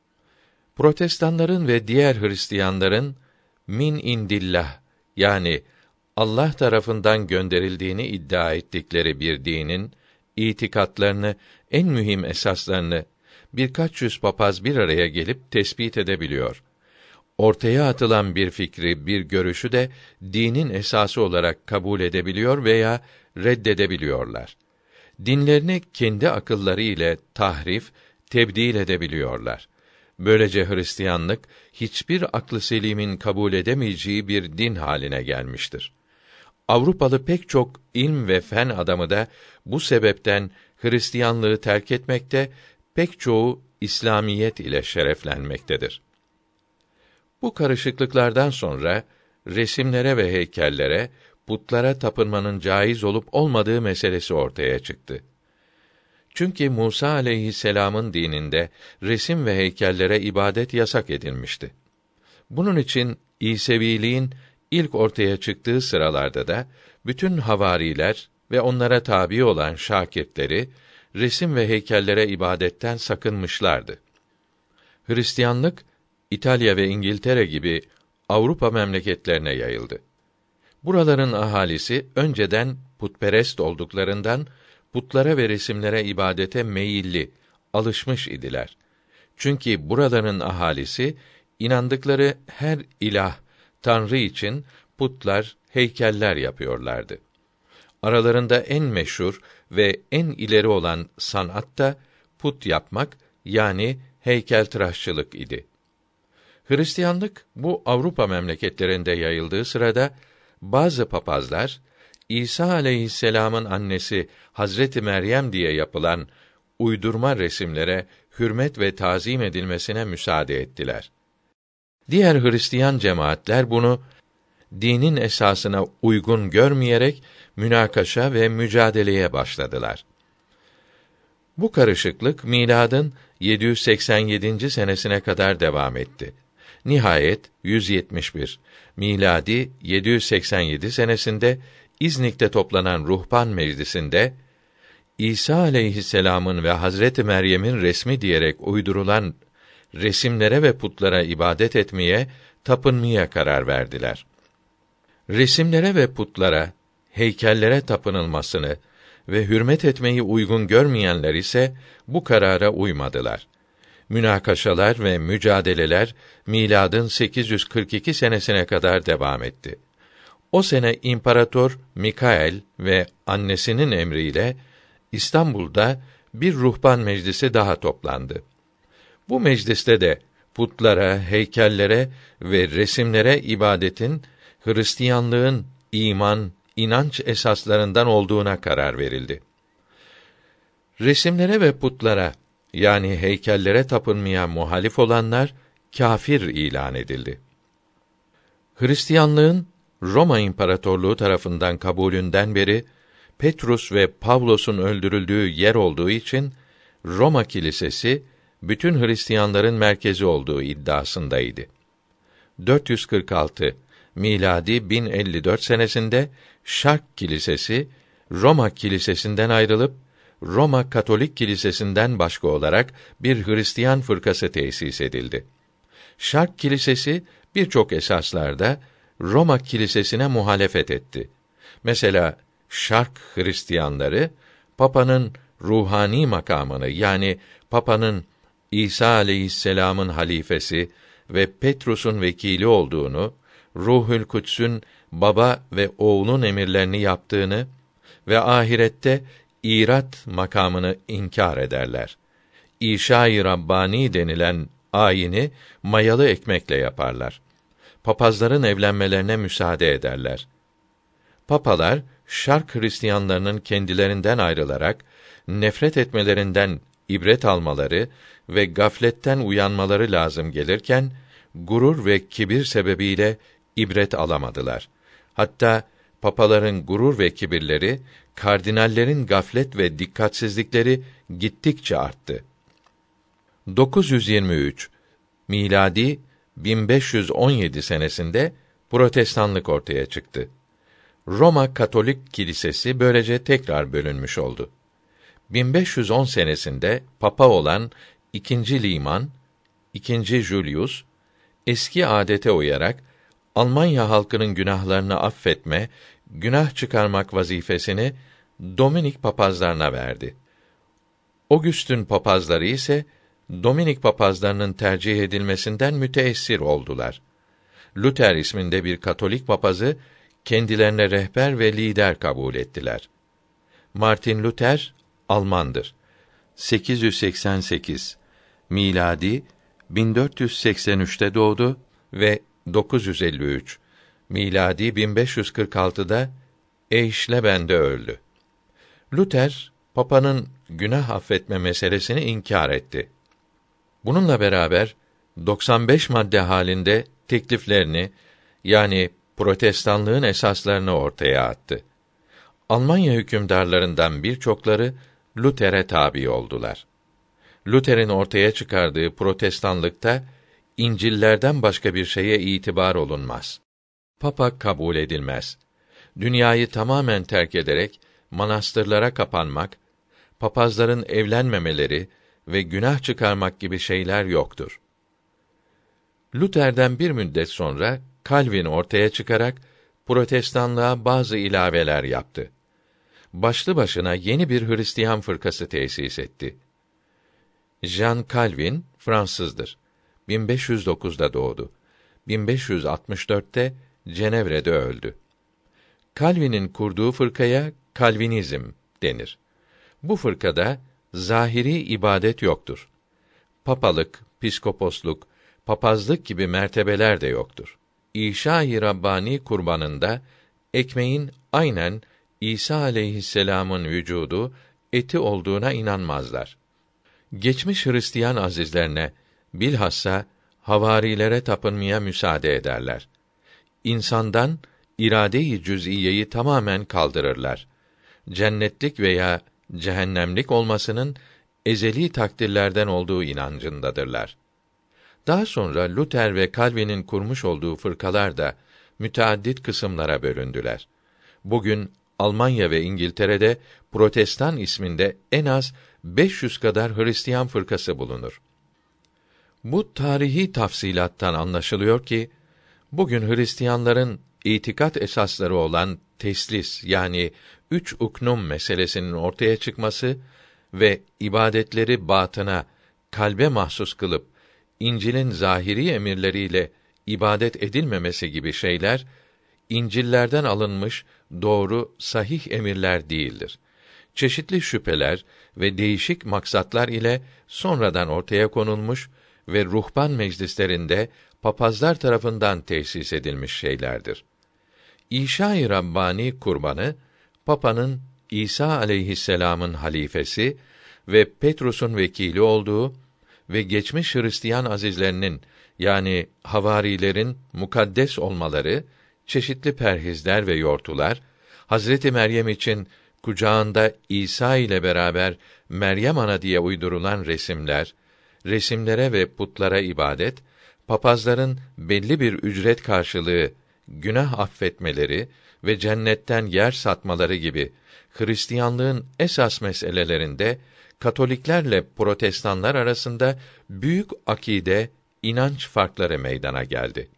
Protestanların ve diğer Hristiyanların min indillah, yani Allah tarafından gönderildiğini iddia ettikleri bir dinin itikatlarını, en mühim esaslarını birkaç yüz papaz bir araya gelip tespit edebiliyor. Ortaya atılan bir fikri, bir görüşü de dinin esası olarak kabul edebiliyor veya reddedebiliyorlar. Dinlerini kendi akılları ile tahrif, tebdil edebiliyorlar. Böylece Hristiyanlık hiçbir aklı selimin kabul edemeyeceği bir din haline gelmiştir. Avrupalı pek çok ilm ve fen adamı da bu sebepten Hristiyanlığı terk etmekte, pek çoğu İslamiyet ile şereflenmektedir. Bu karışıklıklardan sonra resimlere ve heykellere, putlara tapınmanın caiz olup olmadığı meselesi ortaya çıktı. Çünkü Musa aleyhisselam'ın dininde resim ve heykellere ibadet yasak edilmişti. Bunun için İseviliğin ilk ortaya çıktığı sıralarda da bütün havariler ve onlara tabi olan şakirtleri resim ve heykellere ibadetten sakınmışlardı. Hristiyanlık İtalya ve İngiltere gibi Avrupa memleketlerine yayıldı. Buraların ahalisi önceden putperest olduklarından putlara ve resimlere ibadete meyilli, alışmış idiler. Çünkü buraların ahalisi inandıkları her ilah, tanrı için putlar, heykeller yapıyorlardı. Aralarında en meşhur ve en ileri olan sanat da put yapmak, yani heykeltıraşçılık idi. Hristiyanlık bu Avrupa memleketlerinde yayıldığı sırada bazı papazlar İsa aleyhisselam'ın annesi Hazreti Meryem diye yapılan uydurma resimlere hürmet ve tazim edilmesine müsaade ettiler. Diğer Hristiyan cemaatler bunu dinin esasına uygun görmeyerek münakaşa ve mücadeleye başladılar. Bu karışıklık miladın 787. senesine kadar devam etti. Nihayet 171 miladi 787 senesinde İznik'te toplanan Ruhban Meclisi'nde İsa aleyhisselam'ın ve Hazreti Meryem'in resmi diyerek uydurulan resimlere ve putlara ibadet etmeye, tapınmaya karar verdiler. Resimlere ve putlara, heykellere tapınılmasını ve hürmet etmeyi uygun görmeyenler ise bu karara uymadılar. Münakaşalar ve mücadeleler miladın 842 senesine kadar devam etti. O sene İmparator Mikael ve annesinin emriyle İstanbul'da bir ruhban meclisi daha toplandı. Bu mecliste de putlara, heykellere ve resimlere ibadetin Hristiyanlığın iman, inanç esaslarından olduğuna karar verildi. Resimlere ve putlara, yani heykellere tapınmaya muhalif olanlar kâfir ilan edildi. Hristiyanlığın Roma İmparatorluğu tarafından kabulünden beri Petrus ve Pavlos'un öldürüldüğü yer olduğu için Roma Kilisesi bütün Hristiyanların merkezi olduğu iddiasındaydı. 446 miladi 1054 senesinde Şark Kilisesi Roma Kilisesi'nden ayrılıp Roma Katolik Kilisesi'nden başka olarak bir Hristiyan fırkası tesis edildi. Şark Kilisesi birçok esaslarda Roma Kilisesi'ne muhalefet etti. Mesela Şark Hristiyanları Papa'nın ruhani makamını, yani Papa'nın İsa aleyhisselam'ın halifesi ve Petrus'un vekili olduğunu, Ruhül Kuds'ün baba ve oğlun emirlerini yaptığını ve ahirette İrat makamını inkar ederler. İşâ-i Rabbani denilen ayini mayalı ekmekle yaparlar. Papazların evlenmelerine müsaade ederler. Papalar Şark Hristiyanlarının kendilerinden ayrılarak nefret etmelerinden ibret almaları ve gafletten uyanmaları lazım gelirken gurur ve kibir sebebiyle ibret alamadılar. Hatta papaların gurur ve kibirleri, kardinallerin gaflet ve dikkatsizlikleri gittikçe arttı. 923 miladi 1517 senesinde Protestanlık ortaya çıktı. Roma Katolik Kilisesi böylece tekrar bölünmüş oldu. 1510 senesinde papa olan II. Liman, II. Julius, eski adete uyarak Almanya halkının günahlarını affetme, günah çıkarmak vazifesini Dominik papazlarına verdi. Augustin papazları ise Dominik papazlarının tercih edilmesinden müteessir oldular. Luther isminde bir Katolik papazı kendilerine rehber ve lider kabul ettiler. Martin Luther Almandır. 888 miladi 1483'te doğdu ve 953 miladi 1546'da Eichleben'de öldü. Luther Papa'nın günah affetme meselesini inkar etti. Bununla beraber 95 madde halinde tekliflerini, yani Protestanlığın esaslarını ortaya attı. Almanya hükümdarlarından birçokları Luther'e tabi oldular. Luther'in ortaya çıkardığı Protestanlıkta İncil'lerden başka bir şeye itibar olunmaz. Papa kabul edilmez. Dünyayı tamamen terk ederek manastırlara kapanmak, papazların evlenmemeleri ve günah çıkarmak gibi şeyler yoktur. Luther'den bir müddet sonra Calvin ortaya çıkarak Protestanlığa bazı ilaveler yaptı. Başlı başına yeni bir Hristiyan fırkası tesis etti. Jean Calvin Fransızdır. 1509'da doğdu. 1564'te Cenevre'de öldü. Calvin'in kurduğu fırkaya Kalvinizm denir. Bu fırkada zahiri ibadet yoktur. Papalık, piskoposluk, papazlık gibi mertebeler de yoktur. İşa-i Rabbani kurbanında ekmeğin aynen İsa aleyhisselam'ın vücudu, eti olduğuna inanmazlar. Geçmiş Hristiyan azizlerine, bilhassa havarilere tapınmaya müsaade ederler. İnsandan irade-i cüz'iyeyi tamamen kaldırırlar. Cennetlik veya cehennemlik olmasının ezeli takdirlerden olduğu inancındadırlar. Daha sonra Luther ve Calvin'in kurmuş olduğu fırkalar da müteaddit kısımlara bölündüler. Bugün Almanya ve İngiltere'de Protestan isminde en az 500 kadar Hristiyan fırkası bulunur. Bu tarihi tafsilattan anlaşılıyor ki bugün Hristiyanların itikat esasları olan teslis yani 3 uknum meselesinin ortaya çıkması ve ibadetleri batına, kalbe mahsus kılıp İncil'in zahiri emirleriyle ibadet edilmemesi gibi şeyler İncil'lerden alınmış doğru, sahih emirler değildir. Çeşitli şüpheler ve değişik maksatlar ile sonradan ortaya konulmuş ve ruhban meclislerinde papazlar tarafından tesis edilmiş şeylerdir. İşa-i Rabbani kurbanı, Papa'nın İsa aleyhisselam'ın halifesi ve Petrus'un vekili olduğu ve geçmiş Hristiyan azizlerinin yani havarilerin mukaddes olmaları, çeşitli perhizler ve yortular, Hazreti Meryem için kucağında İsa ile beraber Meryem Ana diye uydurulan resimler, resimlere ve putlara ibadet, papazların belli bir ücret karşılığı günah affetmeleri ve cennetten yer satmaları gibi Hristiyanlığın esas meselelerinde Katoliklerle Protestanlar arasında büyük akide, inanç farkları meydana geldi.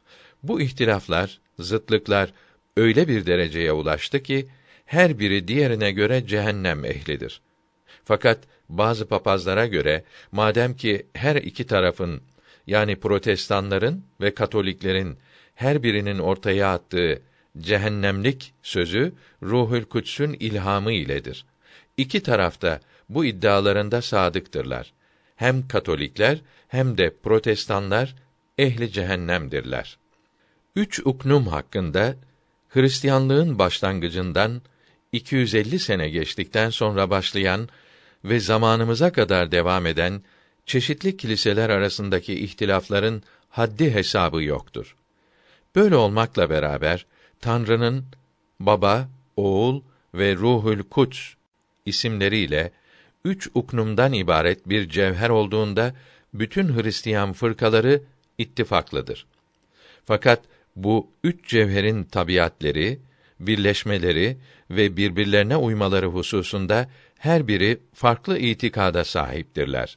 Bu ihtilaflar, zıtlıklar öyle bir dereceye ulaştı ki her biri diğerine göre cehennem ehlidir. Fakat bazı papazlara göre madem ki her iki tarafın yani Protestanların ve Katoliklerin her birinin ortaya attığı cehennemlik sözü Ruhul Kuds'ün ilhamı iledir. İki tarafta bu iddialarında sadıktırlar. Hem Katolikler hem de Protestanlar ehli cehennemdirler. 3 uknum hakkında Hristiyanlığın başlangıcından 250 sene geçtikten sonra başlayan ve zamanımıza kadar devam eden çeşitli kiliseler arasındaki ihtilafların haddi hesabı yoktur. Böyle olmakla beraber Tanrı'nın Baba, Oğul ve Ruhul Kuds isimleriyle 3 uknumdan ibaret bir cevher olduğunda bütün Hristiyan fırkaları ittifaklıdır. Fakat bu 3 cevherin tabiatleri, birleşmeleri ve birbirlerine uymaları hususunda her biri farklı itikada sahiptirler.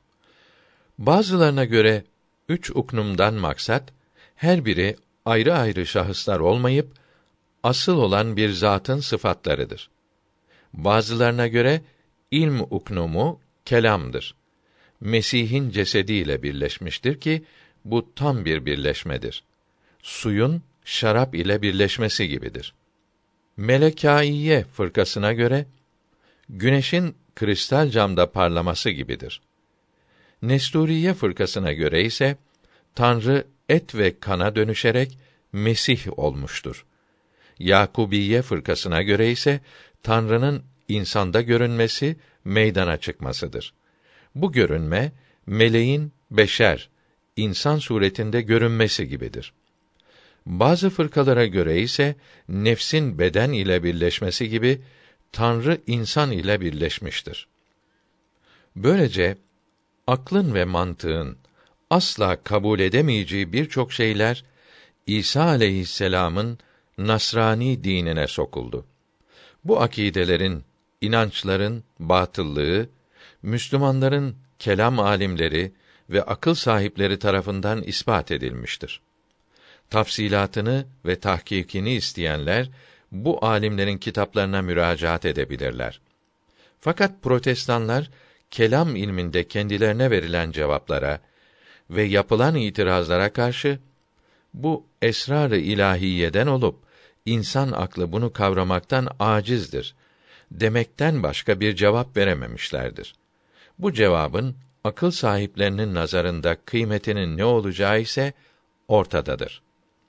Bazılarına göre 3 uknumdan maksat her biri ayrı ayrı şahıslar olmayıp asıl olan bir zatın sıfatlarıdır. Bazılarına göre ilm uknumu kelamdır. Mesih'in cesediyle birleşmiştir ki bu tam bir birleşmedir. Suyun şarap ile birleşmesi gibidir. Melekâiye fırkasına göre güneşin kristal camda parlaması gibidir. Nesturiye fırkasına göre ise Tanrı et ve kana dönüşerek Mesih olmuştur. Yakubiye fırkasına göre ise Tanrı'nın insanda görünmesi, meydana çıkmasıdır. Bu görünme meleğin beşer, insan suretinde görünmesi gibidir. Bazı fırkalara göre ise nefsin beden ile birleşmesi gibi Tanrı insan ile birleşmiştir. Böylece aklın ve mantığın asla kabul edemeyeceği birçok şeyler İsa aleyhisselam'ın Nasrani dinine sokuldu. Bu akidelerin, inançların batıllığı, Müslümanların kelam alimleri ve akıl sahipleri tarafından ispat edilmiştir. Tafsilatını ve tahkikini isteyenler, bu alimlerin kitaplarına müracaat edebilirler. Fakat protestanlar, kelam ilminde kendilerine verilen cevaplara ve yapılan itirazlara karşı, bu esrar-ı ilahiyeden olup, insan aklı bunu kavramaktan acizdir demekten başka bir cevap verememişlerdir. Bu cevabın, akıl sahiplerinin nazarında kıymetinin ne olacağı ise ortadadır.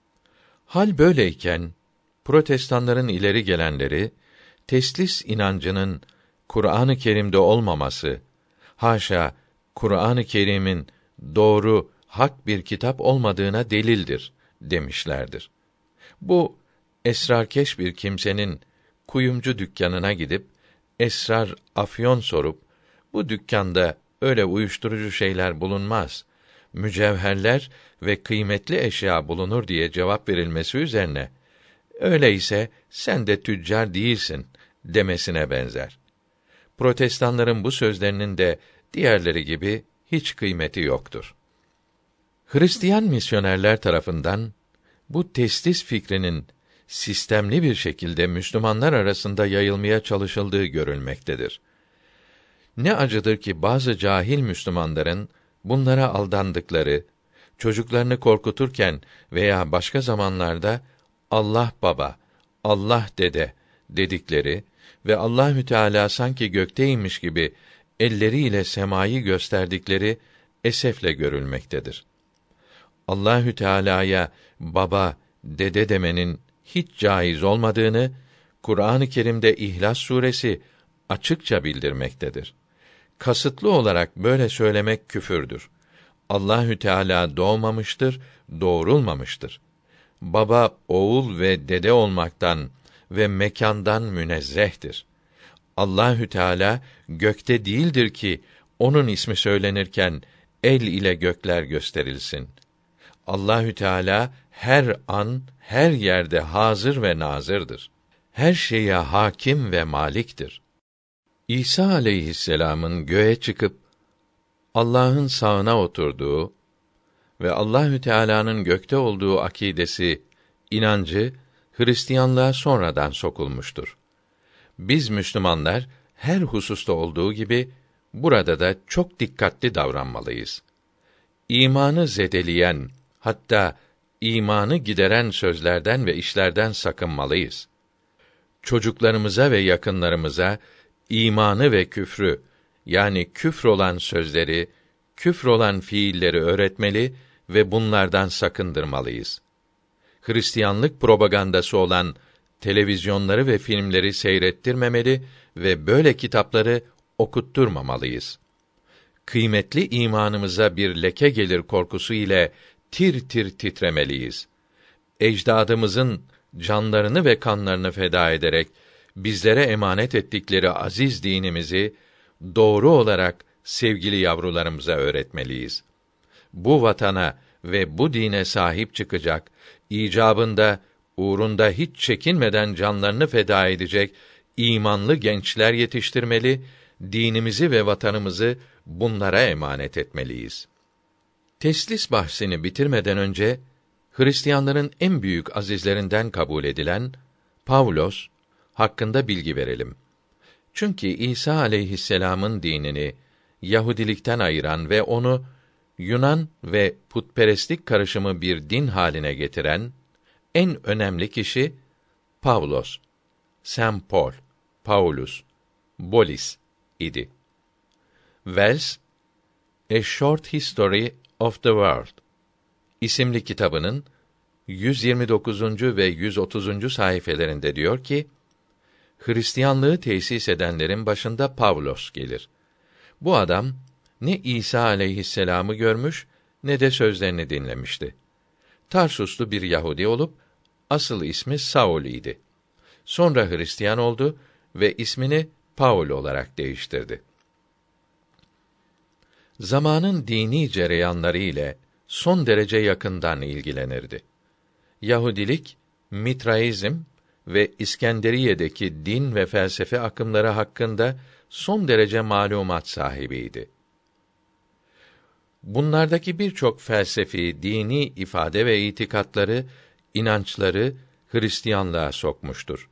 Hal böyleyken, protestanların ileri gelenleri, teslis inancının Kur'an-ı Kerim'de olmaması, haşa, Kur'an-ı Kerim'in doğru, hak bir kitap olmadığına delildir demişlerdir. Bu, esrarkeş bir kimsenin kuyumcu dükkanına gidip, esrar afyon sorup, bu dükkanda öyle uyuşturucu şeyler bulunmaz, mücevherler ve kıymetli eşya bulunur diye cevap verilmesi üzerine, öyleyse sen de tüccar değilsin demesine benzer. Protestanların bu sözlerinin de diğerleri gibi hiç kıymeti yoktur. Hristiyan misyonerler tarafından bu teslis fikrinin sistemli bir şekilde Müslümanlar arasında yayılmaya çalışıldığı görülmektedir. Ne acıdır ki bazı cahil Müslümanların bunlara aldandıkları, çocuklarını korkuturken veya başka zamanlarda Allah baba, Allah dede dedikleri ve Allahü Teala sanki gökteymiş gibi elleriyle semayı gösterdikleri esefle görülmektedir. Allahü Teala'ya baba, dede demenin hiç caiz olmadığını Kur'an-ı Kerim'de İhlas suresi açıkça bildirmektedir. Kasıtlı olarak böyle söylemek küfürdür. Allahü Teala doğmamıştır, doğurulmamıştır. Baba, oğul ve dede olmaktan ve mekandan münezzehtir. Allahü Teala gökte değildir ki onun ismi söylenirken el ile gökler gösterilsin. Allahü Teala her an, her yerde hazır ve nazırdır. Her şeye hakim ve maliktir. İsa aleyhisselam'ın göğe çıkıp Allah'ın sağına oturduğu ve Allahü Teala'nın gökte olduğu akidesi, inancı Hristiyanlığa sonradan sokulmuştur. Biz Müslümanlar her hususta olduğu gibi burada da çok dikkatli davranmalıyız. İmanı zedeleyen, hatta imanı gideren sözlerden ve işlerden sakınmalıyız. Çocuklarımıza ve yakınlarımıza imanı ve küfrü, yani küfr olan sözleri, küfr olan fiilleri öğretmeli ve bunlardan sakındırmalıyız. Hristiyanlık propagandası olan televizyonları ve filmleri seyrettirmemeli ve böyle kitapları okutturmamalıyız. Kıymetli imanımıza bir leke gelir korkusu ile tir tir titremeliyiz. Ecdadımızın canlarını ve kanlarını feda ederek bizlere emanet ettikleri aziz dinimizi doğru olarak sevgili yavrularımıza öğretmeliyiz. Bu vatana ve bu dine sahip çıkacak, icabında, uğrunda hiç çekinmeden canlarını feda edecek imanlı gençler yetiştirmeli, dinimizi ve vatanımızı bunlara emanet etmeliyiz. Teslis bahsini bitirmeden önce, Hristiyanların en büyük azizlerinden kabul edilen Pavlos hakkında bilgi verelim. Çünkü İsa aleyhisselam'ın dinini Yahudilikten ayıran ve onu Yunan ve putperestlik karışımı bir din haline getiren en önemli kişi Pavlos, Saint Paul, Paulus, Bolis idi. Wells, A Short History of the World isimli kitabının 129. ve 130. sayfelerinde diyor ki, Hristiyanlığı tesis edenlerin başında Pavlos gelir. Bu adam ne İsa aleyhisselam'ı görmüş ne de sözlerini dinlemişti. Tarsuslu bir Yahudi olup asıl ismi Saul idi. Sonra Hristiyan oldu ve ismini Paul olarak değiştirdi. Zamanın dini cereyanları ile son derece yakından ilgilenirdi. Yahudilik, Mitraizm ve İskenderiye'deki din ve felsefe akımları hakkında son derece malumat sahibiydi. Bunlardaki birçok felsefi, dini ifade ve itikatları, inançları Hristiyanlığa sokmuştur.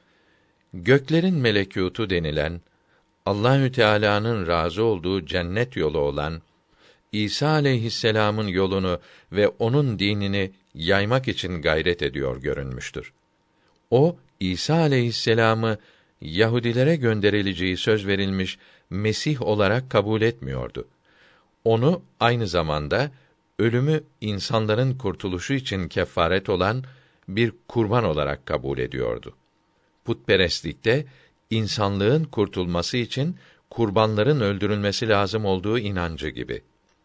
Göklerin melekûtu denilen, Allahü Teala'nın razı olduğu cennet yolu olan İsa aleyhisselam'ın yolunu ve onun dinini yaymak için gayret ediyor görünmüştür. O, İsa aleyhisselam'ı Yahudilere gönderileceği söz verilmiş Mesih olarak kabul etmiyordu. Onu aynı zamanda ölümü insanların kurtuluşu için kefaret olan bir kurban olarak kabul ediyordu. Putperestlikte insanlığın kurtulması için kurbanların öldürülmesi lazım olduğu inancı gibi.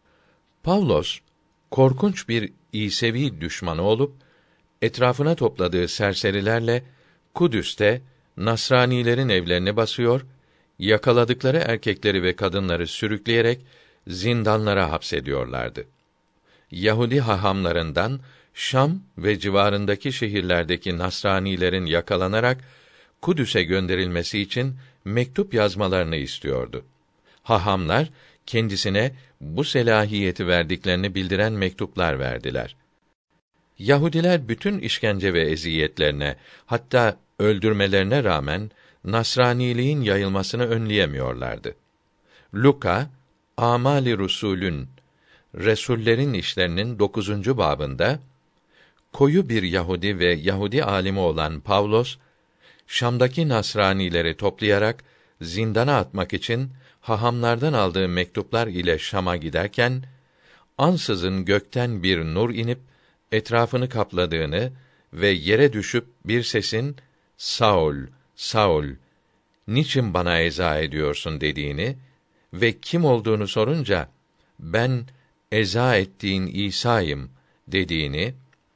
Pavlos korkunç bir İsevi düşmanı olup etrafına topladığı serserilerle Kudüs'te Nasranilerin evlerini basıyor, yakaladıkları erkekleri ve kadınları sürükleyerek zindanlara hapsediyorlardı. Yahudi hahamlarından Şam ve civarındaki şehirlerdeki Nasranilerin yakalanarak Kudüs'e gönderilmesi için mektup yazmalarını istiyordu. Hahamlar kendisine bu selahiyeti verdiklerini bildiren mektuplar verdiler. Yahudiler bütün işkence ve eziyetlerine, hatta öldürmelerine rağmen Nasraniliğin yayılmasını önleyemiyorlardı. Luka, Amali Rusulün, Resullerin işlerinin 9. babında koyu bir Yahudi ve Yahudi alimi olan Pavlos, Şam'daki Nasranileri toplayarak zindana atmak için hahamlardan aldığı mektuplar ile Şam'a giderken, ansızın gökten bir nur inip etrafını kapladığını ve yere düşüp bir sesin "Saul, Saul, niçin bana eza ediyorsun?" dediğini ve kim olduğunu sorunca "Ben eza ettiğin İsa'yım." dediğini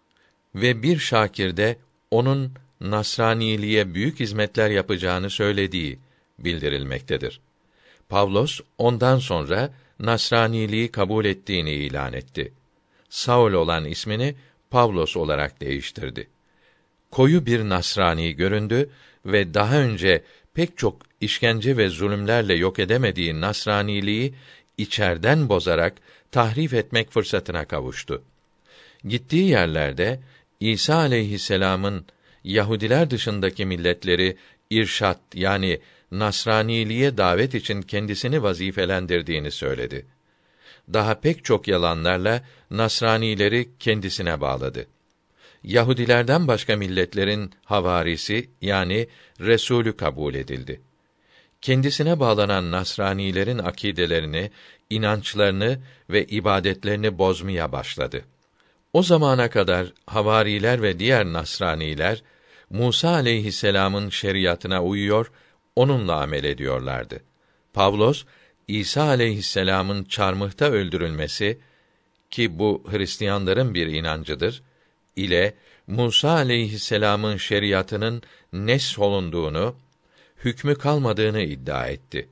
ve bir şakirde onun Nasraniliğe büyük hizmetler yapacağını söylediği bildirilmektedir. Pavlos ondan sonra Nasraniliği kabul ettiğini ilan etti. Saul olan ismini Pavlos olarak değiştirdi. Koyu bir Nasrani göründü ve daha önce pek çok işkence ve zulümlerle yok edemediği Nasraniliği içerden bozarak tahrif etmek fırsatına kavuştu. Gittiği yerlerde İsa aleyhisselam'ın Yahudiler dışındaki milletleri irşad yani Nasraniliğe davet için kendisini vazifelendirdiğini söyledi. Daha pek çok yalanlarla Nasranileri kendisine bağladı. Yahudilerden başka milletlerin havarisi yani Resulü kabul edildi. Kendisine bağlanan Nasranilerin akidelerini, inançlarını ve ibadetlerini bozmaya başladı. O zamana kadar havariler ve diğer Nasraniler Musa aleyhisselam'ın şeriatına uyuyor, onunla amel ediyorlardı. Pavlos İsa aleyhisselam'ın çarmıhta öldürülmesi ki bu Hristiyanların bir inancıdır ile Musa aleyhisselam'ın şeriatının nesholunduğunu, hükmü kalmadığını iddia etti.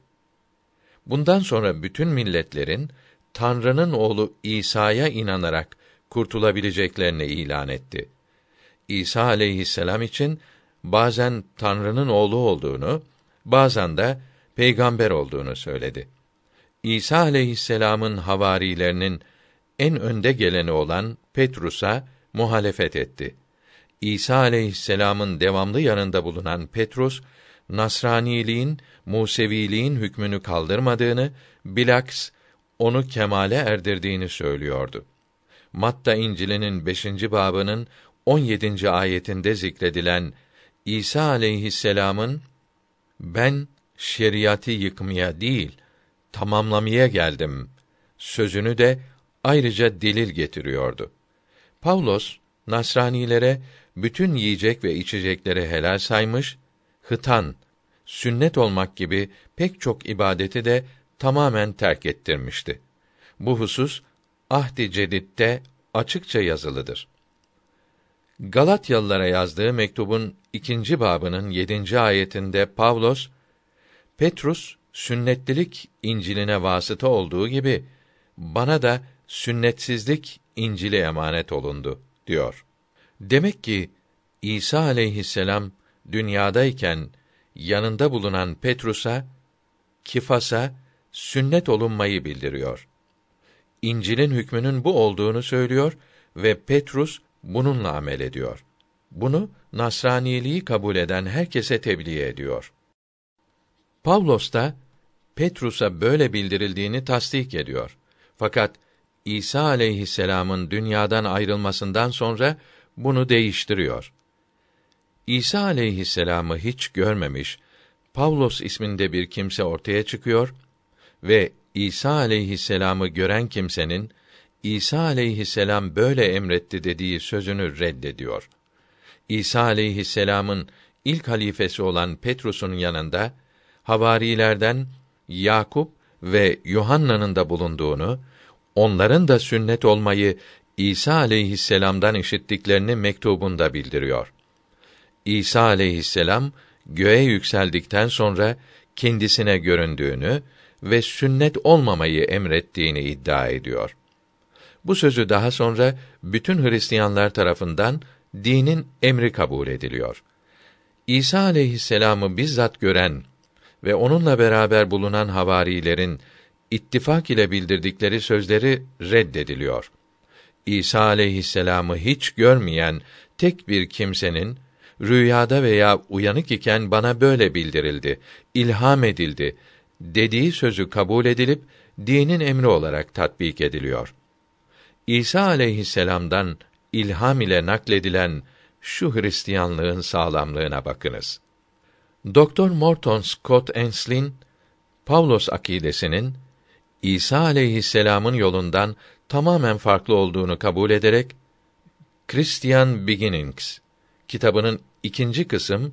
Bundan sonra bütün milletlerin Tanrı'nın oğlu İsa'ya inanarak kurtulabileceklerini ilan etti. İsa aleyhisselam için bazen Tanrı'nın oğlu olduğunu, bazen de peygamber olduğunu söyledi. İsa aleyhisselam'ın havarilerinin en önde geleni olan Petrus'a muhalefet etti. İsa aleyhisselam'ın devamlı yanında bulunan Petrus, Nasraniliğin, Museviliğin hükmünü kaldırmadığını, bilaks onu kemale erdirdiğini söylüyordu. Matta İncil'inin 5. babının 17. ayetinde zikredilen İsa aleyhisselam'ın "Ben şeriatı yıkmaya değil, tamamlamaya geldim" sözünü de ayrıca delil getiriyordu. Pavlos Nasranilere bütün yiyecek ve içecekleri helal saymış, hıtan, sünnet olmak gibi pek çok ibadeti de tamamen terk ettirmişti. Bu husus Ahd-i Cedid'de açıkça yazılıdır. Galatyalılara yazdığı mektubun 2. babının 7. ayetinde Pavlos, Petrus sünnetlilik İncil'ine vasıta olduğu gibi bana da sünnetsizlik İncil'i emanet olundu diyor. Demek ki İsa aleyhisselam dünyadayken yanında bulunan Petrus'a, Kifas'a sünnet olunmayı bildiriyor. İncil'in hükmünün bu olduğunu söylüyor ve Petrus bununla amel ediyor. Bunu Nasraniliği kabul eden herkese tebliğ ediyor. Pavlos da Petrus'a böyle bildirildiğini tasdik ediyor. Fakat İsa aleyhisselam'ın dünyadan ayrılmasından sonra bunu değiştiriyor. İsa aleyhisselam'ı hiç görmemiş Pavlos isminde bir kimse ortaya çıkıyor ve İsa aleyhisselam'ı gören kimsenin İsa aleyhisselam böyle emretti dediği sözünü reddediyor. İsa aleyhisselam'ın ilk halifesi olan Petrus'un yanında havarilerden Yakup ve Yuhanna'nın da bulunduğunu, onların da sünnet olmayı İsa aleyhisselam'dan işittiklerini mektubunda bildiriyor. İsa aleyhisselam göğe yükseldikten sonra kendisine göründüğünü ve sünnet olmamayı emrettiğini iddia ediyor. Bu sözü daha sonra bütün Hristiyanlar tarafından dinin emri kabul ediliyor. İsa aleyhisselam'ı bizzat gören ve onunla beraber bulunan havarilerin ittifak ile bildirdikleri sözleri reddediliyor. İsa aleyhisselam'ı hiç görmeyen tek bir kimsenin rüyada veya uyanık iken bana böyle bildirildi, ilham edildi dediği sözü kabul edilip dinin emri olarak tatbik ediliyor. İsa aleyhisselam'dan ilham ile nakledilen şu Hristiyanlığın sağlamlığına bakınız. Dr. Morton Scott Enslin, Pavlos akidesinin İsa aleyhisselam'ın yolundan tamamen farklı olduğunu kabul ederek Christian Beginnings kitabının 2. kısım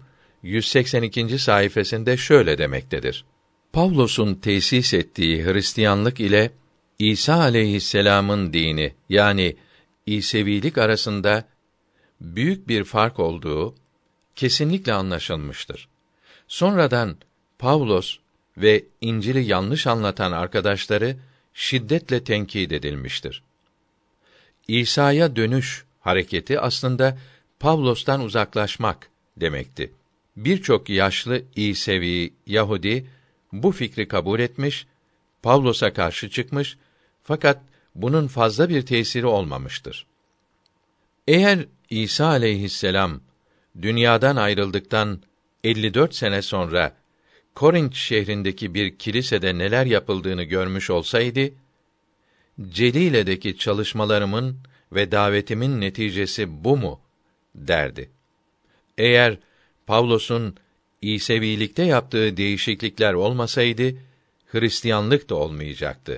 182. sayfasında şöyle demektedir. Pavlos'un tesis ettiği Hristiyanlık ile İsa aleyhisselam'ın dini yani İsevilik arasında büyük bir fark olduğu kesinlikle anlaşılmıştır. Sonradan Pavlos ve İncil'i yanlış anlatan arkadaşları şiddetle tenkit edilmiştir. İsa'ya dönüş hareketi aslında Pavlos'tan uzaklaşmak demekti. Birçok yaşlı İsevi Yahudi bu fikri kabul etmiş, Pavlos'a karşı çıkmış fakat bunun fazla bir tesiri olmamıştır. Eğer İsa aleyhisselam dünyadan ayrıldıktan 54 sene sonra Korint şehrindeki bir kilisede neler yapıldığını görmüş olsaydı, Celile'deki çalışmalarımın ve davetimin neticesi bu mu derdi. Eğer Pavlos'un İsevilikte yaptığı değişiklikler olmasaydı, Hristiyanlık da olmayacaktı.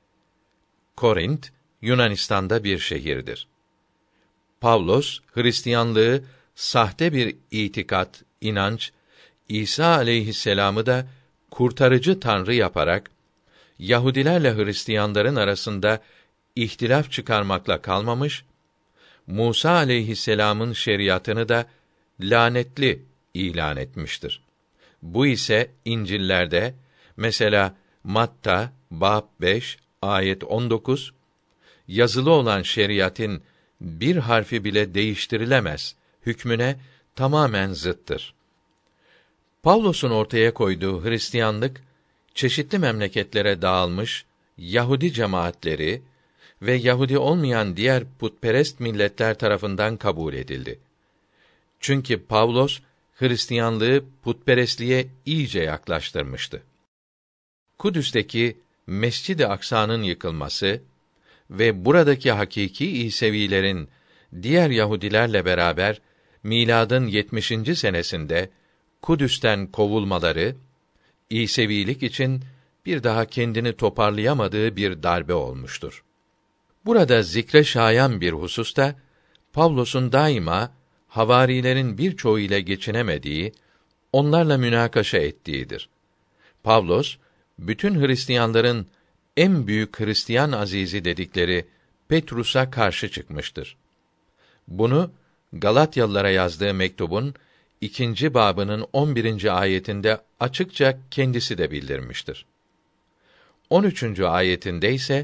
Korint, Yunanistan'da bir şehirdir. Pavlos, Hristiyanlığı sahte bir itikat, inanç, İsa aleyhisselam'ı da kurtarıcı tanrı yaparak, Yahudilerle Hristiyanların arasında ihtilaf çıkarmakla kalmamış, Musa aleyhisselam'ın şeriatını da lanetli ilan etmiştir. Bu ise İncil'lerde, mesela Matta bab 5 ayet 19, yazılı olan şeriatın bir harfi bile değiştirilemez hükmüne tamamen zıttır. Pavlos'un ortaya koyduğu Hristiyanlık çeşitli memleketlere dağılmış Yahudi cemaatleri ve Yahudi olmayan diğer putperest milletler tarafından kabul edildi. Çünkü Pavlos Hristiyanlığı putperestliğe iyice yaklaştırmıştı. Kudüs'teki Mescid-i Aksa'nın yıkılması ve buradaki hakiki İsevilerin diğer Yahudilerle beraber miladın 70. senesinde Kudüs'ten kovulmaları İsevilik için bir daha kendini toparlayamadığı bir darbe olmuştur. Burada zikre şayan bir husus da Pavlos'un daima havarilerin birçoğu ile geçinemediği, onlarla münakaşa ettiğidir. Pavlos bütün Hristiyanların en büyük Hristiyan azizi dedikleri Petrus'a karşı çıkmıştır. Bunu Galatyalılara yazdığı mektubun 2. babının 11. ayetinde açıkça kendisi de bildirmiştir. 13. ayetinde ise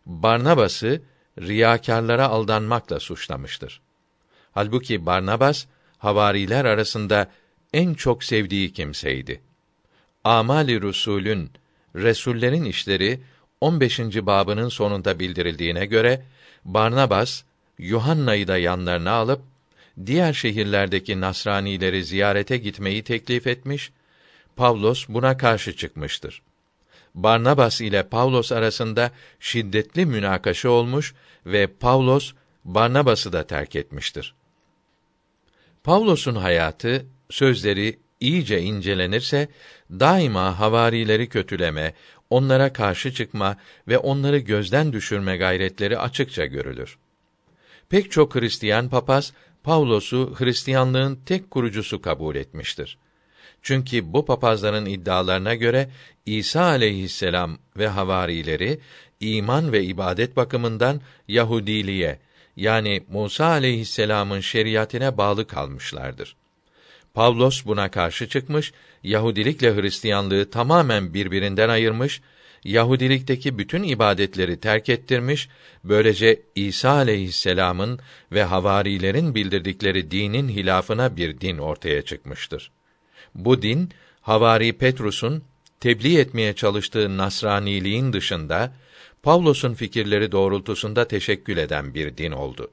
Barnabas'ı riyakârlara aldanmakla suçlamıştır. Halbuki Barnabas havariler arasında en çok sevdiği kimseydi. Âmâl-i Rusûl'ün, Resullerin işleri 15. babının sonunda bildirildiğine göre Barnabas Yuhanna'yı da yanlarına alıp diğer şehirlerdeki Nasranileri ziyarete gitmeyi teklif etmiş. Pavlos buna karşı çıkmıştır. Barnabas ile Pavlos arasında şiddetli münakaşa olmuş ve Pavlos Barnabas'ı da terk etmiştir. Pavlos'un hayatı, sözleri iyice incelenirse daima havarileri kötüleme, onlara karşı çıkma ve onları gözden düşürme gayretleri açıkça görülür. Pek çok Hristiyan papaz Pavlos'u Hristiyanlığın tek kurucusu kabul etmiştir. Çünkü bu papazların iddialarına göre İsa aleyhisselam ve havarileri iman ve ibadet bakımından Yahudiliğe, yani Musa aleyhisselam'ın şeriatine bağlı kalmışlardır. Pavlos buna karşı çıkmış, Yahudilikle Hristiyanlığı tamamen birbirinden ayırmış, Yahudilikteki bütün ibadetleri terk ettirmiş, böylece İsa aleyhisselam'ın ve havarilerin bildirdikleri dinin hilafına bir din ortaya çıkmıştır. Bu din, havari Petrus'un tebliğ etmeye çalıştığı Nasraniliğin dışında, Pavlos'un fikirleri doğrultusunda teşekkül eden bir din oldu.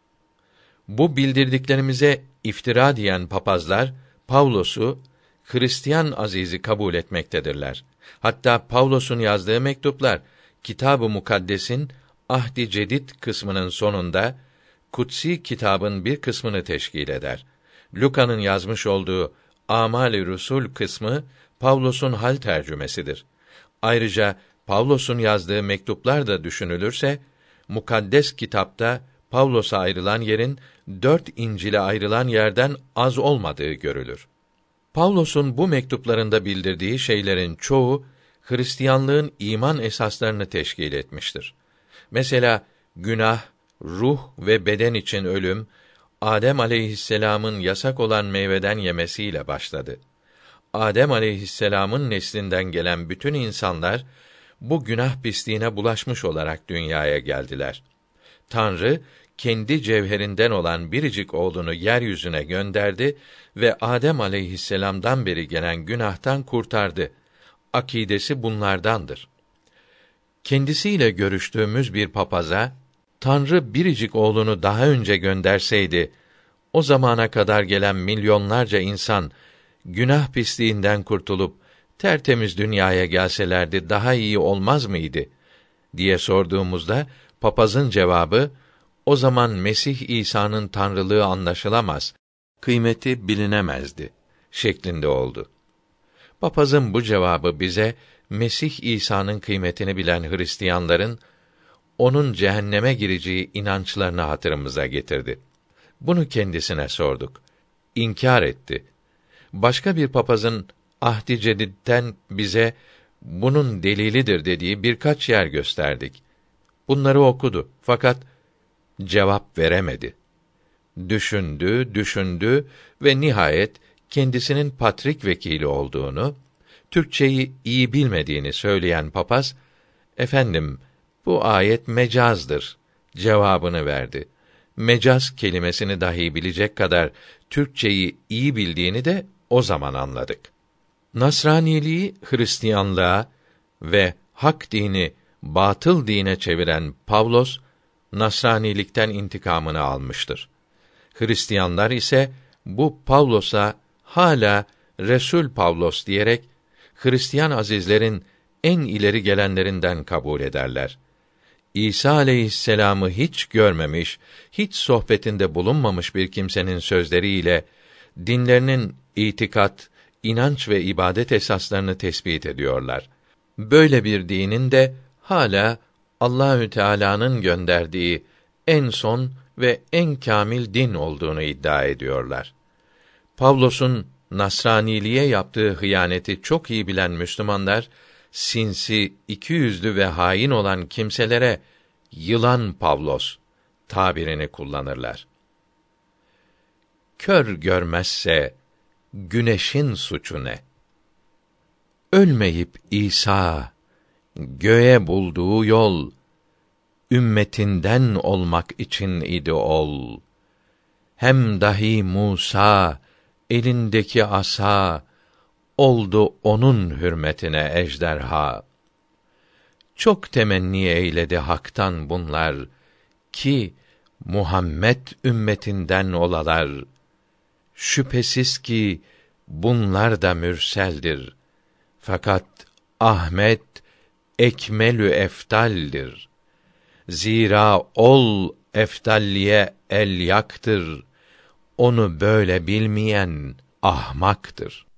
Bu bildirdiklerimize iftira diyen papazlar, Pavlos'u Hristiyan azizi kabul etmektedirler. Hatta Pavlos'un yazdığı mektuplar, Kitab-ı Mukaddes'in Ahd-i Cedid kısmının sonunda, Kutsi kitabın bir kısmını teşkil eder. Luka'nın yazmış olduğu Âmâl-i Rusûl kısmı, Pavlos'un hal tercümesidir. Ayrıca, Pavlos'un yazdığı mektuplar da düşünülürse, mukaddes kitapta Pavlos'a ayrılan yerin 4 İncil'e ayrılan yerden az olmadığı görülür. Pavlos'un bu mektuplarında bildirdiği şeylerin çoğu Hristiyanlığın iman esaslarını teşkil etmiştir. Mesela günah, ruh ve beden için ölüm, Adem aleyhisselam'ın yasak olan meyveden yemesiyle başladı. Adem aleyhisselam'ın neslinden gelen bütün insanlar bu günah pisliğine bulaşmış olarak dünyaya geldiler. Tanrı kendi cevherinden olan biricik oğlunu yeryüzüne gönderdi ve Adem aleyhisselam'dan beri gelen günahtan kurtardı. Akidesi bunlardandır. Kendisiyle görüştüğümüz bir papaza, Tanrı biricik oğlunu daha önce gönderseydi, o zamana kadar gelen milyonlarca insan, günah pisliğinden kurtulup, tertemiz dünyaya gelselerdi daha iyi olmaz mıydı? Diye sorduğumuzda, papazın cevabı, o zaman Mesih İsa'nın tanrılığı anlaşılamaz, kıymeti bilinemezdi, şeklinde oldu. Papazın bu cevabı bize, Mesih İsa'nın kıymetini bilen Hristiyanların, onun cehenneme gireceği inançlarını hatırımıza getirdi. Bunu kendisine sorduk. İnkar etti. Başka bir papazın Ahd-i Cedid'den bize bunun delilidir dediği birkaç yer gösterdik. Bunları okudu fakat cevap veremedi. Düşündü ve nihayet kendisinin patrik vekili olduğunu, Türkçeyi iyi bilmediğini söyleyen papaz, "Efendim, bu ayet mecazdır." cevabını verdi. Mecaz kelimesini dahi bilecek kadar Türkçeyi iyi bildiğini de o zaman anladık. Nasraniliği Hristiyanlığa ve hak dini batıl dine çeviren Pavlos, Nasranilikten intikamını almıştır. Hristiyanlar ise bu Pavlos'a hala Resul Pavlos diyerek Hristiyan azizlerin en ileri gelenlerinden kabul ederler. İsa aleyhisselam'ı hiç görmemiş, hiç sohbetinde bulunmamış bir kimsenin sözleriyle dinlerinin itikat, inanç ve ibadet esaslarını tespit ediyorlar. Böyle bir dinin de hala Allahü Teala'nın gönderdiği en son ve en kamil din olduğunu iddia ediyorlar. Pavlos'un Nasraniliğe yaptığı hıyaneti çok iyi bilen Müslümanlar, sinsi, ikiyüzlü ve hain olan kimselere yılan Pavlos tabirini kullanırlar. Kör görmezse güneşin suçu ne? Ölmeyip İsa göğe bulduğu yol ümmetinden olmak için idi ol. Hem dahi Musa elindeki asa oldu onun hürmetine ejderha. Çok temenni eyledi haktan bunlar ki Muhammed ümmetinden olalar. Şüphesiz ki bunlar da mürseldir. Fakat Ahmet ekmelü eftaldir. Zira ol eftalliye el yaktır. Onu böyle bilmeyen ahmaktır.